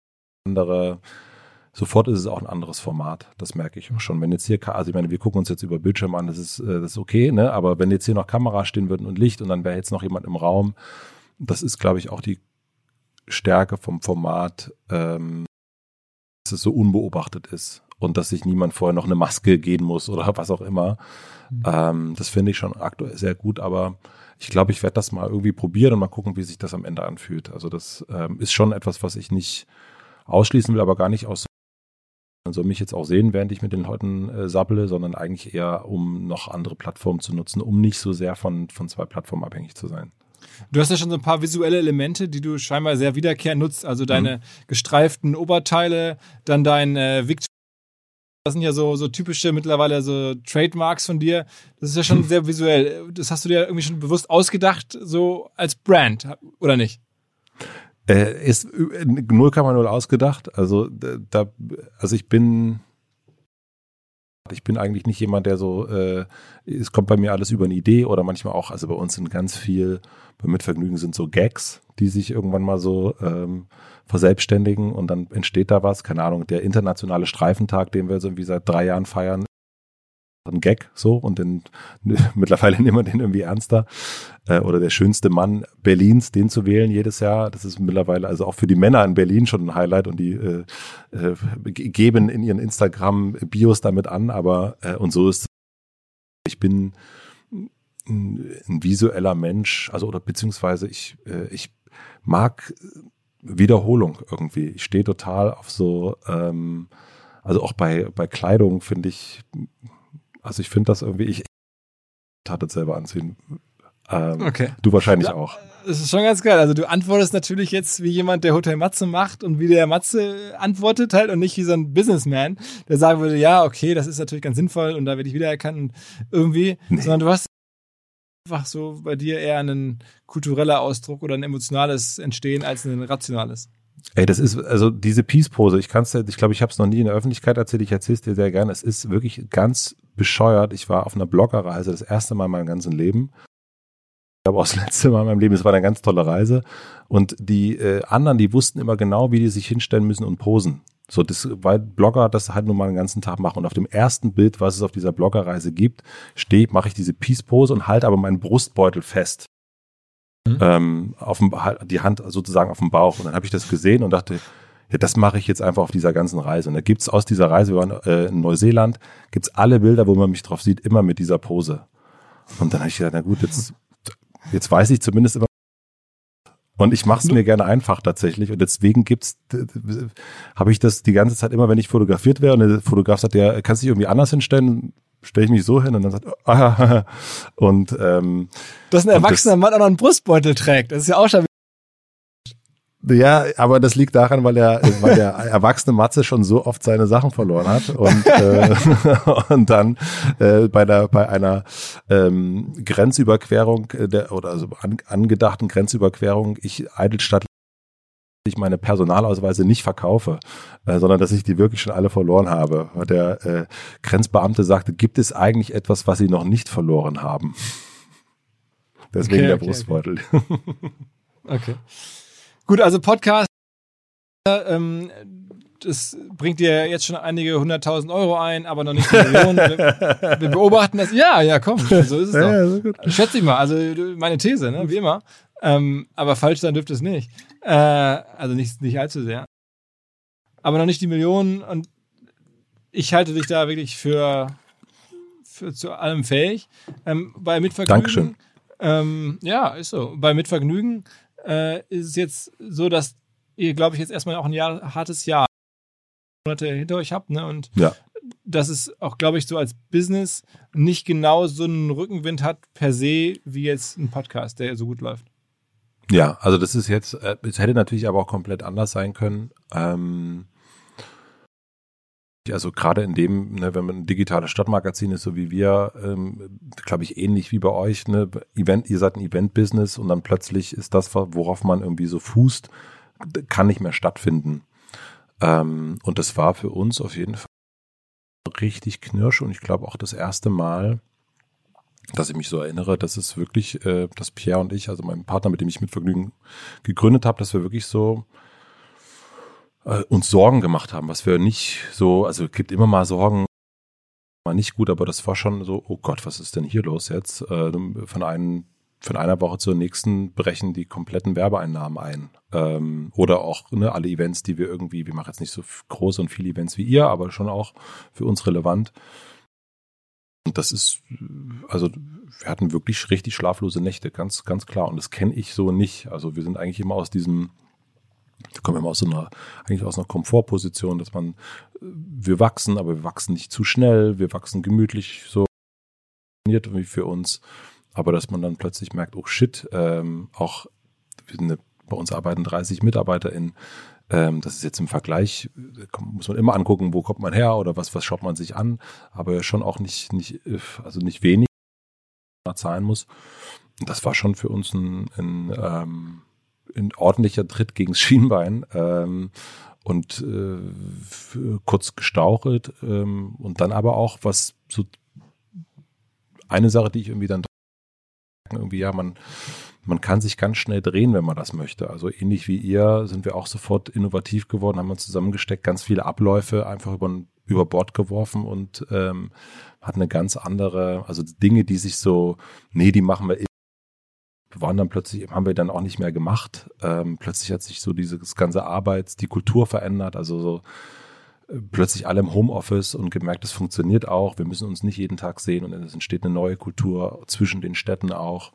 sofort ist es auch ein anderes Format. Das merke ich auch schon. Wenn jetzt hier, also ich meine, wir gucken uns jetzt über Bildschirm an, das ist okay, ne? Aber wenn jetzt hier noch Kamera stehen würden und Licht und dann wäre jetzt noch jemand im Raum, das ist, glaube ich, auch die Stärke vom Format, dass es so unbeobachtet ist und dass sich niemand vorher noch eine Maske geben muss oder was auch immer. Das finde ich schon aktuell sehr gut, aber ich glaube, ich werde das mal irgendwie probieren und mal gucken, wie sich das am Ende anfühlt. Also das ist schon etwas, was ich nicht ausschließen will, aber gar nicht aus. Man soll mich jetzt auch sehen, während ich mit den Leuten sabbele, sondern eigentlich eher, um noch andere Plattformen zu nutzen, um nicht so sehr von 2 Plattformen abhängig zu sein. Du hast ja schon so ein paar visuelle Elemente, die du scheinbar sehr wiederkehrend nutzt, also deine gestreiften Oberteile, dann dein Victor. Das sind ja so typische mittlerweile so Trademarks von dir. Das ist ja schon sehr visuell. Das hast du dir irgendwie schon bewusst ausgedacht, so als Brand, oder nicht? Ist 0,0 ausgedacht. Also ich bin eigentlich nicht jemand, der so, es kommt bei mir alles über eine Idee oder manchmal auch, also bei uns sind ganz viel, bei Mitvergnügen sind so Gags, die sich irgendwann mal so verselbstständigen und dann entsteht da was, keine Ahnung, der internationale Streifentag, den wir jetzt irgendwie seit 3 Jahren feiern, ein Gag so und mittlerweile nehmen wir den irgendwie ernster. Oder der schönste Mann Berlins, den zu wählen jedes Jahr, das ist mittlerweile also auch für die Männer in Berlin schon ein Highlight und die geben in ihren Instagram-Bios damit an, aber und so ist es. Ich bin ein visueller Mensch, also oder beziehungsweise ich mag Wiederholung irgendwie. Ich stehe total auf so, also auch bei Kleidung finde ich, also ich finde das irgendwie, ich tat das selber anziehen. Okay. Du wahrscheinlich auch. Das ist schon ganz geil. Also du antwortest natürlich jetzt wie jemand, der Hotel Matze macht und wie der Matze antwortet halt und nicht wie so ein Businessman, der sagen würde, ja, okay, das ist natürlich ganz sinnvoll und da werde ich wiedererkannt und irgendwie, sondern du hast einfach so bei dir eher ein kultureller Ausdruck oder ein emotionales Entstehen als ein rationales. Ey, das ist, also diese Peace-Pose, ich glaube, ich habe es noch nie in der Öffentlichkeit erzählt, ich erzähle es dir sehr gerne, es ist wirklich ganz bescheuert. Ich war auf einer Bloggerreise das erste Mal in meinem ganzen Leben. Ich glaube auch das letzte Mal in meinem Leben, es war eine ganz tolle Reise. Und die anderen, die wussten immer genau, wie die sich hinstellen müssen und posen. So, weil Blogger das halt nur mal den ganzen Tag machen. Und auf dem ersten Bild, was es auf dieser Bloggerreise gibt, mache ich diese Peace-Pose und halte aber meinen Brustbeutel fest. Die Hand sozusagen auf dem Bauch. Und dann habe ich das gesehen und dachte, ja, das mache ich jetzt einfach auf dieser ganzen Reise. Und da gibt's aus dieser Reise, wir waren in Neuseeland, gibt's alle Bilder, wo man mich drauf sieht, immer mit dieser Pose. Und dann habe ich gedacht, na gut, jetzt weiß ich zumindest immer, Und ich mache es mir gerne einfach tatsächlich. Und deswegen habe ich das die ganze Zeit immer, wenn ich fotografiert wäre und der Fotograf sagt, ja, kannst du dich irgendwie anders hinstellen? Stelle ich mich so hin und dann sagt, und dass ein erwachsener Mann auch noch einen Brustbeutel trägt. Das ist ja auch schon. Ja, aber das liegt daran, weil der erwachsene Matze schon so oft seine Sachen verloren hat und dann bei einer Grenzüberquerung angedachten Grenzüberquerung ich eidelstattlich meine Personalausweise nicht verkaufe, sondern dass ich die wirklich schon alle verloren habe. Der Grenzbeamte sagte, gibt es eigentlich etwas, was Sie noch nicht verloren haben? Deswegen der Brustbeutel. Okay. Gut, also Podcast, das bringt dir jetzt schon einige 100.000 Euro ein, aber noch nicht Millionen. Wir beobachten das. Ja, komm, so ist es doch. Ja, so gut. Schätze ich mal, also meine These, ne, wie immer. Aber falsch sein dürfte es nicht. Also nicht allzu sehr. Aber noch nicht die Millionen und ich halte dich da wirklich für zu allem fähig. Bei Mitvergnügen. Dankeschön. Ja, ist so. Bei Mitvergnügen ist es jetzt so, dass ihr, glaube ich, jetzt erstmal auch ein hartes Jahr Monate hinter euch habt, ne? Und ja. Dass es auch, glaube ich, so als Business nicht genau so einen Rückenwind hat per se, wie jetzt ein Podcast, der so gut läuft. Ja, also das ist jetzt, es hätte natürlich aber auch komplett anders sein können. Also gerade in dem, ne, wenn man ein digitales Stadtmagazin ist, so wie wir, glaube ich, ähnlich wie bei euch, ne, ihr seid ein Event-Business und dann plötzlich ist das, worauf man irgendwie so fußt, kann nicht mehr stattfinden. Und das war für uns auf jeden Fall richtig knirsch und ich glaube auch das erste Mal, dass ich mich so erinnere, dass es wirklich, dass Pierre und ich, also mein Partner, mit dem ich Mitvergnügen gegründet habe, dass wir wirklich so uns Sorgen gemacht haben, was wir nicht so, also es gibt immer mal Sorgen, mal nicht gut, aber das war schon so, oh Gott, was ist denn hier los jetzt? Von einer Woche zur nächsten brechen die kompletten Werbeeinnahmen ein. Oder auch alle Events, die wir machen jetzt nicht so große und viele Events wie ihr, aber schon auch für uns relevant. Und das ist, also wir hatten wirklich richtig schlaflose Nächte, ganz, ganz klar. Und das kenne ich so nicht. Also wir sind eigentlich immer wir kommen immer aus einer Komfortposition, dass wir wachsen, aber wir wachsen nicht zu schnell, wir wachsen gemütlich, so irgendwie für uns. Aber dass man dann plötzlich merkt, oh shit, auch bei uns arbeiten 30 MitarbeiterInnen, das ist jetzt im Vergleich, muss man immer angucken, wo kommt man her oder was schaut man sich an, aber schon auch nicht wenig zahlen muss. Und das war schon für uns ein ordentlicher Tritt gegens Schienbein und kurz gestauchelt und dann aber auch was so eine Sache, die ich irgendwie dann man kann sich ganz schnell drehen, wenn man das möchte. Also ähnlich wie ihr sind wir auch sofort innovativ geworden, haben uns zusammengesteckt, ganz viele Abläufe einfach über Bord geworfen und hat eine ganz andere, also Dinge, die sich so, die machen wir waren dann plötzlich, haben wir dann auch nicht mehr gemacht. Plötzlich hat sich so dieses ganze die Kultur verändert, also so plötzlich alle im Homeoffice und gemerkt, das funktioniert auch. Wir müssen uns nicht jeden Tag sehen und es entsteht eine neue Kultur zwischen den Städten auch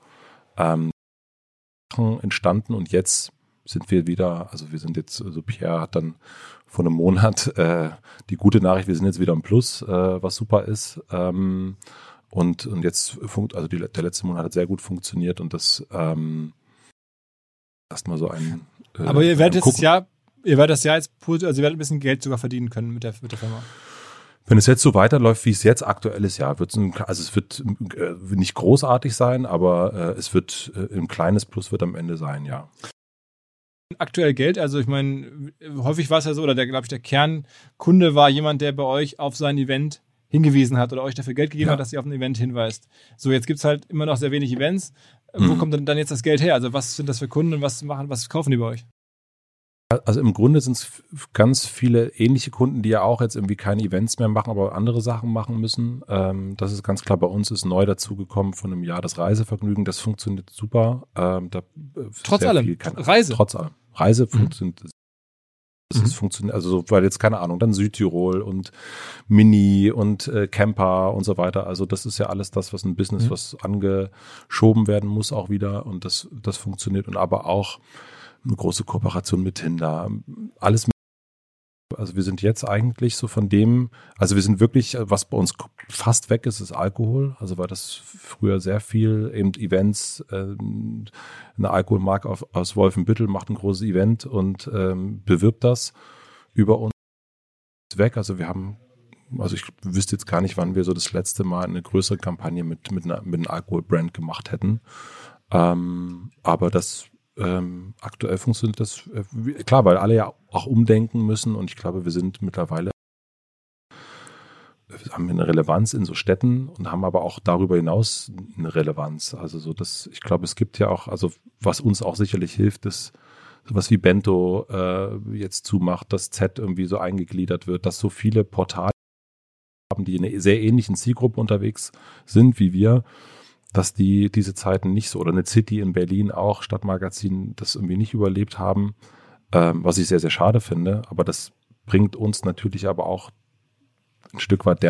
entstanden und jetzt sind wir wieder, also Pierre hat dann vor einem Monat die gute Nachricht, wir sind jetzt wieder im Plus, was super ist. Und jetzt der letzte Monat hat sehr gut funktioniert und das erstmal so ein. Aber ihr werdet das Jahr jetzt, also ihr werdet ein bisschen Geld sogar verdienen können mit der Firma. Wenn es jetzt so weiterläuft, wie es jetzt aktuell ist, ja, es wird nicht großartig sein, aber es wird ein kleines Plus wird am Ende sein, ja. Aktuell Geld, also ich meine, häufig war es ja so, oder der Kernkunde war jemand, der bei euch auf sein Event hingewiesen hat oder euch dafür Geld gegeben hat, dass ihr auf ein Event hinweist. So, jetzt gibt's halt immer noch sehr wenig Events. Wo kommt denn dann jetzt das Geld her? Also was sind das für Kunden und was kaufen die bei euch? Also im Grunde sind es ganz viele ähnliche Kunden, die ja auch jetzt irgendwie keine Events mehr machen, aber andere Sachen machen müssen. Das ist ganz klar, bei uns ist neu dazugekommen von einem Jahr das Reisevergnügen. Das funktioniert super. Trotz allem? Reise? Trotz allem. Reise funktioniert Es funktioniert, also so, weil jetzt keine Ahnung, dann Südtirol und Mini und Camper und so weiter. Also das ist ja alles das, was ein Business, was angeschoben werden muss auch wieder und das funktioniert und aber auch eine große Kooperation mit Tinder. Alles also wir sind jetzt eigentlich so von dem, also wir sind wirklich, was bei uns fast weg ist, ist Alkohol. Also war das früher sehr viel, eben Events, eine Alkoholmarke aus Wolfenbüttel macht ein großes Event und bewirbt das über uns weg. Also wir haben, also ich wüsste jetzt gar nicht, wann wir so das letzte Mal eine größere Kampagne mit einem Alkoholbrand gemacht hätten. Aber das aktuell funktioniert das, klar, weil alle ja auch umdenken müssen und ich glaube, wir sind mittlerweile, haben eine Relevanz in so Städten und haben aber auch darüber hinaus eine Relevanz. Also so das, ich glaube, es gibt ja auch, also was uns auch sicherlich hilft, ist sowas wie Bento jetzt zumacht, dass Z irgendwie so eingegliedert wird, dass so viele Portale haben, die in einer sehr ähnlichen Zielgruppe unterwegs sind wie wir, dass diese Zeiten nicht so, oder eine City in Berlin auch, Stadtmagazin, das irgendwie nicht überlebt haben, was ich sehr, sehr schade finde, aber das bringt uns natürlich aber auch ein Stück weit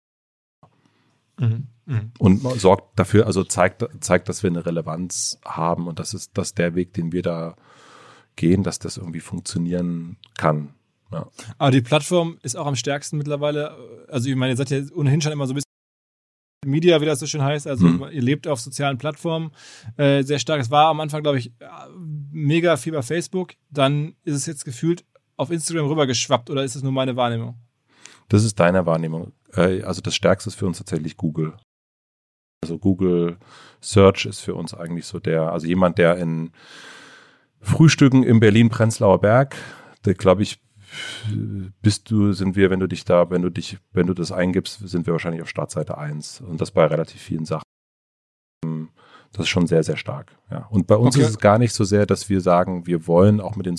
und sorgt dafür, also zeigt, dass wir eine Relevanz haben und dass der Weg, den wir da gehen, dass das irgendwie funktionieren kann. Ja. Aber die Plattform ist auch am stärksten mittlerweile, also ich meine, ihr seid ja ohnehin schon immer so ein bisschen Media, wie das so schön heißt, also ihr lebt auf sozialen Plattformen sehr stark. Es war am Anfang, glaube ich, mega viel bei Facebook, dann ist es jetzt gefühlt auf Instagram rübergeschwappt oder ist es nur meine Wahrnehmung? Das ist deine Wahrnehmung. Also das Stärkste ist für uns tatsächlich Google. Also Google Search ist für uns eigentlich so also jemand, der in Frühstücken im Berlin-Prenzlauer Berg, der glaube ich, wenn du das eingibst, sind wir wahrscheinlich auf Startseite 1 und das bei relativ vielen Sachen. Das ist schon sehr, sehr stark. Ja. Und bei uns ist es gar nicht so sehr, dass wir sagen, wir wollen auch mit den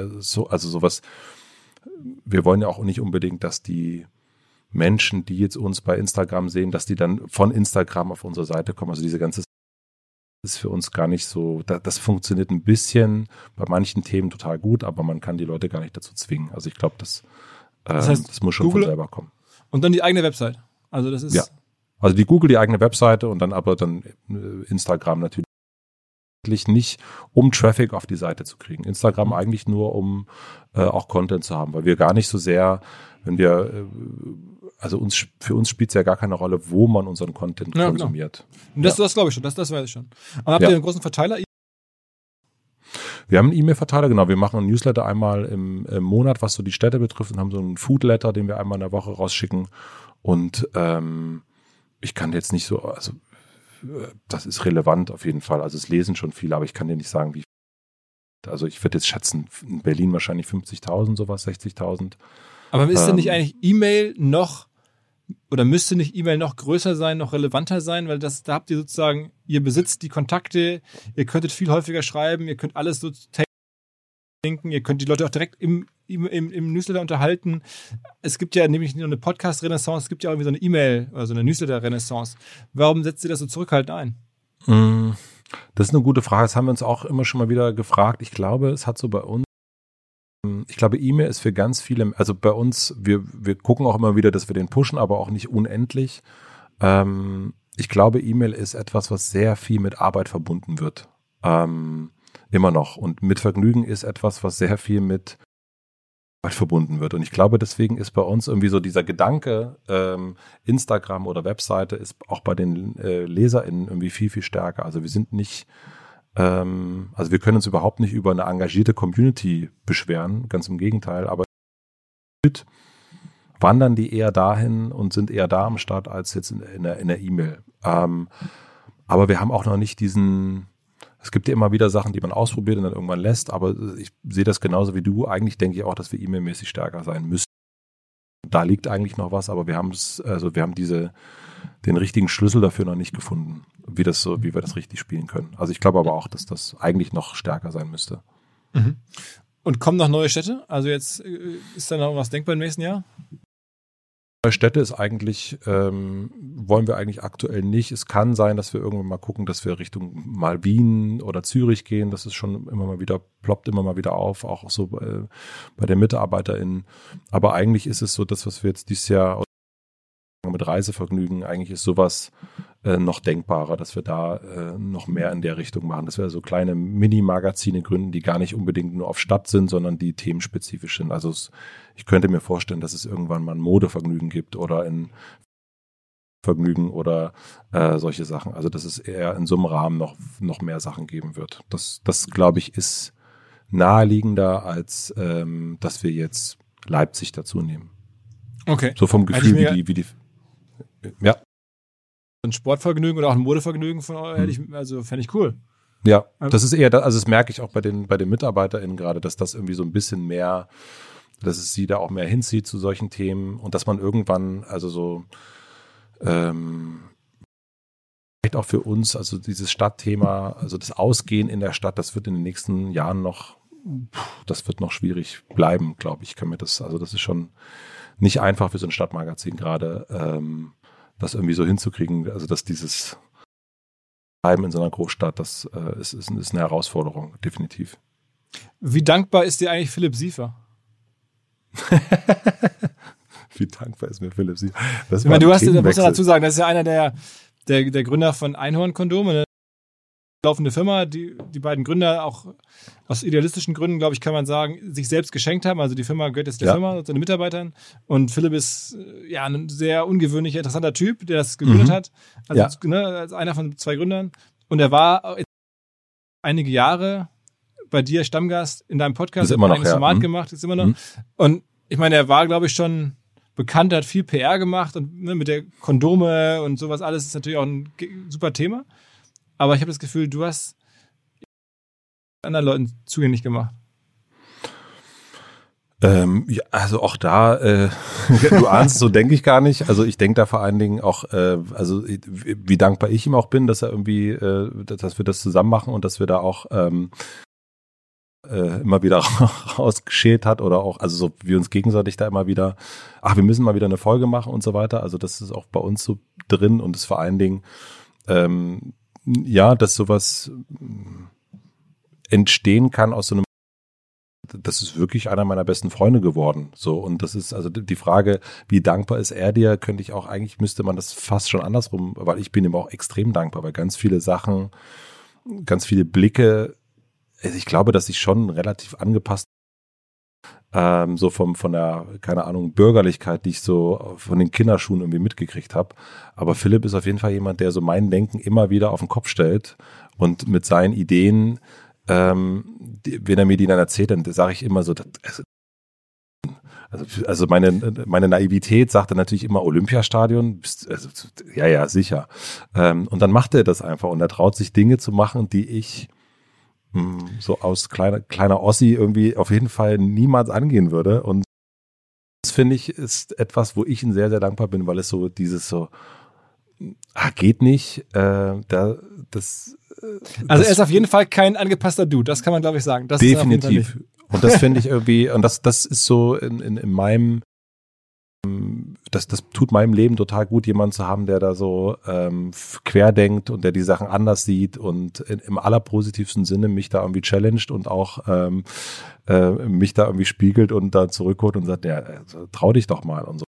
wir wollen ja auch nicht unbedingt, dass die Menschen, die jetzt uns bei Instagram sehen, dass die dann von Instagram auf unsere Seite kommen. Also diese ganze ist für uns gar nicht so, das funktioniert ein bisschen bei manchen Themen total gut, aber man kann die Leute gar nicht dazu zwingen. Also ich glaube, das heißt, das muss schon Google von selber kommen. Und dann die eigene Website. Also das ist. Ja. Also die Google, die eigene Webseite und dann Instagram natürlich nicht, um Traffic auf die Seite zu kriegen. Instagram eigentlich nur, um auch Content zu haben, weil wir gar nicht so sehr, wenn wir für uns spielt es ja gar keine Rolle, wo man unseren Content konsumiert. Genau. Das glaube ich schon, das weiß ich schon. Aber habt ihr einen großen Verteiler? Wir haben einen E-Mail-Verteiler, genau. Wir machen einen Newsletter einmal im Monat, was so die Städte betrifft und haben so einen Food-Letter, den wir einmal in der Woche rausschicken. Und ich kann jetzt nicht so, also das ist relevant auf jeden Fall. Also es lesen schon viele, aber ich kann dir nicht sagen, wie. Also ich würde jetzt schätzen, in Berlin wahrscheinlich 50.000, sowas, 60.000. Aber ist denn nicht eigentlich E-Mail müsste nicht E-Mail noch größer sein, noch relevanter sein? Weil da habt ihr sozusagen, ihr besitzt die Kontakte, ihr könntet viel häufiger schreiben, ihr könnt alles so denken, ihr könnt die Leute auch direkt im Newsletter unterhalten. Es gibt ja nämlich nicht nur eine Podcast-Renaissance, es gibt ja auch irgendwie so eine E-Mail oder so eine Newsletter-Renaissance. Warum setzt ihr das so zurückhaltend ein? Das ist eine gute Frage. Das haben wir uns auch immer schon mal wieder gefragt. Ich glaube, es hat so bei uns, ich glaube, E-Mail ist für ganz viele, also bei uns, wir gucken auch immer wieder, dass wir den pushen, aber auch nicht unendlich. Ich glaube, E-Mail ist etwas, was sehr viel mit Arbeit verbunden wird. Immer noch. Und mit Vergnügen ist etwas, was sehr viel mit Arbeit verbunden wird. Und ich glaube, deswegen ist bei uns irgendwie so dieser Gedanke, Instagram oder Webseite ist auch bei den LeserInnen irgendwie viel, viel stärker. Also wir sind nicht, also wir können uns überhaupt nicht über eine engagierte Community beschweren, ganz im Gegenteil, aber wandern die eher dahin und sind eher da am Start als jetzt in der E-Mail. Aber wir haben auch noch nicht es gibt ja immer wieder Sachen, die man ausprobiert und dann irgendwann lässt, aber ich sehe das genauso wie du. Eigentlich denke ich auch, dass wir E-Mail-mäßig stärker sein müssen. Da liegt eigentlich noch was, aber wir haben den richtigen Schlüssel dafür noch nicht gefunden, wie wir das richtig spielen können. Also ich glaube aber auch, dass das eigentlich noch stärker sein müsste. Mhm. Und kommen noch neue Städte? Also jetzt ist da noch was denkbar im nächsten Jahr? Städte ist eigentlich, wollen wir eigentlich aktuell nicht. Es kann sein, dass wir irgendwann mal gucken, dass wir Richtung mal Wien oder Zürich gehen. Das ist schon immer mal wieder, ploppt immer mal wieder auf, auch so bei den MitarbeiterInnen. Aber eigentlich ist es so, das, was wir jetzt dieses Jahr mit Reisevergnügen, eigentlich ist sowas noch denkbarer, dass wir da noch mehr in der Richtung machen. Dass wir so kleine Mini-Magazine gründen, die gar nicht unbedingt nur auf Stadt sind, sondern die themenspezifisch sind. Also ich könnte mir vorstellen, dass es irgendwann mal ein Modevergnügen gibt oder ein Vergnügen oder solche Sachen. Also dass es eher in so einem Rahmen noch mehr Sachen geben wird. Das glaube ich, ist naheliegender, als dass wir jetzt Leipzig dazu nehmen. Okay. So vom Gefühl, wie die ja. Ein Sportvergnügen oder auch ein Modevergnügen von euch, fände ich cool. Ja, das ist eher, also das merke ich auch bei den MitarbeiterInnen gerade, dass das irgendwie so ein bisschen mehr, dass es sie da auch mehr hinzieht zu solchen Themen und dass man irgendwann, also so vielleicht auch für uns, also dieses Stadtthema, also das Ausgehen in der Stadt, das wird in den nächsten Jahren das wird noch schwierig bleiben, glaube ich. Das ist schon nicht einfach für so ein Stadtmagazin gerade, das irgendwie so hinzukriegen, also dass dieses Bleiben in so einer Großstadt, das ist eine Herausforderung, definitiv. Wie dankbar ist dir eigentlich Philipp Siefer? Wie dankbar ist mir Philipp Siefer? Ich meine, du musst ja dazu sagen, das ist ja einer der Gründer von Einhorn-Kondome, eine laufende Firma, die beiden Gründer auch aus idealistischen Gründen, glaube ich, kann man sagen, sich selbst geschenkt haben. Also die Firma gehört jetzt der Firma und seinen Mitarbeitern. Und Philipp ist ein sehr ungewöhnlicher, interessanter Typ, der das gegründet hat. Also als einer von 2 Gründern. Und er war einige Jahre bei dir Stammgast in deinem Podcast. Ist immer noch, ein Format gemacht, ist immer noch. Und ich meine, er war, glaube ich, schon bekannt, hat viel PR gemacht und mit der Kondome und sowas alles ist natürlich auch ein super Thema. Aber ich habe das Gefühl, du hast anderen Leuten zugänglich gemacht. Ja, also auch da, du ahnst, so denke ich gar nicht. Also ich denke da vor allen Dingen auch, also wie dankbar ich ihm auch bin, dass er irgendwie, dass wir das zusammen machen und dass wir da auch immer wieder rausgeschält hat oder auch, also so wir uns gegenseitig da immer wieder, wir müssen mal wieder eine Folge machen und so weiter. Also das ist auch bei uns so drin und ist vor allen Dingen dass sowas entstehen kann aus so einem, das ist wirklich einer meiner besten Freunde geworden. So, und das ist also die Frage, wie dankbar ist er dir, müsste man das fast schon andersrum, weil ich bin ihm auch extrem dankbar, weil ganz viele Sachen, ganz viele Blicke, also ich glaube, dass ich schon relativ angepasst so von der, keine Ahnung, Bürgerlichkeit, die ich so von den Kinderschuhen irgendwie mitgekriegt habe. Aber Philipp ist auf jeden Fall jemand, der so mein Denken immer wieder auf den Kopf stellt und mit seinen Ideen, wenn er mir die dann erzählt, dann sage ich immer so, also meine Naivität sagt dann natürlich immer Olympiastadion, ja, sicher. Und dann macht er das einfach und er traut sich Dinge zu machen, die ich so aus kleiner Ossi irgendwie auf jeden Fall niemals angehen würde. Und das finde ich ist etwas, wo ich ihm sehr, sehr dankbar bin, weil es so dieses so, geht nicht. Also er ist auf jeden Fall kein angepasster Dude, das kann man glaube ich sagen. Das definitiv. Und das finde ich irgendwie, und das ist so in meinem, das tut meinem Leben total gut, jemanden zu haben, der da so querdenkt und der die Sachen anders sieht und im allerpositivsten Sinne mich da irgendwie challenged und auch mich da irgendwie spiegelt und dann zurückholt und sagt, trau dich doch mal und so.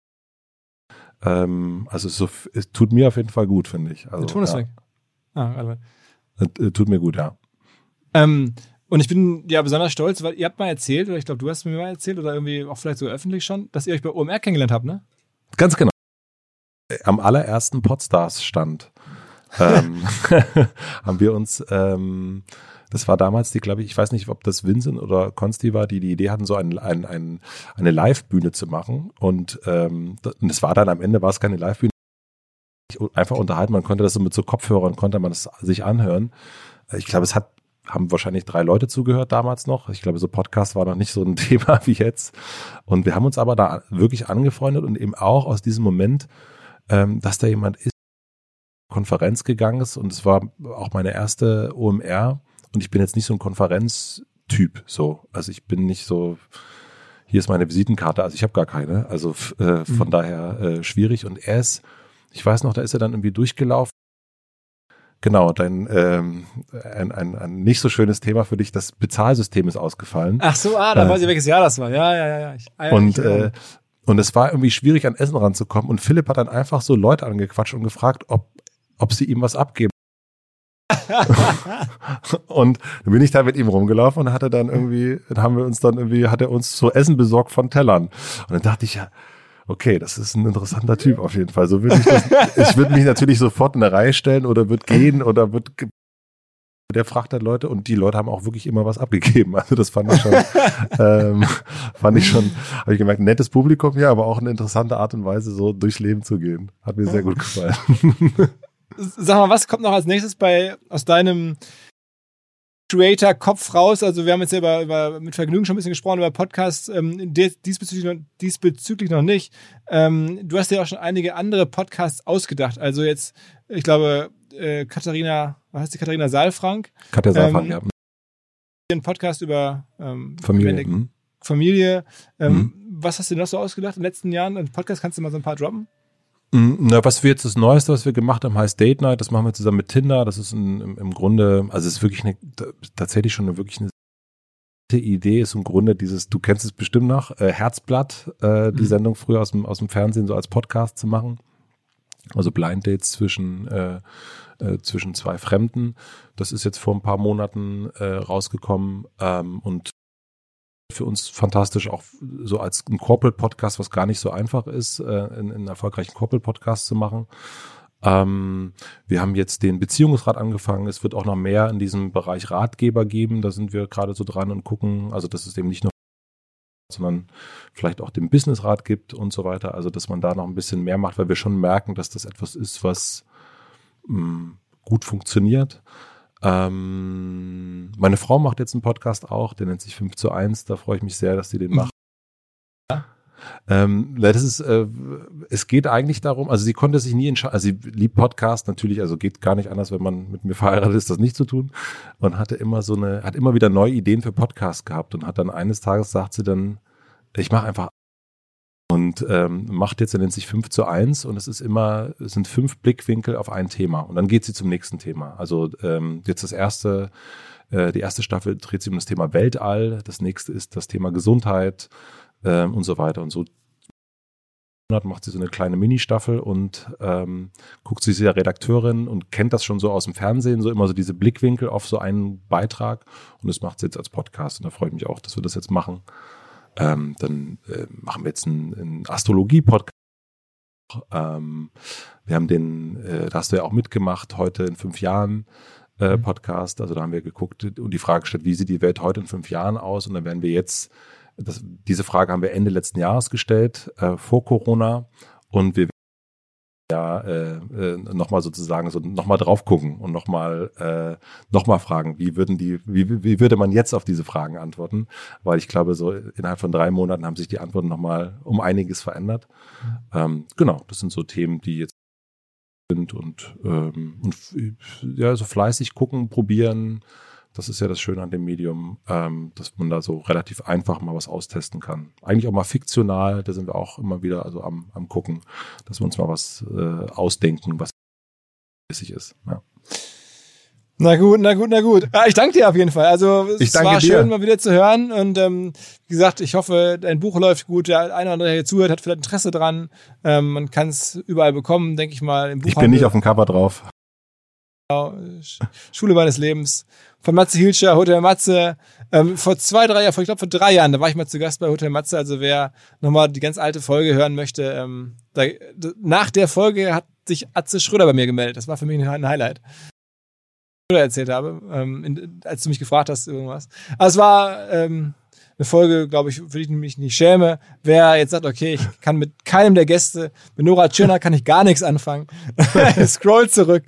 Also es tut mir auf jeden Fall gut, finde ich. Also, der Ton ist weg. Tut mir gut, ja. Und ich bin ja besonders stolz, weil ihr habt mal erzählt, oder ich glaube, du hast mir mal erzählt, oder irgendwie auch vielleicht sogar öffentlich schon, dass ihr euch bei OMR kennengelernt habt, ne? Ganz genau. Am allerersten Podstars-Stand haben wir uns, das war damals ich weiß nicht, ob das Vincent oder Konsti war, die Idee hatten, so eine Live-Bühne zu machen. Und es war dann am Ende, war es keine Live-Bühne, einfach unterhalten, man konnte das so mit so Kopfhörern, konnte man das sich anhören. Ich glaube, haben wahrscheinlich 3 Leute zugehört damals noch. Ich glaube, so Podcast war noch nicht so ein Thema wie jetzt. Und wir haben uns aber da wirklich angefreundet und eben auch aus diesem Moment, dass da jemand ist, Konferenz gegangen ist und es war auch meine erste OMR und ich bin jetzt nicht so ein Konferenztyp, so. Also ich bin nicht so hier ist meine Visitenkarte, also ich habe gar keine, also von daher schwierig. Und er ist, ich weiß noch, da ist er dann irgendwie durchgelaufen. Genau, ein nicht so schönes Thema für dich, das Bezahlsystem ist ausgefallen. Ach so, da weiß ich, welches Jahr das war. Ja. Und es war irgendwie schwierig, an Essen ranzukommen. Und Philipp hat dann einfach so Leute angequatscht und gefragt, ob sie ihm was abgeben. Und dann bin ich da mit ihm rumgelaufen und hat er uns so Essen besorgt von Tellern. Und dann dachte ich, ja, okay, das ist ein interessanter Typ auf jeden Fall. So würde ich würde mich natürlich sofort in eine Reihe stellen oder würde gehen oder der fragt dann Leute und die Leute haben auch wirklich immer was abgegeben. Also das fand ich schon, habe ich gemerkt, ein nettes Publikum hier, aber auch eine interessante Art und Weise, so durchs Leben zu gehen. Hat mir sehr gut gefallen. Sag mal, was kommt noch als nächstes aus deinem Creator-Kopf raus? Also wir haben jetzt ja über mit Vergnügen schon ein bisschen gesprochen, über Podcasts, diesbezüglich noch nicht. Du hast ja auch schon einige andere Podcasts ausgedacht. Also jetzt, ich glaube, Katharina Saalfrank. Katja Saalfrank, ja. Ein Podcast über Familie. Was hast du noch so ausgedacht in den letzten Jahren? Ein Podcast, kannst du mal so ein paar droppen? Was wir jetzt das Neueste, was wir gemacht haben, heißt Date Night. Das machen wir zusammen mit Tinder. Das ist im Grunde, also es ist wirklich tatsächlich schon wirklich eine Idee. Ist im Grunde du kennst es bestimmt noch, Herzblatt, die Sendung früher aus dem Fernsehen so als Podcast zu machen. Also Blind Dates zwischen zwei Fremden. Das ist jetzt vor ein paar Monaten rausgekommen und für uns fantastisch, auch so als ein Corporate-Podcast, was gar nicht so einfach ist, einen erfolgreichen Corporate-Podcast zu machen. Wir haben jetzt den Beziehungsrat angefangen. Es wird auch noch mehr in diesem Bereich Ratgeber geben. Da sind wir gerade so dran und gucken, also dass es eben nicht nur, sondern vielleicht auch den Businessrat gibt und so weiter. Also dass man da noch ein bisschen mehr macht, weil wir schon merken, dass das etwas ist, was gut funktioniert. Meine Frau macht jetzt einen Podcast auch, der nennt sich 5:1, da freue ich mich sehr, dass die den macht. Das ist, es geht eigentlich darum, also sie konnte sich nie entscheiden, also sie liebt Podcast natürlich, also geht gar nicht anders, wenn man mit mir verheiratet ist, das nicht zu tun, und hat immer wieder neue Ideen für Podcasts gehabt und hat dann eines Tages, sagt sie dann, ich mache einfach und macht jetzt, er nennt sich 5:1 und es sind 5 Blickwinkel auf ein Thema und dann geht sie zum nächsten Thema. Also jetzt die erste Staffel dreht sich um das Thema Weltall, das nächste ist das Thema Gesundheit und so weiter und so. Macht sie so eine kleine Mini-Staffel und guckt, sie ist ja Redakteurin und kennt das schon so aus dem Fernsehen, so immer so diese Blickwinkel auf so einen Beitrag und das macht sie jetzt als Podcast und da freue ich mich auch, dass wir das jetzt machen. Dann machen wir jetzt einen Astrologie-Podcast. Wir haben da hast du ja auch mitgemacht, heute in 5 Jahren Podcast. Also da haben wir geguckt und die Frage gestellt, wie sieht die Welt heute in 5 Jahren aus? Und dann werden wir jetzt, diese Frage haben wir Ende letzten Jahres gestellt, vor Corona. Und wir nochmal sozusagen so nochmal drauf gucken und nochmal fragen, wie würde man jetzt auf diese Fragen antworten? Weil ich glaube, so innerhalb von 3 Monaten haben sich die Antworten nochmal um einiges verändert. Genau, das sind so Themen, die jetzt sind und ja, so fleißig gucken, probieren. Das ist ja das Schöne an dem Medium, dass man da so relativ einfach mal was austesten kann. Eigentlich auch mal fiktional, da sind wir auch immer wieder also am gucken, dass wir uns mal was ausdenken, was mäßig ist. Ja. Na gut. Ja, ich danke dir auf jeden Fall. Also es war schön, mal wieder zu hören und wie gesagt, ich hoffe, dein Buch läuft gut. Der eine oder andere, der hier zuhört, hat vielleicht Interesse dran. Man kann es überall bekommen, denke ich mal. Im Buchhandel. Ich bin nicht auf dem Cover drauf. Schule meines Lebens von Matze Hilscher, Hotel Matze. Vor 3 Jahren, da war ich mal zu Gast bei Hotel Matze. Also wer nochmal die ganz alte Folge hören möchte, nach der Folge hat sich Atze Schröder bei mir gemeldet. Das war für mich ein Highlight. Erzählt habe, als du mich gefragt hast irgendwas. Also es war eine Folge, glaube ich, für die ich mich nicht schäme. Wer jetzt sagt, okay, ich kann mit keinem der Gäste, mit Nora Tschirner kann ich gar nichts anfangen. Scroll zurück.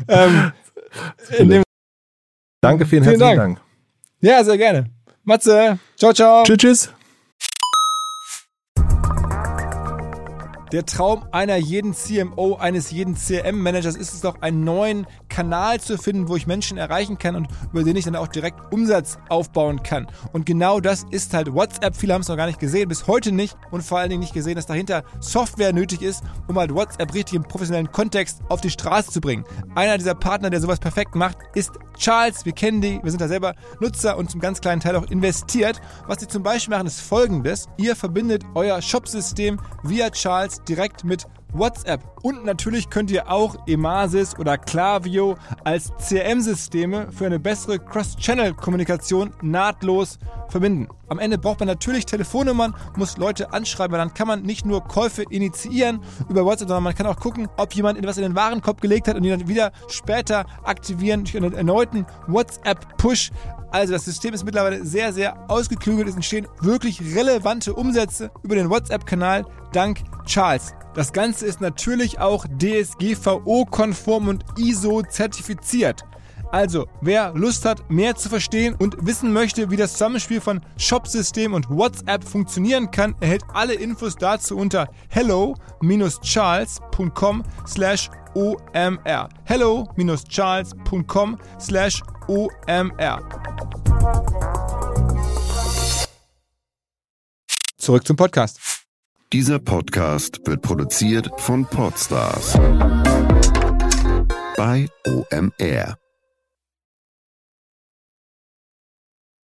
Danke, vielen herzlichen Dank. Ja, sehr gerne. Matze, ciao, ciao. Tschüss. Der Traum einer jeden CMO, eines jeden CRM-Managers ist es doch, einen neuen Kanal zu finden, wo ich Menschen erreichen kann und über den ich dann auch direkt Umsatz aufbauen kann. Und genau das ist halt WhatsApp. Viele haben es noch gar nicht gesehen, bis heute nicht, und vor allen Dingen nicht gesehen, dass dahinter Software nötig ist, um halt WhatsApp richtig im professionellen Kontext auf die Straße zu bringen. Einer dieser Partner, der sowas perfekt macht, ist Charles. Wir kennen die, wir sind da selber Nutzer und zum ganz kleinen Teil auch investiert. Was sie zum Beispiel machen, ist Folgendes: Ihr verbindet euer Shopsystem via Charles direkt mit WhatsApp. Und natürlich könnt ihr auch Emasis oder Klaviyo als CRM-Systeme für eine bessere Cross-Channel-Kommunikation nahtlos verbinden. Am Ende braucht man natürlich Telefonnummern, muss Leute anschreiben, weil dann kann man nicht nur Käufe initiieren über WhatsApp, sondern man kann auch gucken, ob jemand etwas in den Warenkorb gelegt hat und ihn dann wieder später aktivieren durch einen erneuten WhatsApp-Push. Also das System ist mittlerweile sehr, sehr ausgeklügelt. Es entstehen wirklich relevante Umsätze über den WhatsApp-Kanal dank Charles. Das Ganze ist natürlich auch DSGVO-konform und ISO-zertifiziert. Also, wer Lust hat, mehr zu verstehen und wissen möchte, wie das Zusammenspiel von Shopsystem und WhatsApp funktionieren kann, erhält alle Infos dazu unter hello-charles.com/OMR. hello-charles.com/OMR. Zurück zum Podcast. Dieser Podcast wird produziert von Podstars bei OMR.